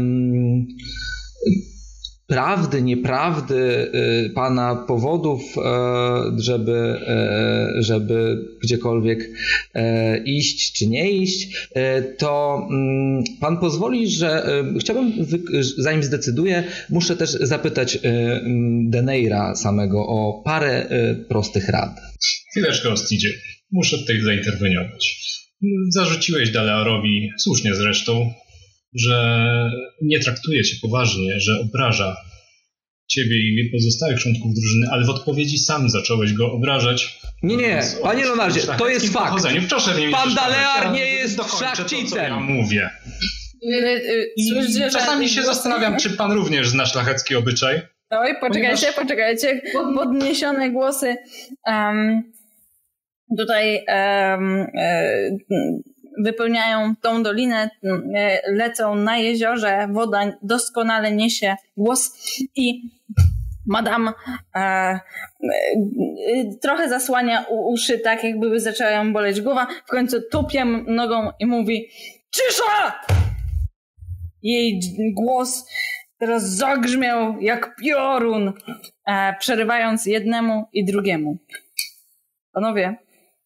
prawdy, nieprawdy pana powodów, żeby, żeby gdziekolwiek iść czy nie iść, to pan pozwoli, że chciałbym, zanim zdecyduję, muszę też zapytać Deneira samego o parę prostych rad. Chwileczkę, Ostidzie. Muszę tutaj zainterweniować. Zarzuciłeś Dalearowi, słusznie zresztą, że nie traktuje cię poważnie, że obraża ciebie i pozostałych członków drużyny, ale w odpowiedzi sam zacząłeś go obrażać. Nie, nie, panie Leonardzie, to jest fakt. Proszę mnie Pan Dalear ja nie jest szlachcicem. To, co ja mówię. I Słyszę, czasami się że... zastanawiam, czy pan również zna szlachecki obyczaj. Oj, poczekajcie, Ponieważ... poczekajcie. Podniesione głosy um, tutaj um, um, wypełniają tą dolinę, lecą na jeziorze, woda doskonale niesie głos i madam e, e, trochę zasłania u, uszy, tak jakby zaczęła ją boleć głowa, w końcu tupie nogą i mówi: cisza! Jej głos teraz zagrzmiał jak piorun, e, przerywając jednemu i drugiemu. Panowie,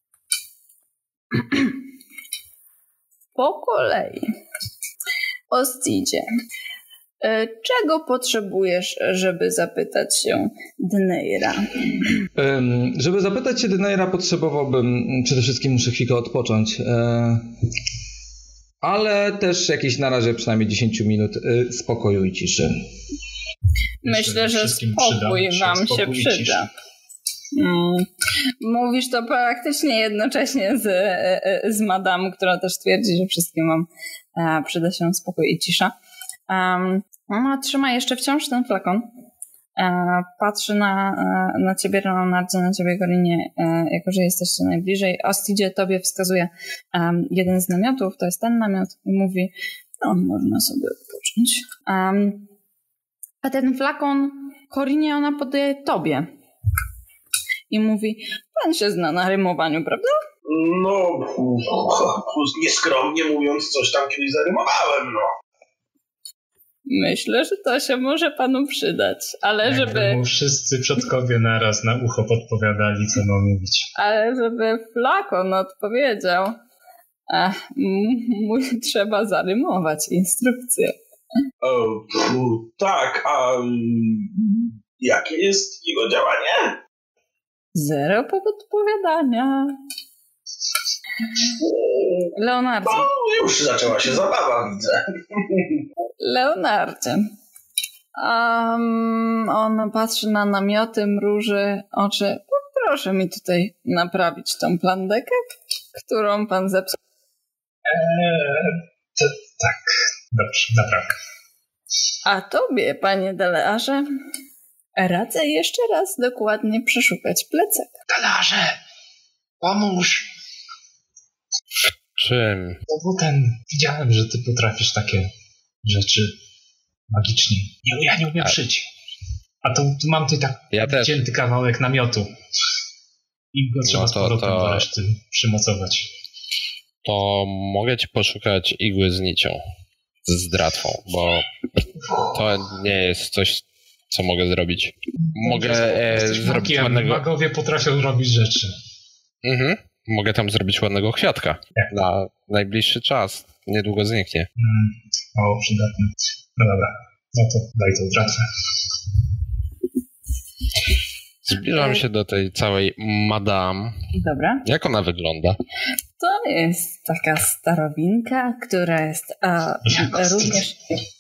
po kolei. Ostidzie, czego potrzebujesz, żeby zapytać się Deneira? Um, żeby zapytać się Deneira, potrzebowałbym, przede wszystkim muszę chwilkę odpocząć, e, ale też jakieś na razie przynajmniej dziesięć minut e, spokoju i ciszy. Myślę, że spokój wam się, się przyda. Hmm. Mówisz to praktycznie jednocześnie z, z madam, która też twierdzi, że wszystkim wam e, przyda się spokój i cisza. Um, ona trzyma jeszcze wciąż ten flakon. E, patrzy na, e, na ciebie, Leonardzie, na ciebie, Corinie, e, jako że jesteście najbliżej. Ostidzie tobie wskazuje um, jeden z namiotów, to jest ten namiot, i mówi: no, można sobie odpocząć. Um, a ten flakon, Corinie, ona podaje tobie. I mówi: pan się zna na rymowaniu, prawda? No, nieskromnie mówiąc, coś tam kiedyś zarymowałem, no. Myślę, że to się może panu przydać, ale Jakby żeby... mu wszyscy przodkowie naraz na ucho podpowiadali, co ma mówić. Ale żeby flakon odpowiedział, ach, m- trzeba zarymować instrukcję. O, tak, a jakie jest jego działanie? Zero podpowiadania. Leonardzie. No, już zaczęła się zabawa, widzę. Leonardzie. Um, on patrzy na namioty, mruży oczy. Proszę mi tutaj naprawić tą plandekę, którą pan zepsuł. Eee, to, tak, dobrze, naprawdę. A tobie, panie Delearze, radzę jeszcze raz dokładnie przeszukać plecak. Delearze, pomóż! Czym? No bo ten, widziałem, że ty potrafisz takie rzeczy magicznie. Nie, ja nie umiem A. szyć. A to tu mam tutaj tak ja wcięty kawałek namiotu. I go trzeba no to, z powrotem to... do reszty przymocować. To mogę ci poszukać igły z nicią. Z dratwą, bo to nie jest coś, co mogę zrobić. Mogę e, zrobić magiem. ładnego... Magowie potrafią robić rzeczy. Mhm. Mogę tam zrobić ładnego kwiatka. Jak? Na najbliższy czas. Niedługo zniknie. Mm. O, przydatne. No dobra. No to daj tą dratwę. Zbliżam się do tej całej madame. Dobra. Jak ona wygląda? To jest taka starowinka, która jest a, również...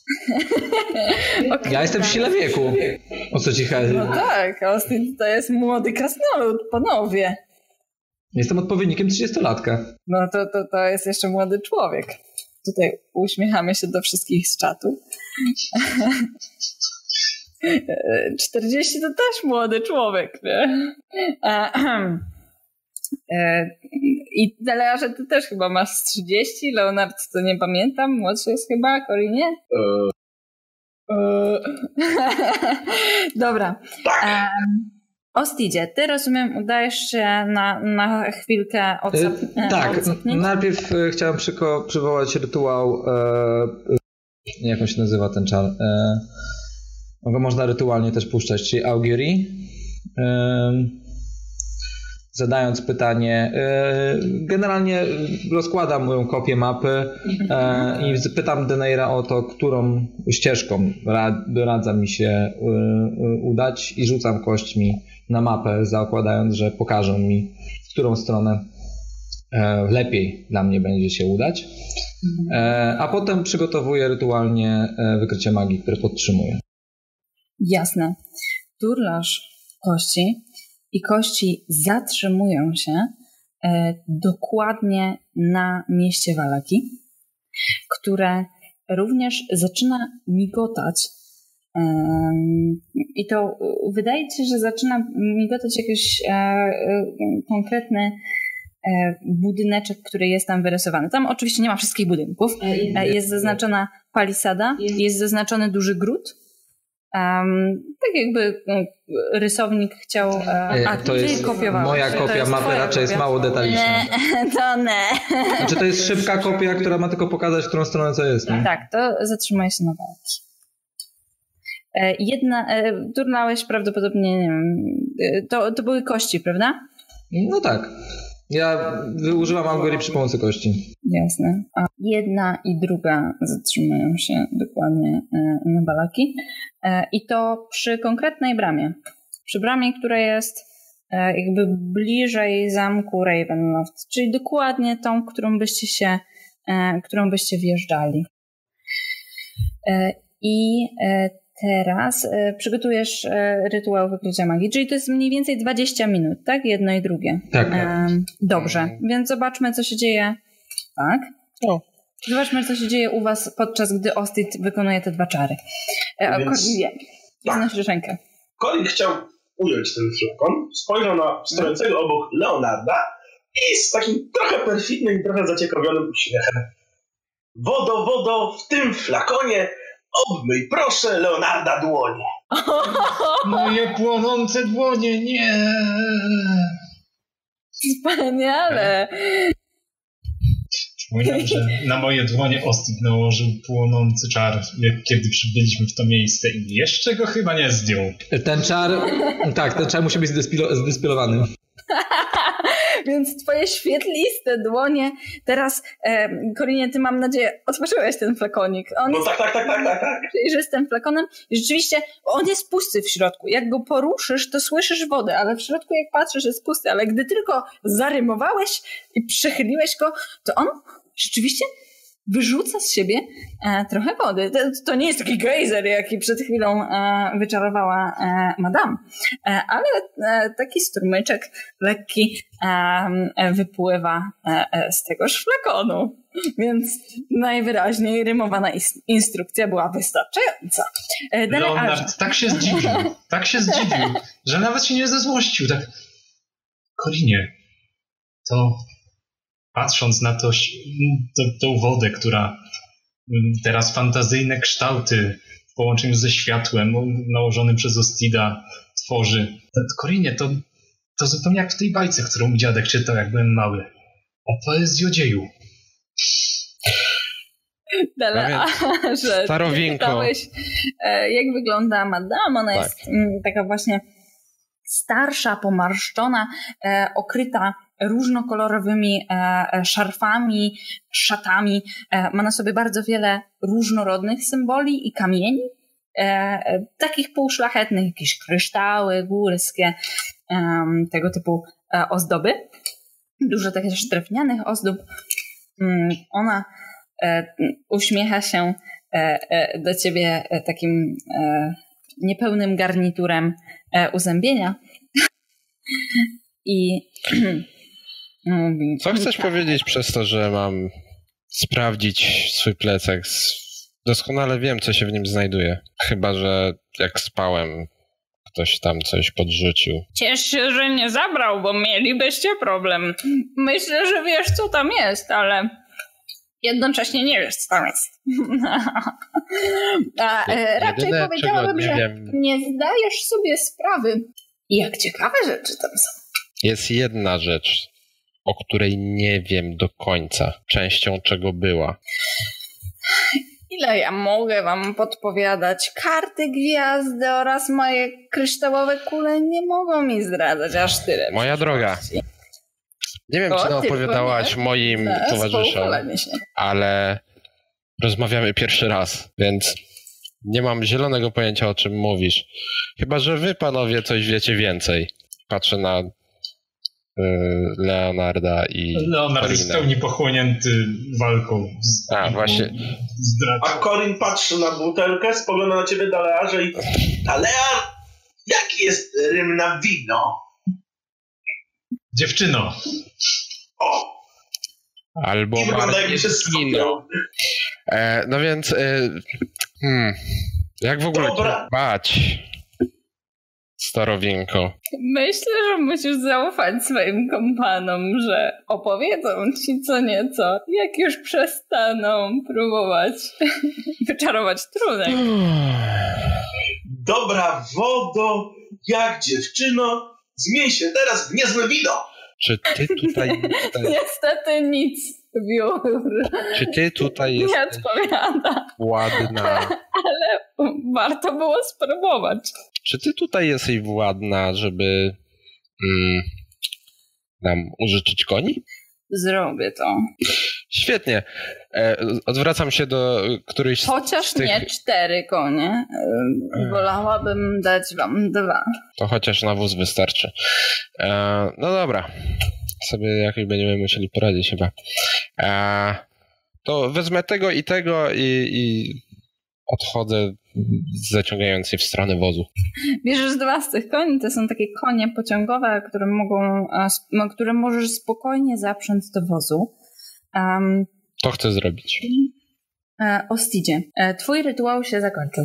okay, ja jestem w sile wieku. O co ci chodzi? No tak, Austin to jest młody krasnolud, panowie. Jestem odpowiednikiem trzydziestolatka. No to, to, to jest jeszcze młody człowiek. Tutaj uśmiechamy się do wszystkich z czatu. czterdzieści to też młody człowiek, nie? I Delearze, ty też chyba masz trzydzieści, Leonard to nie pamiętam, młodszy jest chyba, Korinie? Uh. Uh. Dobra. Tak. Um, Ostidzie, ty rozumiem, udajesz się na, na chwilkę od e, Tak, najpierw e, chciałem przyko- przywołać rytuał, e, jak on się nazywa ten czar, e, go można rytualnie też puszczać, czyli Augury. E, zadając pytanie, e, generalnie rozkładam moją kopię mapy e, i pytam Deneira o to, którą ścieżką doradza mi się e, udać i rzucam kośćmi na mapę, zakładając, że pokażą mi, w którą stronę e, lepiej dla mnie będzie się udać. E, a potem przygotowuję rytualnie e, wykrycie magii, które podtrzymuję. Jasne. Turlasz kości i kości zatrzymują się e, dokładnie na mieście Vallaki, które również zaczyna migotać. I to wydaje ci się, że zaczyna migotać jakiś e, e, konkretny e, budyneczek, który jest tam wyrysowany. Tam oczywiście nie ma wszystkich budynków. E, jest zaznaczona palisada, jest zaznaczony duży gród. Um, tak jakby no, rysownik chciał... E, a, to jest moja kopia jest mapy, raczej kopia. Jest mało detaliczna. Nie, to nie. Znaczy to jest szybka kopia, która ma tylko pokazać, w którą stronę co jest. Nie? Tak, to zatrzymuje się na walki. Jedna, turnałeś prawdopodobnie, nie wiem, to, to były kości, prawda? No tak. Ja używam Augury przy pomocy kości. Jasne. A jedna i druga zatrzymują się dokładnie na Vallaki. I to przy konkretnej bramie. Przy bramie, która jest jakby bliżej zamku Ravenloft, czyli dokładnie tą, którą byście się, którą byście wjeżdżali. I teraz e, przygotujesz e, rytuał wykrycia magii, czyli to jest mniej więcej dwadzieścia minut, tak? Jedno i drugie. Tak. E, dobrze, więc zobaczmy, co się dzieje. Tak? O. Zobaczmy, co się dzieje u was podczas gdy Ostid wykonuje te dwa czary. E, więc... Colin, znosisz rękę. Colin chciał ująć ten flakon, spojrzał na stojącego obok Leonarda i z takim trochę perfidnym i trochę zaciekawionym uśmiechem. Wodo, wodo, w tym flakonie obmyj proszę Leonarda dłonie. Moje płonące dłonie, nie. Wspaniale. Przypominam, że na moje dłonie Ostid nałożył płonący czar, kiedy przybyliśmy w to miejsce i jeszcze go chyba nie zdjął. Ten czar, tak, ten czar musi być zdespilowany. Więc twoje świetliste dłonie teraz, e, Korinie, ty mam nadzieję otworzyłeś ten flakonik. On no tak, tak, tak, tak, tak, tak. Przejrzysz tym flakonem i rzeczywiście on jest pusty w środku. Jak go poruszysz, to słyszysz wodę, ale w środku jak patrzysz jest pusty, ale gdy tylko zarymowałeś i przechyliłeś go, to on rzeczywiście wyrzuca z siebie e, trochę wody. To, to nie jest taki gejzer, jaki przed chwilą e, wyczarowała e, madame, e, ale e, taki strumyczek lekki e, wypływa e, z tegoż flakonu. Więc najwyraźniej rymowana is- instrukcja była wystarczająca. E, Leonard tak się zdziwił, tak się zdziwił, że nawet się nie zezłościł. Tak, Colinie, to... Patrząc na to, to, tą wodę, która teraz fantazyjne kształty w połączeniu ze światłem nałożonym przez Ostida tworzy. Colinie, to, to zupełnie jak w tej bajce, którą mi dziadek czytał, jak byłem mały. O poezjodzieju. Dele, no a, że starowinko. Czytałeś, jak wygląda madame. Ona tak. jest taka właśnie starsza, pomarszczona, e, okryta różnokolorowymi e, szarfami, szatami. E, ma na sobie bardzo wiele różnorodnych symboli i kamieni, e, e, takich półszlachetnych, jakieś kryształy górskie, e, tego typu e, ozdoby. dużo takich też drewnianych ozdób. Ona e, uśmiecha się e, e, do ciebie e, takim e, niepełnym garniturem e, uzębienia i mówi... Co chcesz powiedzieć przez to, że mam sprawdzić swój plecak? Doskonale wiem, co się w nim znajduje. Chyba że jak spałem, ktoś tam coś podrzucił. Ciesz się, że nie zabrał, bo mielibyście problem. Myślę, że wiesz, co tam jest, ale jednocześnie nie wiesz, co tam jest. A e, raczej Jedyne, powiedziałabym, nie że wiem... nie zdajesz sobie sprawy, jak ciekawe rzeczy tam są. Jest jedna rzecz, o której nie wiem do końca, częścią czego była. Ile ja mogę wam podpowiadać? Karty, gwiazdy oraz moje kryształowe kule nie mogą mi zdradzać aż tyle. Moja droga, nie wiem, O, czy ty opowiadałaś powiem. moim Zaraz towarzyszom, pochwalę się. ale rozmawiamy pierwszy raz, więc nie mam zielonego pojęcia, o czym mówisz. Chyba że wy, panowie, coś wiecie więcej. Patrzę na Leonarda i Leonard jest w pełni pochłonięty walką. Z, A, właśnie. A Corin patrzy na butelkę, spogląda na ciebie, Dalearze i... Dalear, jaki jest rym na wino? Dziewczyno. O! Albo I wygląda jakby się kino. E, no więc e, hmm, jak w ogóle Dobra. dbać, starowinko? Myślę, że musisz zaufać swoim kompanom, że opowiedzą ci co nieco, jak już przestaną próbować wyczarować trunek. Dobra wodo, jak dziewczyno, zmień się teraz w niezłe wino. Czy ty tutaj, tutaj Niestety nic, wiór. czy ty tutaj Nie jesteś odpowiada, ładna? ale warto było spróbować. Czy ty tutaj jesteś ładna, żeby mm, nam użyczyć koni? Zrobię to. Świetnie. E, odwracam się do którejś z Chociaż z tych... nie cztery konie. Yy, Wolałabym dać wam dwa. To chociaż na wóz wystarczy. E, no dobra. Sobie jakoś będziemy musieli poradzić chyba. E, to wezmę tego i tego i, i odchodzę, zaciągając je w stronę wozu. Bierzesz dwa z tych koni, to są takie konie pociągowe, które mogą, które możesz spokojnie zaprząc do wozu. Um, To chcę zrobić. Ostidzie, twój rytuał się zakończył.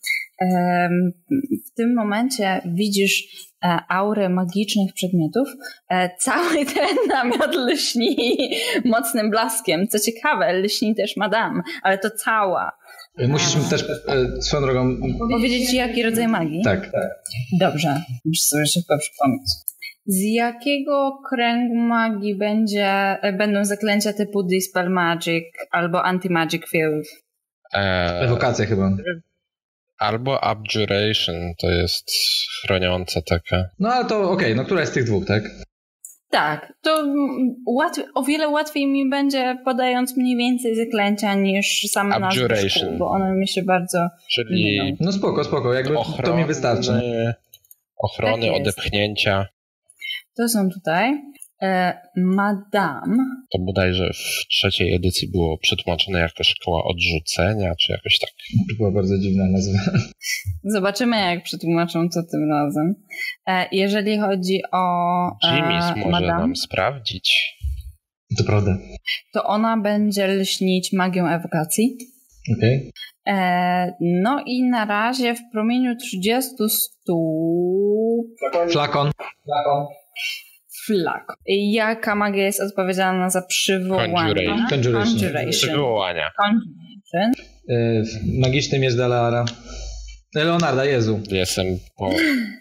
W tym momencie widzisz aurę magicznych przedmiotów. Cały ten namiot lśni mocnym blaskiem. Co ciekawe, lśni też madame, ale to cała. Musisz mi też e, swoją drogą... Powiedzieć, jaki rodzaj magii? Tak, tak. Dobrze, muszę sobie szybko przypomnieć. Z jakiego kręgu magii będzie, będą zaklęcia typu Dispel Magic albo Anti-Magic Field? E, Ewokacja chyba. Albo Abjuration, to jest chroniąca taka. No ale to okej, okay, no która jest z tych dwóch, tak? Tak, to łatwiej, o wiele łatwiej mi będzie podając mniej więcej zaklęcia niż sam nazwę szkół, bo one mi się bardzo Czyli miną. No spoko, spoko, jakby ochrony, to mi wystarczy. Ochrony, Tak jest. odepchnięcia. To są tutaj. E, Madame. To bodajże w trzeciej edycji było przetłumaczone jako szkoła odrzucenia, czy jakoś tak. To była bardzo dziwna nazwa. Zobaczymy, jak przetłumaczą to tym razem. E, jeżeli chodzi o e, Jimmy's może Madame, nam sprawdzić. To prawda. to ona będzie lśnić magią ewokacji. Okej. E, no i na razie w promieniu trzydziestu stóp... Flakon. Flakon. Flak. Jaka magia jest odpowiedzialna za przywołanie? Conjuration. Conjuration. Conjuration. Przywołania. Conjuration. E, magiczny miecz Daleara. Leonarda, Jezu. Jestem po...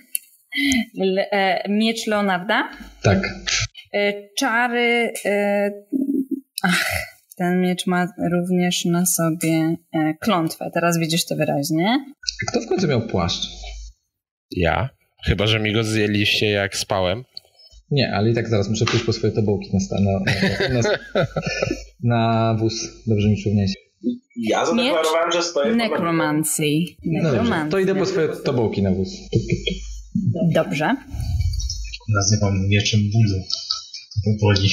Le, e, miecz Leonarda. Tak. E, czary... E, ach, ten miecz ma również na sobie e, klątwę. Teraz widzisz to wyraźnie. Kto w końcu miał płaszcz? Ja? Chyba, że mi go zjęliście jak spałem. Nie, ale i tak zaraz muszę pójść po swoje tobołki na, sta- na, na, na, na wóz. Dobrze mi przypomnieć. Ja zadeklarowałem, że stoję... Nekromancji. No dobrze, to idę po swoje tobołki na wóz. Dobrze. Nazywam mieczem bólu. Powoli.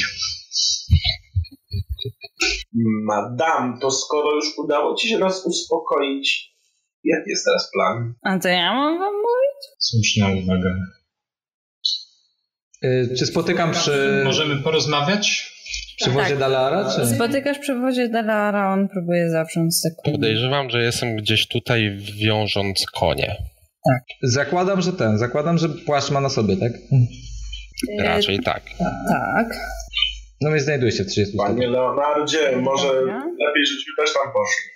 Madam, to skoro już udało ci się nas uspokoić, jaki jest teraz plan? A co ja mam wam mówić? Słuszna uwaga. Yy, czy spotykam przy... Możemy porozmawiać? Przy wozie Tak. Dalara? Czy... Spotykasz przy wozie Dalara, on próbuje zaprząc sekundę. Podejrzewam, że jestem gdzieś tutaj wiążąc konie. Tak. Zakładam, że ten, zakładam, że płaszcz ma na sobie, tak? Raczej tak. Tak. No więc znajduje się w trzydziestu stopniach. Panie Leonardzie, może Dobra. lepiej, żebyśmy też tam poszli.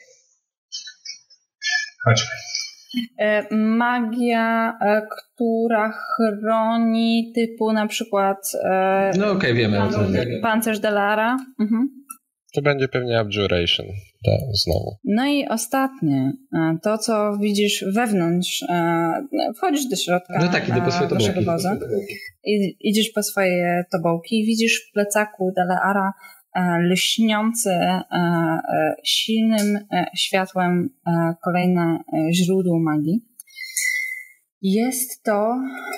Chodźmy. E, Magia, e, która chroni typu na przykład e, No okej, wiemy o co chodzi. pancerz Dalara. Mhm. To będzie pewnie abjuration. Tak, znowu. No i ostatnie, e, to co widzisz wewnątrz, e, wchodzisz do środka No tak, idę po swoje e, waszego tobołki. woza. I, idziesz po swoje tobołki i widzisz w plecaku Dalara e, lśniące e, e, silnym e, światłem e, kolejne e, źródło magii. Jest to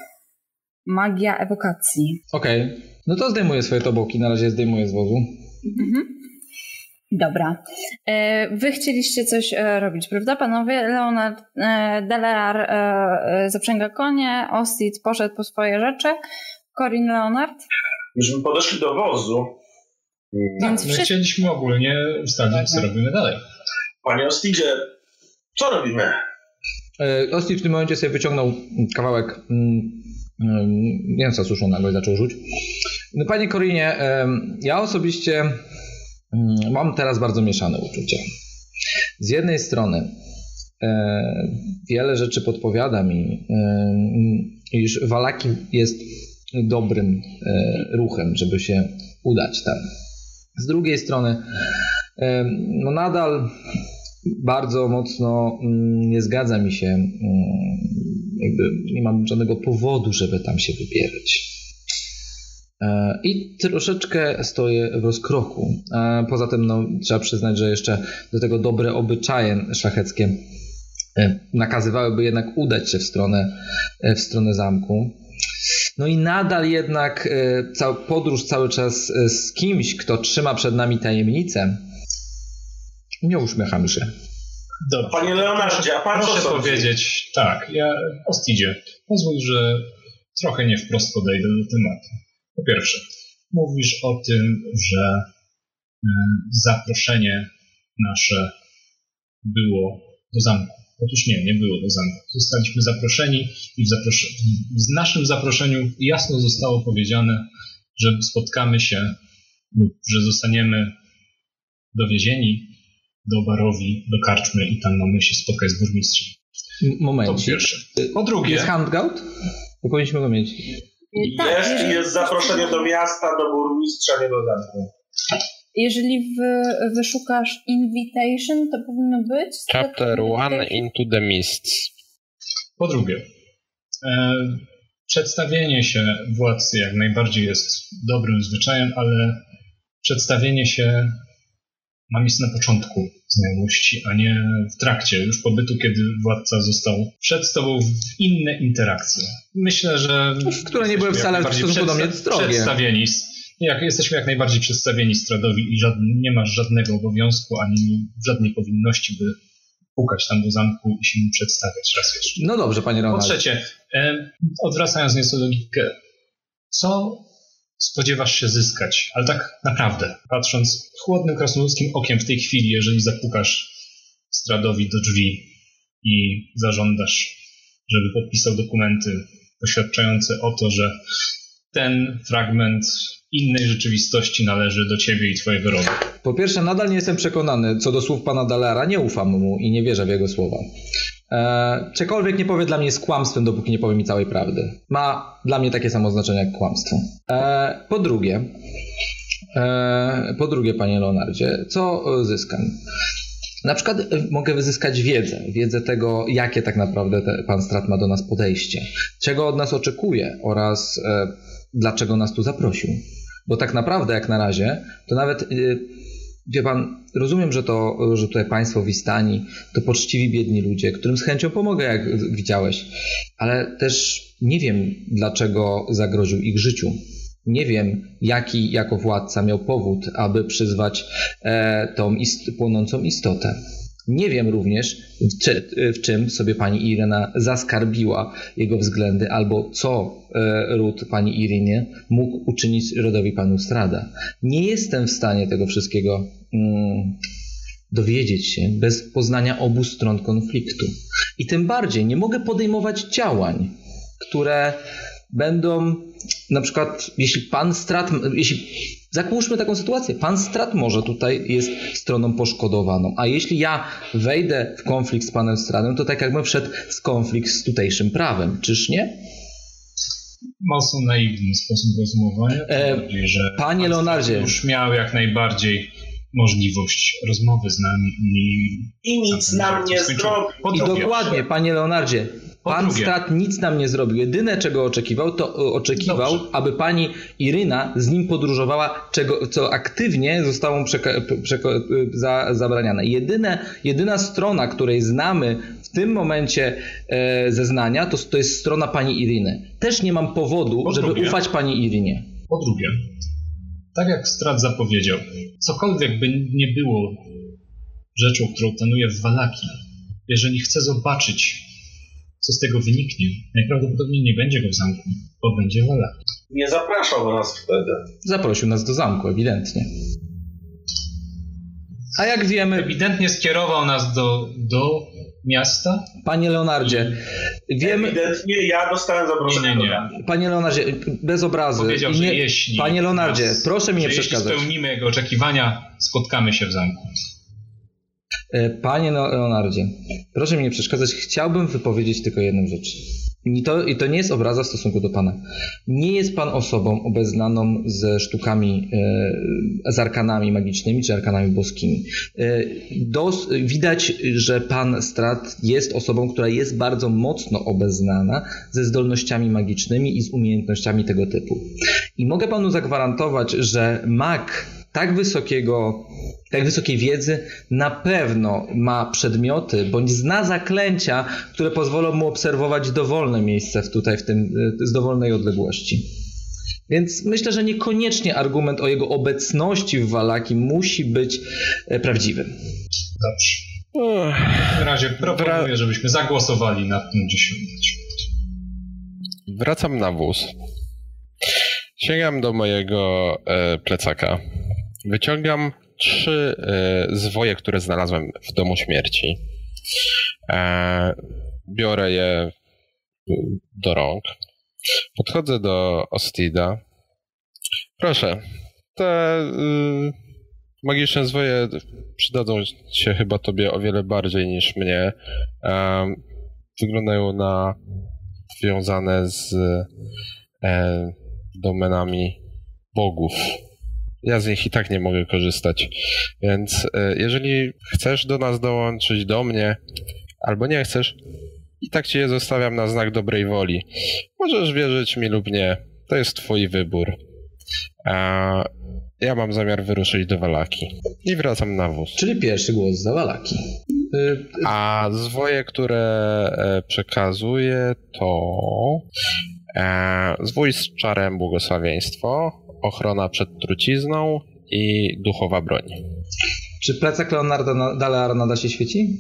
magia ewokacji. Okej, no to zdejmuję swoje tobołki, na razie zdejmuję z wozu. Mhm. Dobra. E, Wy chcieliście coś e, robić, prawda, panowie? Leonard e, Dalar e, e, zaprzęga konie, Ostit poszedł po swoje rzeczy, Corin Leonard. Myśmy podeszli do wozu. Więc My wszyscy... chcieliśmy ogólnie ustalić, co robimy dalej. Panie Ostidzie, co robimy? E, Ostit w tym momencie sobie wyciągnął kawałek mm, mm, mięsa suszonego i zaczął rzuć. No, panie Corinie, e, ja osobiście mm, mam teraz bardzo mieszane uczucia. Z jednej strony e, wiele rzeczy podpowiada mi, e, iż Vallaki jest dobrym e, ruchem, żeby się udać tam. Z drugiej strony e, no nadal bardzo mocno mm, nie zgadza mi się, mm, jakby nie mam żadnego powodu, żeby tam się wybierać. E, I troszeczkę stoję w rozkroku. E, poza tym no, trzeba przyznać, że jeszcze do tego dobre obyczaje szlacheckie e, nakazywałyby jednak udać się w stronę, e, w stronę zamku. No i nadal jednak e, cała podróż cały czas e, z kimś, kto trzyma przed nami tajemnicę, nie uśmiecha mi się. Dobrze. Panie Leonardzie, a pan co Proszę sądzi? powiedzieć, tak, ja Ostidzie, pozwól, że trochę nie wprost podejdę do tematu. Po pierwsze, mówisz o tym, że y, zaproszenie nasze było do zamku. Otóż nie, nie było do zamku. Zostaliśmy zaproszeni i w, zapros- w naszym zaproszeniu jasno zostało powiedziane, że spotkamy się lub że zostaniemy dowiezieni do barowi, do karczmy i tam mamy się spotkać z burmistrzem. Moment. To po pierwsze. Po drugie... Jest handout? Bo powinniśmy go mieć. Tak, Jest, jeżeli- jest zaproszenie do miasta, do burmistrza, nie do zamku. Jeżeli wy, wyszukasz invitation, to powinno być... Chapter one Into the Mists. Po drugie, e, przedstawienie się władcy jak najbardziej jest dobrym zwyczajem, ale przedstawienie się ma miejsce na początku znajomości, a nie w trakcie już pobytu, kiedy władca został przed tobą w inne interakcje. Myślę, że... Które nie były wcale w stosunku do mnie strogie. Przedstawieni, jak, jesteśmy jak najbardziej przedstawieni Stradowi i żadne, nie masz żadnego obowiązku, ani żadnej powinności, by pukać tam do zamku i się mu przedstawiać raz jeszcze. No dobrze, panie Po Ronald. trzecie, e, odwracając nieco logikę, co spodziewasz się zyskać? Ale tak naprawdę, patrząc chłodnym, krasnoludzkim okiem w tej chwili, jeżeli zapukasz Stradowi do drzwi i zażądasz, żeby podpisał dokumenty poświadczające o to, że ten fragment innej rzeczywistości należy do ciebie i twojego rodu. Po pierwsze, nadal nie jestem przekonany co do słów pana Dalara. Nie ufam mu i nie wierzę w jego słowa. Eee, cokolwiek nie powie dla mnie jest kłamstwem, dopóki nie powie mi całej prawdy. Ma dla mnie takie samo znaczenie jak kłamstwo. Eee, po drugie, eee, po drugie, panie Leonardzie, co zyskam? Na przykład mogę wyzyskać wiedzę, wiedzę tego, jakie tak naprawdę te, pan Strat ma do nas podejście, czego od nas oczekuje oraz e, dlaczego nas tu zaprosił. Bo tak naprawdę, jak na razie, to nawet, e, wie pan, rozumiem, że to, że tutaj państwo Wistani to poczciwi, biedni ludzie, którym z chęcią pomogę, jak widziałeś, ale też nie wiem, dlaczego zagroził ich życiu. Nie wiem, jaki jako władca miał powód, aby przyzwać e, tą ist- płonącą istotę. Nie wiem również, w, czy, w czym sobie pani Irena zaskarbiła jego względy, albo co e, ród pani Irynie mógł uczynić rodowi panu Strada. Nie jestem w stanie tego wszystkiego mm, dowiedzieć się bez poznania obu stron konfliktu. I tym bardziej nie mogę podejmować działań, które będą, na przykład, jeśli pan Strat, jeśli zakłóżmy taką sytuację, pan Strat może tutaj jest stroną poszkodowaną, a jeśli ja wejdę w konflikt z panem Stradem, to tak jakbym wszedł w konflikt z tutejszym prawem, czyż nie? Mocno naiwny sposób rozumowania, E, bardziej, że panie Leonardzie, już miał jak najbardziej możliwość rozmowy z nami i, I nic nam nie zrobił. i dokładnie, panie Leonardzie, pan Strat nic nam nie zrobił. Jedyne, czego oczekiwał, to oczekiwał, Dobrze. aby pani Iryna z nim podróżowała, czego, co aktywnie zostało mu przeka- przeka- za, zabraniane. Jedyne, jedyna strona, której znamy w tym momencie e, zeznania, to, to jest strona pani Iryny. Też nie mam powodu, po żeby drugie, ufać pani Irynie. Po drugie, tak jak Strat zapowiedział, cokolwiek by nie było rzeczą, którą planuje w Wallaki, jeżeli chce zobaczyć, co z tego wyniknie, najprawdopodobniej nie będzie go w zamku, bo będzie w Wallaki. Nie zapraszał nas wtedy. Zaprosił nas do zamku, ewidentnie. A jak wiemy... Ewidentnie skierował nas do, do miasta. Panie Leonardzie, wiemy... Ewidentnie ja dostałem zaproszenie. Nie, nie, nie. Panie Leonardzie, bez obrazy. Powiedział, nie... że jeśli... Panie Leonardzie, nas, proszę mi nie przeszkadzać. Jeśli spełnimy jego oczekiwania, spotkamy się w zamku. Panie Leonardzie, proszę mi nie przeszkadzać. Chciałbym wypowiedzieć tylko jedną rzecz. I to, I to nie jest obraza w stosunku do pana. Nie jest pan osobą obeznaną ze sztukami, e, z arkanami magicznymi czy arkanami boskimi. E, dos, widać, że pan Strat jest osobą, która jest bardzo mocno obeznana ze zdolnościami magicznymi i z umiejętnościami tego typu. I mogę panu zagwarantować, że mag tak wysokiego, tak wysokiej wiedzy na pewno ma przedmioty bądź zna zaklęcia, które pozwolą mu obserwować dowolne miejsce w tutaj w tym, z dowolnej odległości. Więc myślę, że niekoniecznie argument o jego obecności w Wallaki musi być prawdziwy. Dobrze. W takim razie proponuję, żebyśmy zagłosowali nad tym dziesiątym. Wracam na wóz. Sięgam do mojego e, plecaka. Wyciągam trzy e, zwoje, które znalazłem w domu śmierci. E, biorę je do rąk. Podchodzę do Ostida. Proszę, te y, magiczne zwoje przydadzą się chyba tobie o wiele bardziej niż mnie. E, wyglądają na związane z e, domenami bogów. Ja z nich i tak nie mogę korzystać. Więc e, jeżeli chcesz do nas dołączyć, do mnie, albo nie chcesz, i tak ci je zostawiam na znak dobrej woli. Możesz wierzyć mi lub nie. To jest twój wybór. A ja mam zamiar wyruszyć do Wallaki. I wracam na wóz. Czyli pierwszy głos za Wallaki. Y- A zwoje, które przekazuję, to e, zwój z czarem błogosławieństwo, ochrona przed trucizną i duchowa broń. Czy plecak Leonarda dalej nada się świeci?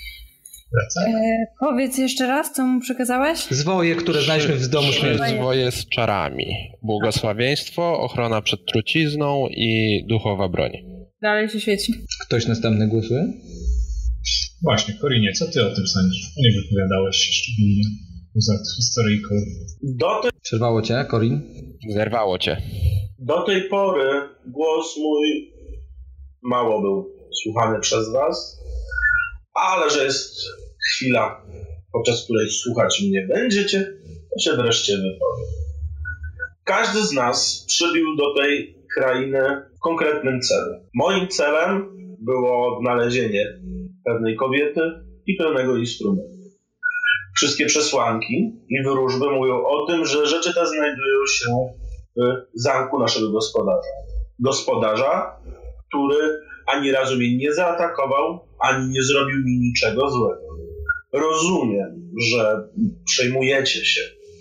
E, powiedz jeszcze raz, co mu przekazałeś? Zwoje, które znaleźliśmy w domu śmierci. Zwoje z czarami. Błogosławieństwo, ochrona przed trucizną i duchowa broń. Dalej się świeci. Ktoś następny głosuje? Właśnie, Korinie, co ty o tym sądzisz? Nie wypowiadałeś się szczególnie poza historyjką. Do tej, Przerwało cię, Corin? Zerwało cię. do tej pory głos mój mało był słuchany przez was, ale że jest chwila, podczas której słuchać mnie będziecie, to się wreszcie wypowiem. Każdy z nas przybył do tej krainy w konkretnym celu. Moim celem było odnalezienie pewnej kobiety i pewnego instrumentu. Wszystkie przesłanki i wróżby mówią o tym, że rzeczy te znajdują się w zamku naszego gospodarza. Gospodarza, który ani razu mnie nie zaatakował, ani nie zrobił mi niczego złego. Rozumiem, że przejmujecie się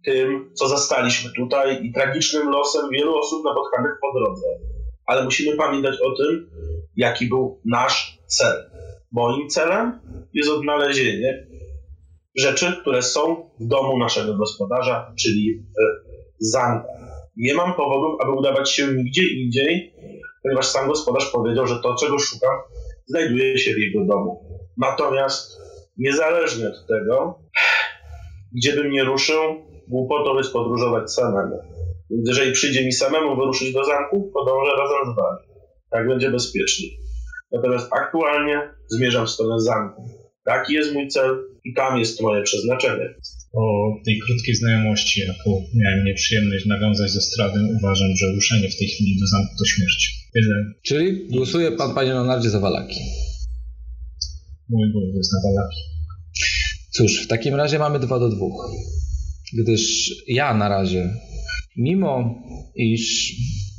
tym, co zastaliśmy tutaj i tragicznym losem wielu osób napotkanych po drodze. Ale musimy pamiętać o tym, jaki był nasz cel. Moim celem jest odnalezienie rzeczy, które są w domu naszego gospodarza, czyli w zamku. Nie mam powodów, aby udawać się nigdzie indziej, ponieważ sam gospodarz powiedział, że to, czego szukam, znajduje się w jego domu. Natomiast niezależnie od tego, gdzie bym nie ruszył, głupotą jest podróżować samemu. Więc jeżeli przyjdzie mi samemu wyruszyć do zamku, podążę razem z wami. Tak będzie bezpieczniej. Natomiast aktualnie zmierzam w stronę zamku. Taki jest mój cel i tam jest moje przeznaczenie. Po tej krótkiej znajomości, jaką miałem nieprzyjemność nawiązać ze Stradem, uważam, że ruszenie w tej chwili do zamku to śmierć. Tyle. Czyli głosuje pan, panie Leonardzie, za Vallaki. Mój głos jest na Vallaki. Cóż, w takim razie mamy dwa do dwóch. Gdyż ja na razie, mimo iż...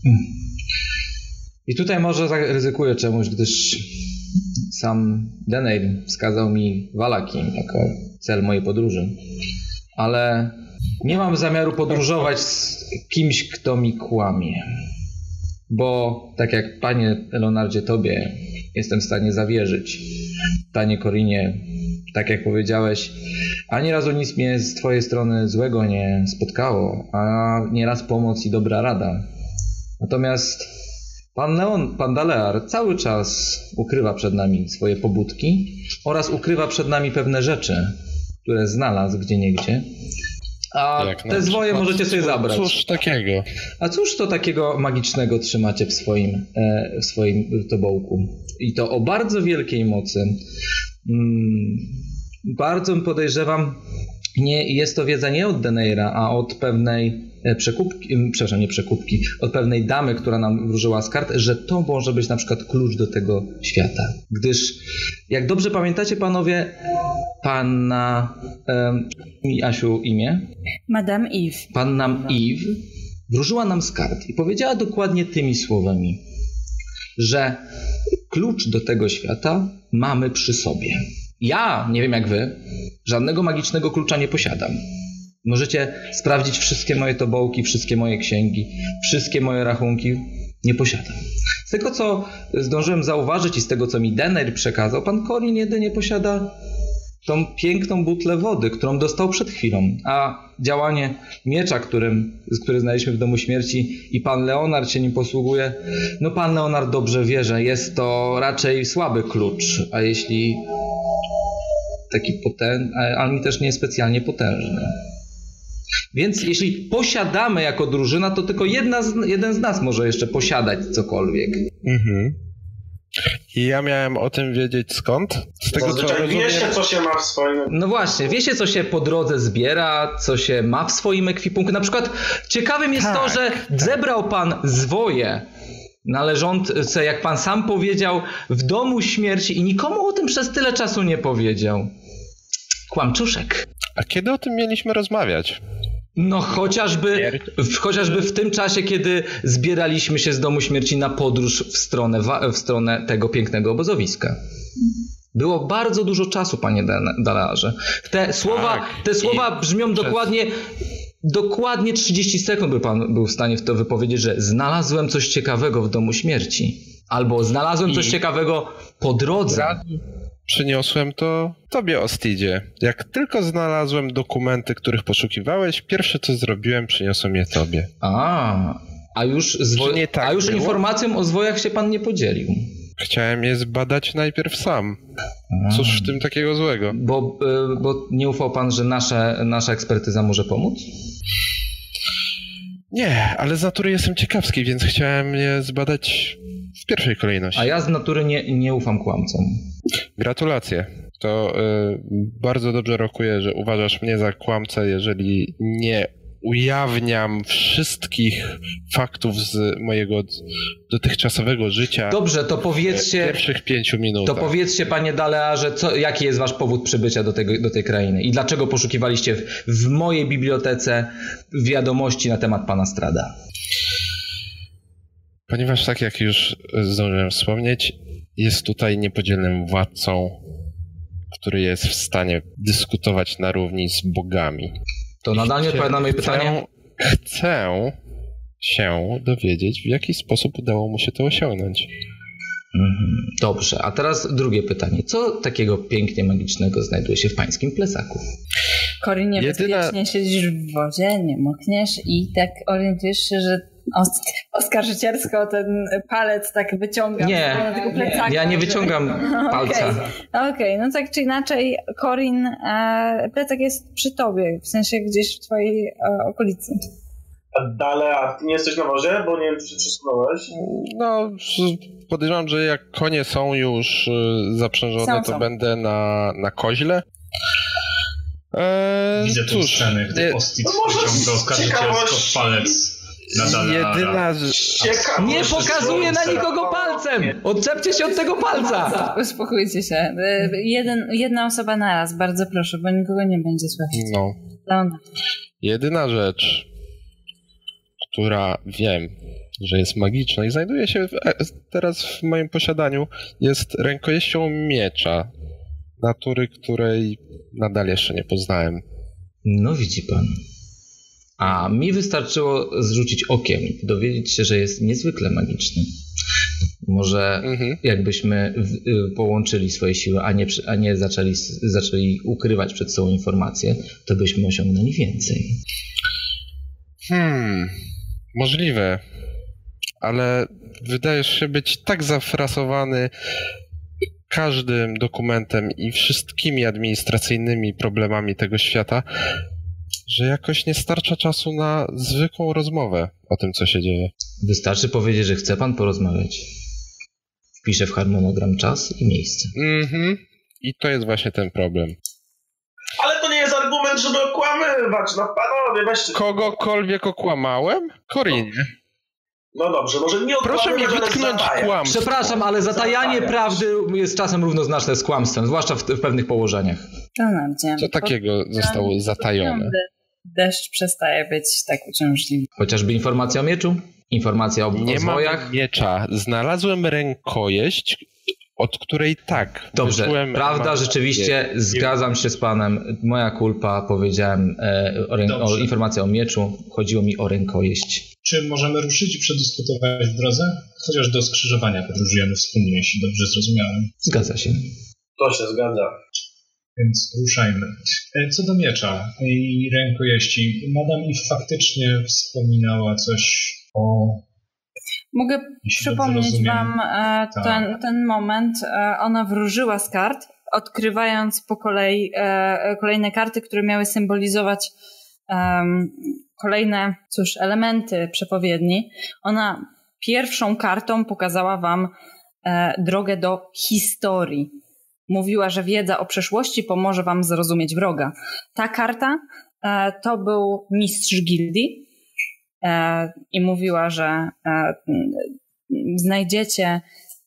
I tutaj może zaryzykuję czemuś, gdyż sam Deneir wskazał mi Vallaki jako cel mojej podróży. Ale nie mam zamiaru podróżować z kimś, kto mi kłamie. Bo tak jak panie Leonardzie tobie jestem w stanie zawierzyć, panie Corinie, tak jak powiedziałeś, ani razu nic mnie z twojej strony złego nie spotkało, a nieraz pomoc i dobra rada. Natomiast pan Leon, pan Dalear cały czas ukrywa przed nami swoje pobudki oraz ukrywa przed nami pewne rzeczy, które znalazł gdzieniegdzie. A Jak te zwoje możecie sobie zabrać. Cóż takiego? A cóż to takiego magicznego trzymacie w swoim, w swoim tobołku? I to o bardzo wielkiej mocy. Bardzo podejrzewam, nie jest to wiedza nie od Deneira, a od pewnej przekupki, przepraszam, nie przekupki, od pewnej damy, która nam wróżyła z kart, że to może być na przykład klucz do tego świata. Gdyż, jak dobrze pamiętacie panowie, panna, um, mi Asiu imię? Madame Eve. Panna Eve wróżyła nam z kart i powiedziała dokładnie tymi słowami, że klucz do tego świata mamy przy sobie. Ja, nie wiem jak wy, żadnego magicznego klucza nie posiadam. Możecie sprawdzić wszystkie moje tobołki, wszystkie moje księgi, wszystkie moje rachunki. Nie posiadam. Z tego, co zdążyłem zauważyć i z tego, co mi Deneir przekazał, pan Corin jedynie posiada tą piękną butlę wody, którą dostał przed chwilą. A działanie miecza, którym, który znaleźliśmy w Domu Śmierci i pan Leonard się nim posługuje, no pan Leonard dobrze wie, że jest to raczej słaby klucz, a jeśli taki potężny, ale mi też nie jest specjalnie potężny. Więc jeśli posiadamy jako drużyna, to tylko jedna z, jeden z nas może jeszcze posiadać cokolwiek. Mhm. I ja miałem o tym wiedzieć skąd? Z tego, co rozumiem... Wie się, co się ma w swoim... No właśnie, wie się, co się po drodze zbiera, co się ma w swoim ekwipunku. Na przykład ciekawym jest tak, to, że tak. zebrał pan zwoje należące, jak pan sam powiedział, w Domu Śmierci i nikomu o tym przez tyle czasu nie powiedział. Kłamczuszek. A kiedy o tym mieliśmy rozmawiać? No chociażby w, chociażby w tym czasie, kiedy zbieraliśmy się z Domu Śmierci na podróż w stronę, w stronę tego pięknego obozowiska. Było bardzo dużo czasu, panie Dalearze. Te słowa, tak, te słowa brzmią przez... dokładnie... Dokładnie trzydzieści sekund by pan był w stanie w to wypowiedzieć, że znalazłem coś ciekawego w Domu Śmierci. Albo znalazłem I... coś ciekawego po drodze. Przyniosłem to tobie, Ostidzie. Jak tylko znalazłem dokumenty, których poszukiwałeś, pierwsze co zrobiłem, przyniosłem je tobie. A, a już, zwo... nie tak a już informacją o zwojach się pan nie podzielił. Chciałem je zbadać najpierw sam. Cóż w tym takiego złego? Bo, bo nie ufał pan, że nasze, nasza ekspertyza może pomóc? Nie, ale z natury jestem ciekawski, więc chciałem je zbadać w pierwszej kolejności. A ja z natury nie, nie ufam kłamcom. Gratulacje. To y, bardzo dobrze rokuje, że uważasz mnie za kłamcę, jeżeli nie ujawniam wszystkich faktów z mojego dotychczasowego życia. Dobrze, to powiedzcie... W pierwszych pięciu minutach. To powiedzcie, panie Dalearze, co, jaki jest wasz powód przybycia do, tego, do tej krainy i dlaczego poszukiwaliście w, w mojej bibliotece wiadomości na temat pana Strada? Ponieważ tak jak już zdążyłem wspomnieć, jest tutaj niepodzielnym władcą, który jest w stanie dyskutować na równi z bogami. To nadal nie odpowiada na moje pytanie. Chcę, chcę się dowiedzieć, w jaki sposób udało mu się to osiągnąć. Dobrze, a teraz drugie pytanie. Co takiego pięknie magicznego znajduje się w pańskim plecaku? Corin, niebezpiecznie Jedyna... siedzisz w wodzie, nie mokniesz i tak orientujesz się, że oskarżycielsko ten palec tak wyciąga. Nie, tego plecaka, ja nie wyciągam że... palca. Okej, okay. okay, no tak czy inaczej, Corin, e, plecak jest przy tobie, w sensie gdzieś w twojej e, okolicy. A dalej, a ty nie jesteś na wozie, bo nie wiem, czy się przesunąłeś? No, podejrzewam, że jak konie są już zaprzężone, są, to są. będę na, na koźle. Eee, Widzę tu scenę, gdy Ostit no wyciąga oskarżycielsko palec. Jedyna nie pokazuje na nikogo palcem! Odczepcie się od tego palca! Uspokójcie się. Jeden, jedna osoba naraz, bardzo proszę, bo nikogo nie będzie słychać. No. Leona. Jedyna rzecz, która wiem, że jest magiczna i znajduje się w, teraz w moim posiadaniu, jest rękojeścią miecza, natury, której nadal jeszcze nie poznałem. No widzi pan. A mi wystarczyło zrzucić okiem i dowiedzieć się, że jest niezwykle magiczny. Może mhm. jakbyśmy w, y, połączyli swoje siły, a nie, a nie zaczęli, zaczęli ukrywać przed sobą informacje, to byśmy osiągnęli więcej. Hmm, możliwe, ale wydajesz się być tak zafrasowany każdym dokumentem i wszystkimi administracyjnymi problemami tego świata, że jakoś nie starcza czasu na zwykłą rozmowę o tym, co się dzieje. Wystarczy powiedzieć, że chce pan porozmawiać. Wpiszę w harmonogram czas i miejsce. Mhm. I to jest właśnie ten problem. Ale to nie jest argument, żeby okłamywać. No panowie, weźcie... Kogokolwiek okłamałem? Korinie. No dobrze, może nie okłamywać, proszę mi wytknąć kłamstwo. Przepraszam, ale zatajanie Zatajasz. prawdy jest czasem równoznaczne z kłamstwem, zwłaszcza w, w pewnych położeniach. To nam Co takiego zostało zatajone? Deszcz przestaje być tak uciążliwy. Chociażby informacja o mieczu? Informacja o Nie zwojach? mam miecza. Znalazłem rękojeść, od której tak. Dobrze, prawda, rzeczywiście nie. Zgadzam się z panem. Moja kulpa, powiedziałem e, o, rę- o informację o mieczu. Chodziło mi o rękojeść. Czy możemy ruszyć i przedyskutować w drodze? Chociaż do skrzyżowania podróżujemy wspólnie, jeśli dobrze zrozumiałem. Zgadza się. To się zgadza. Więc ruszajmy. Co do miecza i rękojeści, Madame Eve faktycznie wspominała coś o... Mogę przypomnieć wam e, ten, ten moment. E, ona wróżyła z kart, odkrywając po kolei e, kolejne karty, które miały symbolizować e, kolejne, cóż, elementy przepowiedni. Ona pierwszą kartą pokazała wam e, drogę do historii. Mówiła, że wiedza o przeszłości pomoże wam zrozumieć wroga. Ta karta e, to był mistrz gildii e, i mówiła, że e, znajdziecie e,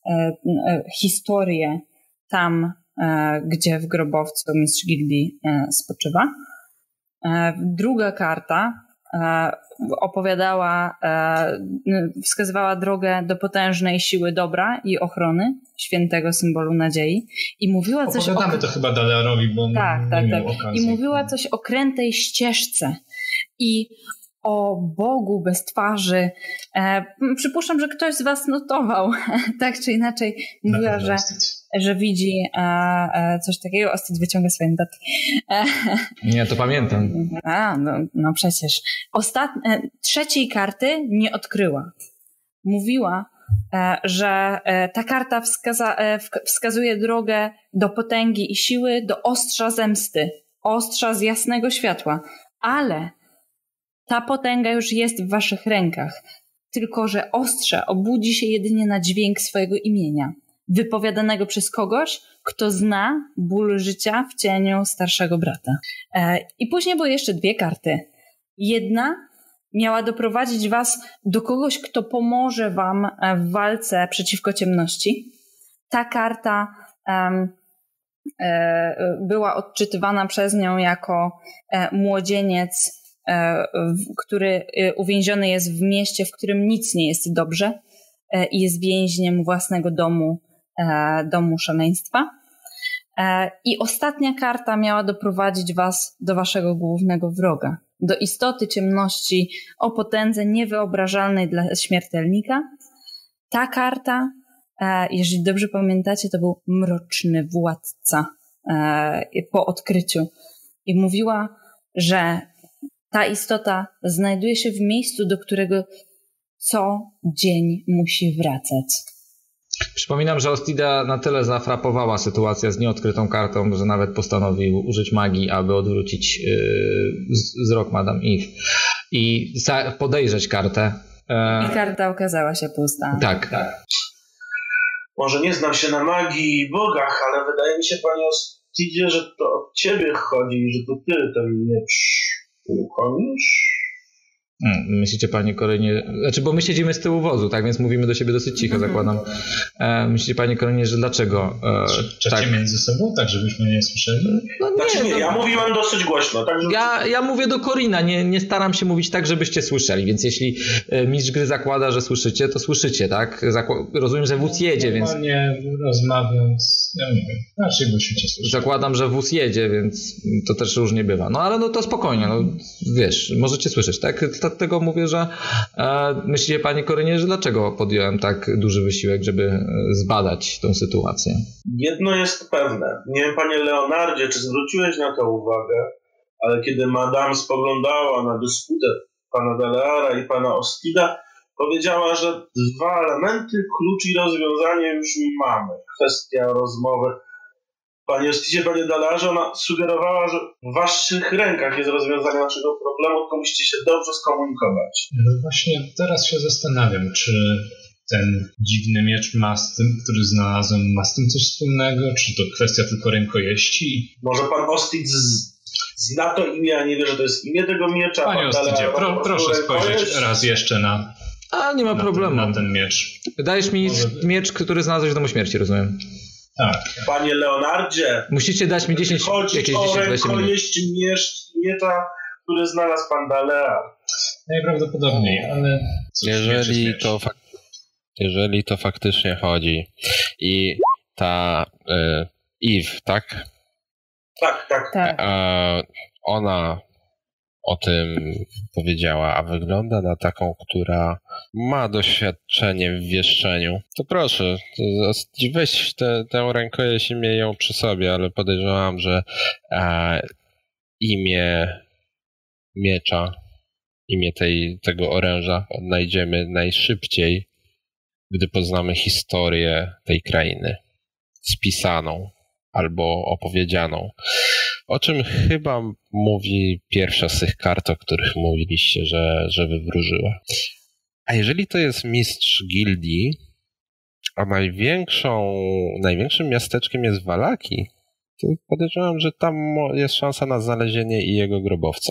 e, historię tam, e, gdzie w grobowcu mistrz gildii e, spoczywa. E, druga karta e, opowiadała, e, wskazywała drogę do potężnej siły dobra i ochrony, świętego symbolu nadziei. I mówiła coś o... to chyba Dalarowi, bo tak, nie tak, miał tak. okazji. I mówiła coś o krętej ścieżce i o Bogu bez twarzy. E, przypuszczam, że ktoś z was notował, tak czy inaczej. Mówiła, że, że widzi e, e, coś takiego. Ostit wyciąga swoje notatki. E, nie, to pamiętam. A, no, no przecież. Ostatnie, trzeciej karty nie odkryła. Mówiła, e, że e, ta karta wskaza, e, wskazuje drogę do potęgi i siły, do ostrza zemsty. Ostrza z jasnego światła. Ale ta potęga już jest w waszych rękach, tylko że ostrze obudzi się jedynie na dźwięk swojego imienia, wypowiadanego przez kogoś, kto zna ból życia w cieniu starszego brata. E, I później były jeszcze dwie karty. Jedna miała doprowadzić was do kogoś, kto pomoże wam w walce przeciwko ciemności. Ta karta um, e, była odczytywana przez nią jako e, młodzieniec, który uwięziony jest w mieście, w którym nic nie jest dobrze i jest więźniem własnego domu, domu szaleństwa. I ostatnia karta miała doprowadzić was do waszego głównego wroga, do istoty ciemności o potędze niewyobrażalnej dla śmiertelnika. Ta karta, jeżeli dobrze pamiętacie, to był mroczny władca po odkryciu. I mówiła, że ta istota znajduje się w miejscu, do którego co dzień musi wracać. Przypominam, że Ostida na tyle zafrapowała sytuacja z nieodkrytą kartą, że nawet postanowił użyć magii, aby odwrócić yy, wzrok Madame Eve i podejrzeć kartę. I karta okazała się pusta. Tak, tak. Może nie znam się na magii i bogach, ale wydaje mi się, panie Ostidzie, że to od ciebie chodzi i że to ty ten miecz uruchomisz? Hmm, myślicie, panie Korynie, znaczy, bo my siedzimy z tyłu wozu, tak, więc mówimy do siebie dosyć cicho, zakładam. E, myślicie, panie Korynie, że dlaczego? E, Czacie tak. między sobą, tak żebyśmy nie słyszeli? No nie, znaczy, nie, ja to... mówiłem dosyć głośno. Tak, że... ja, ja mówię do Korina, nie, nie staram się mówić tak, żebyście słyszeli, więc jeśli mistrz gry zakłada, że słyszycie, to słyszycie, tak? Zakła- rozumiem, że wóz jedzie, więc... Normalnie rozmawiam z... Ja nie wiem, raczej byście słyszeli. Zakładam, że wóz jedzie, więc to też różnie bywa. No ale no to spokojnie, no wiesz, możecie słyszeć, tak? Dlatego mówię, że e, myślicie, panie Korynie, że dlaczego podjąłem tak duży wysiłek, żeby zbadać tą sytuację? Jedno jest pewne. Nie wiem, panie Leonardzie, czy zwróciłeś na to uwagę, ale kiedy madame spoglądała na dysputę pana Deleara i pana Ostida, powiedziała, że dwa elementy, klucz i rozwiązanie już mamy. Kwestia rozmowy. Panie Ostidzie, panie Delearze, ona sugerowała, że w waszych rękach jest rozwiązanie naszego problemu, tylko musicie się dobrze skomunikować. No właśnie teraz się zastanawiam, czy ten dziwny miecz ma z tym, który znalazłem, ma z tym coś wspólnego, czy to kwestia tylko rękojeści? Może pan Ostid z... zna to imię, a nie wie, że to jest imię tego miecza. Panie Ostidzie, pro, proszę spojrzeć raz jeszcze na, a, nie ma na, problemu. Ten, na ten miecz. Dajesz mi Może... miecz, który znalazłeś w domu śmierci, rozumiem. Tak. Panie Leonardzie, musicie dać mi dziesięć, jakieś o dziesięć rękojeść miecza, który znalazł pan Delear. Najprawdopodobniej, ale... Jeżeli to, fak- jeżeli to faktycznie chodzi i ta y, Eve, tak? Tak, tak. tak. E, ona o tym powiedziała, a wygląda na taką, która ma doświadczenie w wieszczeniu. To proszę, weź tę, tę rękojeść i miej ją przy sobie, ale podejrzewam, że e, imię miecza, imię tej, tego oręża odnajdziemy najszybciej, gdy poznamy historię tej krainy spisaną albo opowiedzianą. O czym chyba mówi pierwsza z tych kart, o których mówiliście, że, że wywróżyła. A jeżeli to jest mistrz gildii, a największą, największym miasteczkiem jest Vallaki, to podejrzewam, że tam jest szansa na znalezienie i jego grobowca.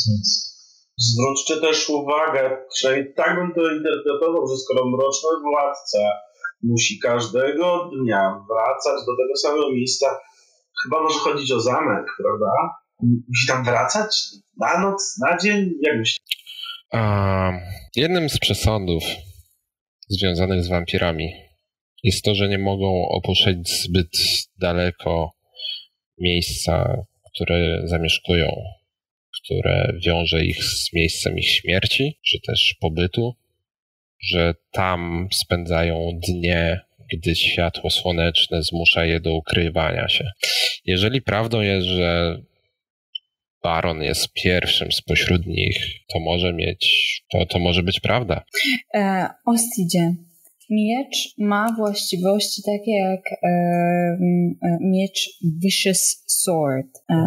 Zwróćcie też uwagę, przynajmniej tak bym to interpretował, że skoro mroczny władca musi każdego dnia wracać do tego samego miejsca, chyba może chodzić o zamek, prawda? Musi tam wracać na noc, na dzień? Jak myślisz? Um, jednym z przesądów związanych z wampirami jest to, że nie mogą opuszczać zbyt daleko miejsca, które zamieszkują, które wiąże ich z miejscem ich śmierci, czy też pobytu, że tam spędzają dnie, gdy światło słoneczne zmusza je do ukrywania się. Jeżeli prawdą jest, że Baron jest pierwszym spośród nich, to może mieć, to, to może być prawda. E, Ostidzie, miecz ma właściwości takie jak e, e, miecz Vicious Sword. E,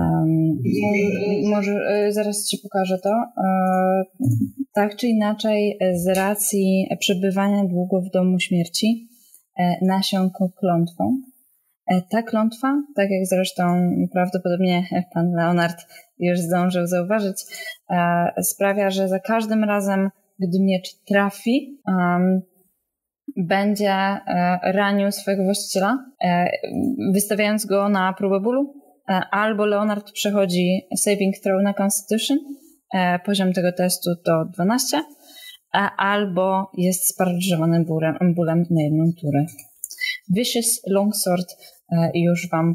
może e, zaraz ci pokażę to. E, tak czy inaczej, z racji przebywania długo w domu śmierci, e, nasiąkł klątwą. E, ta klątwa, tak jak zresztą prawdopodobnie pan Leonard już zdążył zauważyć, e, sprawia, że za każdym razem, gdy miecz trafi, um, będzie e, ranił swojego właściciela, e, wystawiając go na próbę bólu, e, albo Leonard przechodzi saving throw na Constitution, e, poziom tego testu to dwanaście, e, albo jest sparaliżowany bólem, bólem na jedną turę. Vicious Longsword e, już wam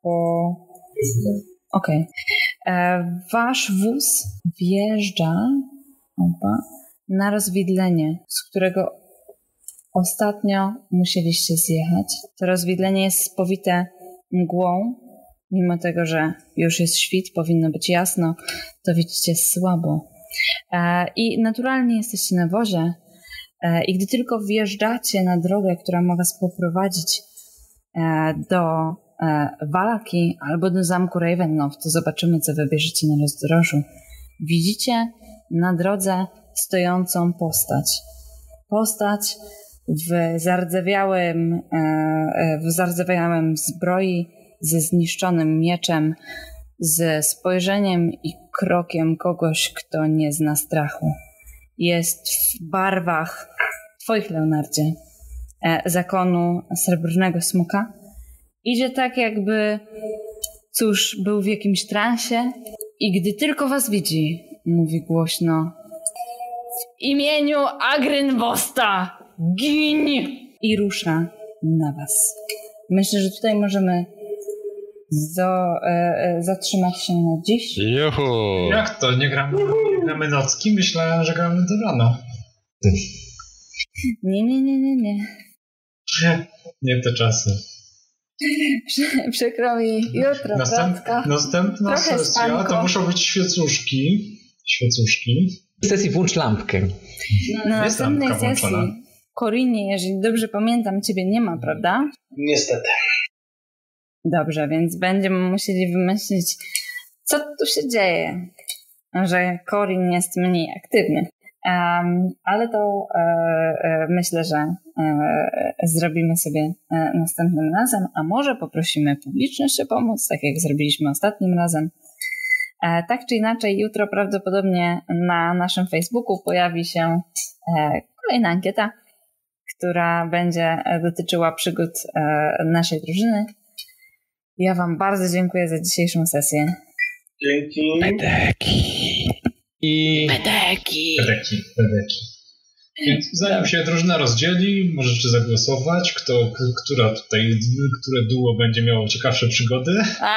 po... Okej. Okay. Wasz wóz wjeżdża opa, na rozwidlenie, z którego ostatnio musieliście zjechać. To rozwidlenie jest spowite mgłą, mimo tego, że już jest świt, powinno być jasno, to widzicie słabo. E, I naturalnie jesteście na wozie e, i gdy tylko wjeżdżacie na drogę, która ma was poprowadzić e, do e, Vallaki albo do zamku Ravenloft, to zobaczymy, co wybierzecie na rozdrożu. Widzicie na drodze stojącą postać. Postać w zardzewiałym, e, w zardzewiałym zbroi, ze zniszczonym mieczem, ze spojrzeniem i krokiem kogoś, kto nie zna strachu. Jest w barwach twoich, Leonardzie, e, zakonu Srebrnego Smoka. Idzie tak, jakby, cóż, był w jakimś transie i gdy tylko was widzi, mówi głośno: w imieniu Agrynwosta, gin! I rusza na was. Myślę, że tutaj możemy zo, e, e, zatrzymać się na dziś. Juhu! Jak to? Nie gramy, nie gramy nocki? Myślałem, że gramy do rana. Nie, nie, nie, nie, nie. Nie te czasy. Prze- przykro mi, jutro, Następ, prawda? Następna Trochę sesja spanko. to muszą być świecuszki. Świecuszki. W sesji włącz lampkę. Na Jest następnej lampka sesji, włączona. Korinie, jeżeli dobrze pamiętam, ciebie nie ma, prawda? Niestety. Dobrze, więc będziemy musieli wymyślić, co tu się dzieje, że Corin jest mniej aktywny. Um, ale to e, e, myślę, że e, zrobimy sobie e, następnym razem, a może poprosimy publiczność o pomoc, tak jak zrobiliśmy ostatnim razem. E, tak czy inaczej, jutro prawdopodobnie na naszym Facebooku pojawi się e, kolejna ankieta, która będzie dotyczyła przygód e, naszej drużyny. Ja wam bardzo dziękuję za dzisiejszą sesję. Dzięki. Pedeki. I Pedeki! Pedeki, pedeki. Więc zanim się drużyna rozdzieli, możecie zagłosować, kto, k- która tutaj, które duo będzie miało ciekawsze przygody.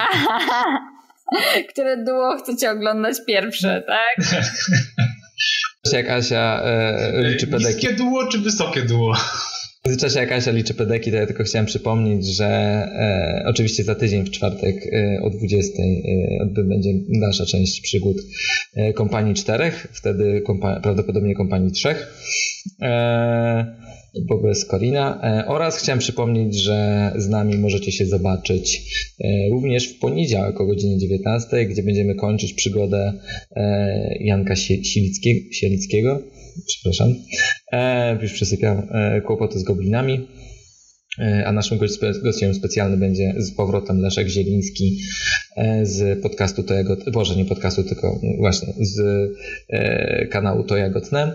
Które duo chcecie oglądać pierwsze, tak? jak Asia e, liczy pedeki. Niskie duo czy wysokie duo? W międzyczasie jak Asia liczy pedeki, to ja tylko chciałem przypomnieć, że e, oczywiście za tydzień w czwartek e, o dwudziestej e, odby- będzie dalsza część przygód e, kompanii czterech, wtedy kompa- prawdopodobnie kompanii trzech, e, bo bez Corina. E, oraz chciałem przypomnieć, że z nami możecie się zobaczyć e, również w poniedziałek o godzinie dziewiętnastej, gdzie będziemy kończyć przygodę e, Janka Sie- Sielickiego, Sielickiego przepraszam, e, już przesypiam, e, kłopoty z goblinami, e, a naszym gość- gościem specjalnym będzie z powrotem Leszek Zieliński e, z podcastu To Jagot, Boże, nie podcastu, tylko właśnie z e, kanału To Jagotne.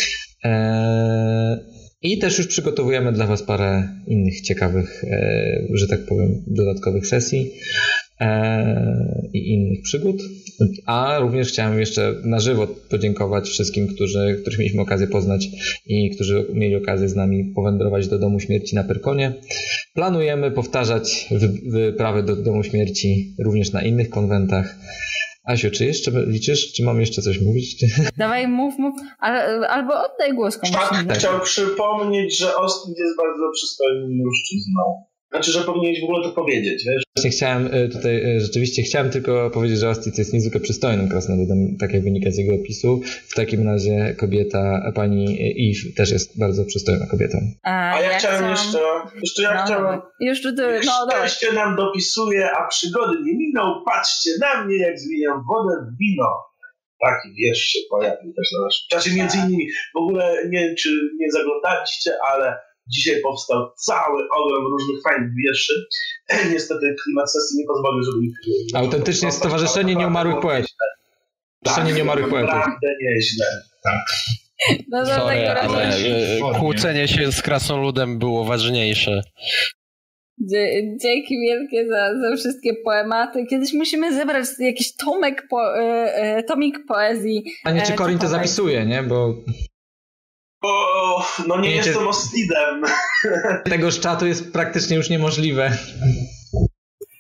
E, I też już przygotowujemy dla was parę innych ciekawych, e, że tak powiem, dodatkowych sesji e, i innych przygód. A również chciałem jeszcze na żywo podziękować wszystkim, którzy, których mieliśmy okazję poznać i którzy mieli okazję z nami powędrować do Domu Śmierci na Pyrkonie. Planujemy powtarzać wy, wyprawy do Domu Śmierci również na innych konwentach. Asiu, czy jeszcze liczysz? Czy mam jeszcze coś mówić? Dawaj, mów, mów, ale, albo oddaj głos komuś Tak, innemu. chciałem przypomnieć, że Austin jest bardzo przystojnym mężczyzną. Znaczy, że powinieneś w ogóle to powiedzieć, wiesz? Właśnie chciałem tutaj, rzeczywiście chciałem tylko powiedzieć, że Astic jest niezwykle przystojnym krasnoludem, tak jak wynika z jego opisu. W takim razie kobieta, pani Eve też jest bardzo przystojną kobietą. A, A ja, ja chciałem jeszcze, jeszcze ja no, chciałem... Już tu, no dobra. Szczęście nam dopisuje, a przygody nie miną. Patrzcie na mnie, jak zmieniam wodę w wino. Taki wiersz się pojawił też na naszym czasie. Między innymi, w ogóle nie wiem, czy nie zaglądaliście, ale dzisiaj powstał cały ogrom różnych fajnych wierszy. Niestety klimat sesji nie pozwolił, żeby ich... Autentycznie Stowarzyszenie Nieumarłych Poetów. Stowarzyszenie Nieumarłych Poetów. Naprawdę nieźle. Tak. No to Sorry, tak ale razie. e, kłócenie się z krasnoludem było ważniejsze. Dzie- Dzięki wielkie za, za wszystkie poematy. Kiedyś musimy zebrać jakiś tomek po, e, e, tomik poezji. A nie, czy e, Corin to topowej. zapisuje, nie? Bo O, no nie Nie, jestem czy- Ostidem. tego z czatu jest praktycznie już niemożliwe.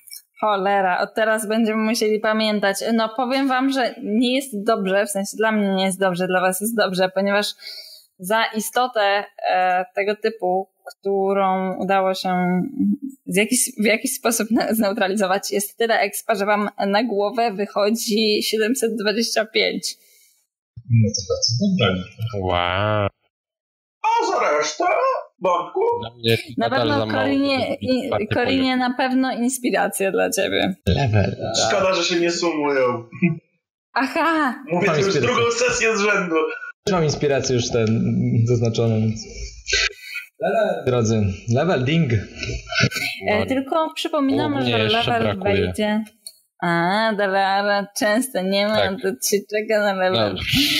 Cholera, od teraz będziemy musieli pamiętać. No powiem wam, że nie jest dobrze, w sensie dla mnie nie jest dobrze, dla was jest dobrze, ponieważ za istotę e, tego typu, którą udało się w jakiś, w jakiś sposób zneutralizować, jest tyle expa, że wam na głowę wychodzi siedemset dwadzieścia pięć. No to bardzo dobrze. Wow. A za resztę, Bartku? Na pewno Korinie, i, Korinie na pewno inspiracja dla ciebie. Level. Szkoda, że się nie sumują. Aha! Mówię to już drugą sesję z rzędu. Mam inspirację już ten zaznaczoną, więc... Drodzy, level ding. E, tylko przypominam, że level brakuje. Wejdzie... A, ale często nie ma, tak. To się czeka na level. No.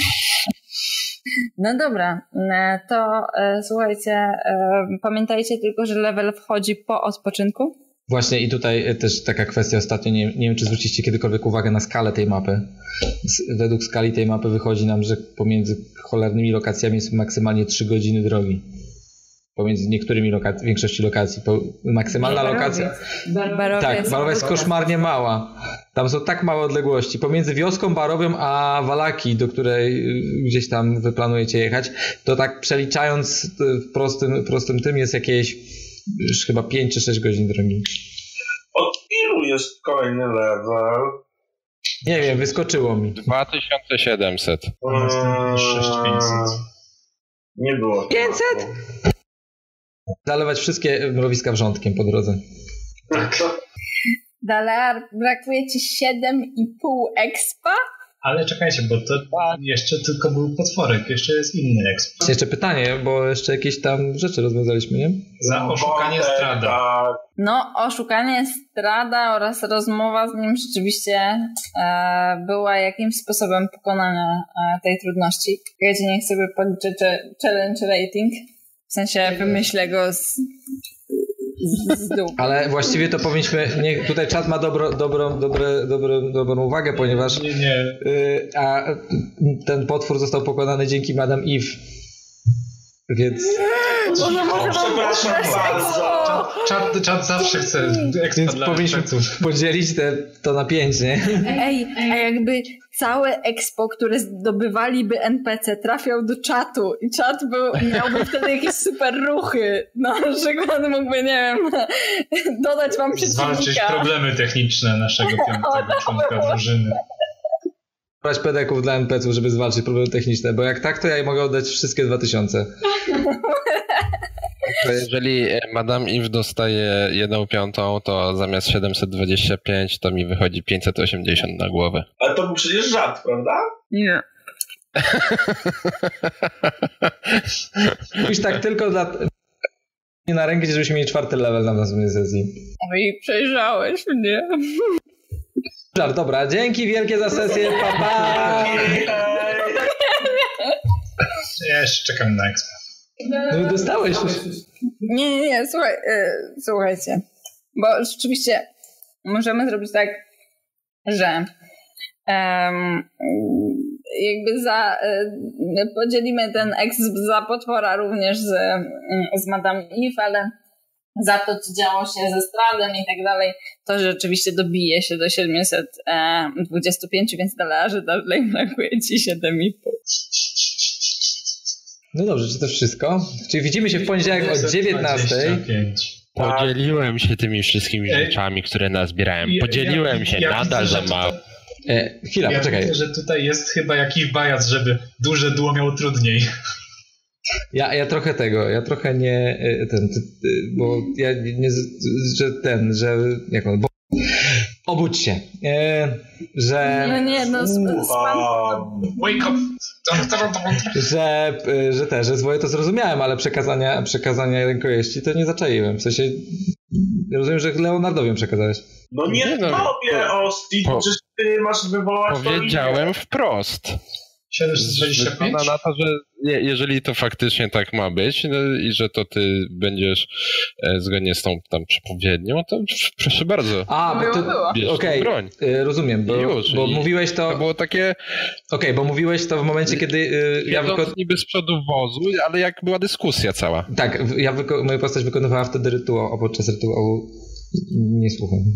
No dobra, to e, słuchajcie, e, pamiętajcie tylko, że level wchodzi po odpoczynku. Właśnie i tutaj też taka kwestia ostatnio, nie, nie wiem czy zwróciliście kiedykolwiek uwagę na skalę tej mapy. Według skali tej mapy wychodzi nam, że pomiędzy cholernymi lokacjami są maksymalnie trzy godziny drogi. Pomiędzy niektórymi lokac- większości lokacji. Po, maksymalna Barowiec. lokacja... Barowiec. Tak, Barowiec jest koszmarnie mała. Tam są tak małe odległości. Pomiędzy wioską Barowią a Walaki, do której gdzieś tam wy planujecie jechać, to tak przeliczając w prostym, prostym tym jest jakieś już chyba pięć czy sześć godzin drogi. Od ilu jest kolejny level? Nie wiem, wyskoczyło mi. dwa tysiące siedemset. Hmm, sześć tysięcy pięćset. Nie było. pięćset? Zalewać wszystkie mrowiska wrzątkiem po drodze. Tak. Dalar, brakuje ci siedem i pół expa? Ale czekajcie, bo to jeszcze tylko był potworek, jeszcze jest inny exp. Jeszcze pytanie, bo jeszcze jakieś tam rzeczy rozwiązaliśmy, nie? Za oszukanie Strada. No, oszukanie Strada oraz rozmowa z nim rzeczywiście e, była jakimś sposobem pokonania e, tej trudności. Wiecie, niech sobie policzę challenge rating. W sensie wymyślę go z, z, z dół. Ale właściwie to powinniśmy... Nie, tutaj czat ma dobro, dobro, dobre, dobre, dobrą uwagę, ponieważ nie, nie. Y, a ten potwór został pokonany dzięki Madame Eve. Więc... Może może przepraszam bardzo. Czat, czat zawsze chce Więc powinniśmy podzielić te, to na pięć, nie? Ej, a jakby całe expo, które zdobywaliby N P C trafiał do czatu i czat był, miałby wtedy jakieś super ruchy. Na przykład mógłby, nie wiem, dodać wam przeciwnika. Zwalczyć problemy techniczne naszego piątego członka drużyny. Brać pedeków dla N P C-ów, żeby zwalczyć problemy techniczne, bo jak tak, to ja mogę oddać wszystkie dwa tysiące. To jeżeli Madame Eve dostaje jedną piątą, to zamiast siedemset dwadzieścia pięć to mi wychodzi pięćset osiemdziesiąt na głowę. Ale to był przecież żart, prawda? Nie. Mówisz tak tylko dla... Nie na rękę, żebyśmy mieli czwarty level na następnej sesji. Oj, przejrzałeś mnie. Żart, dobra, dzięki wielkie za sesję, pa pa! Ja jeszcze czekam na expo. No dostałeś już. Nie, nie, nie, słuchaj, yy, słuchajcie, bo rzeczywiście możemy zrobić tak, że um, jakby za, y, podzielimy ten exp za potwora również z, y, z Madame Eve, ale za to, co działo się ze Stradem i tak dalej, to rzeczywiście dobije się do siedemset dwadzieścia pięć, więc Dalarze dalej brakuje ci siedem i pół. No dobrze, czy to wszystko? Czyli widzimy się w poniedziałek o dziewiętnastej. Podzieliłem się tymi wszystkimi rzeczami, które nazbierałem. Podzieliłem ja, się, ja nadal za mało. E, chwila, ja poczekaj. Widzę, że tutaj jest chyba jakiś bias, żeby duże duo miało trudniej. Ja, ja trochę tego, ja trochę nie ten, bo ja nie, że ten, że jak on, bo obudź się, e, że no nie, no sp- wake up, że, że te, że swoje to zrozumiałem, ale przekazania, przekazania rękojeści to nie zaczaiłem, w sensie rozumiem, że Leonardowi przekazałeś. No nie, nie no, tobie, Osti, po, czy ty masz wywołać powiedziałem wprost. siedemset dwadzieścia pięć? Na to, że je, jeżeli to faktycznie tak ma być no, i że to ty będziesz e, zgodnie z tą tam przepowiednią, to proszę bardzo. A, bo ty, okej, okay, rozumiem, bo, już, bo mówiłeś to... To było takie... Okej, okay, bo mówiłeś to w momencie, kiedy... Y, ja wyko... niby z przodu wozu, ale jak była dyskusja cała. Tak, ja wyko... moja postać wykonywała wtedy rytuał, a podczas rytuału nie słucham.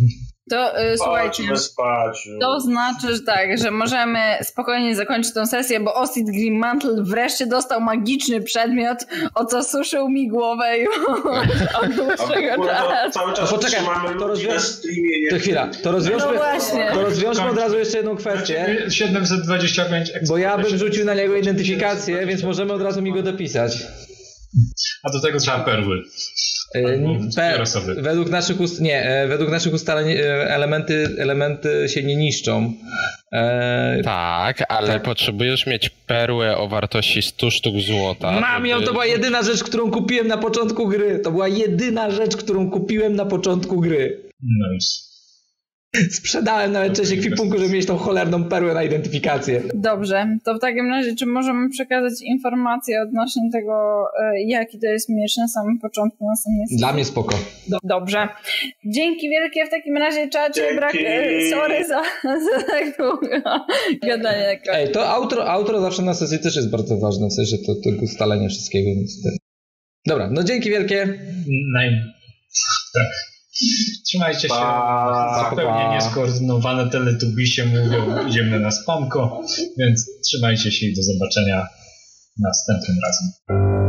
To yy, słuchajcie, spać. to znaczy, że tak, że możemy spokojnie zakończyć tę sesję, bo Osid Grimmantle wreszcie dostał magiczny przedmiot, o co suszył mi głowę już od dłuższego czasu. Cały czas No poczekaj, trzymamy to ludzi rozwią- na streamie. To chwila, to rozwiążmy, No właśnie. to rozwiążmy od razu jeszcze jedną kwestię, siedemset dwadzieścia pięć bo ja bym rzucił na niego identyfikację, więc możemy od razu mi go dopisać. A do tego trzeba perły. Pe- według naszych ust- nie, według naszych ustaleń elementy, elementy się nie niszczą. E- Tak, ale tak. potrzebujesz mieć perłę o wartości stu sztuk złota. Mam ją, żeby... to była jedyna rzecz, którą kupiłem na początku gry. To była jedyna rzecz, którą kupiłem na początku gry. Nice. Sprzedałem nawet część ekwipunku, żeby mieć tą cholerną perłę na identyfikację. Dobrze, to w takim razie czy możemy przekazać informacje odnośnie tego, jaki to jest miecz na samym początku następnej sesji? Dla mnie spoko. Dobrze. Dzięki wielkie w takim razie, czacie, brak... Sorry za, za tak długo gadanie. Ej, to outro, outro zawsze na sesji też jest bardzo ważne, w sensie to, to ustalenie wszystkiego. Więc ten... Dobra, no dzięki wielkie. Naj... Tak. Trzymajcie się. Pa, Zupełnie pa. nieskoordynowane teletubisie mówią, idziemy na spamko, więc trzymajcie się i do zobaczenia następnym razem.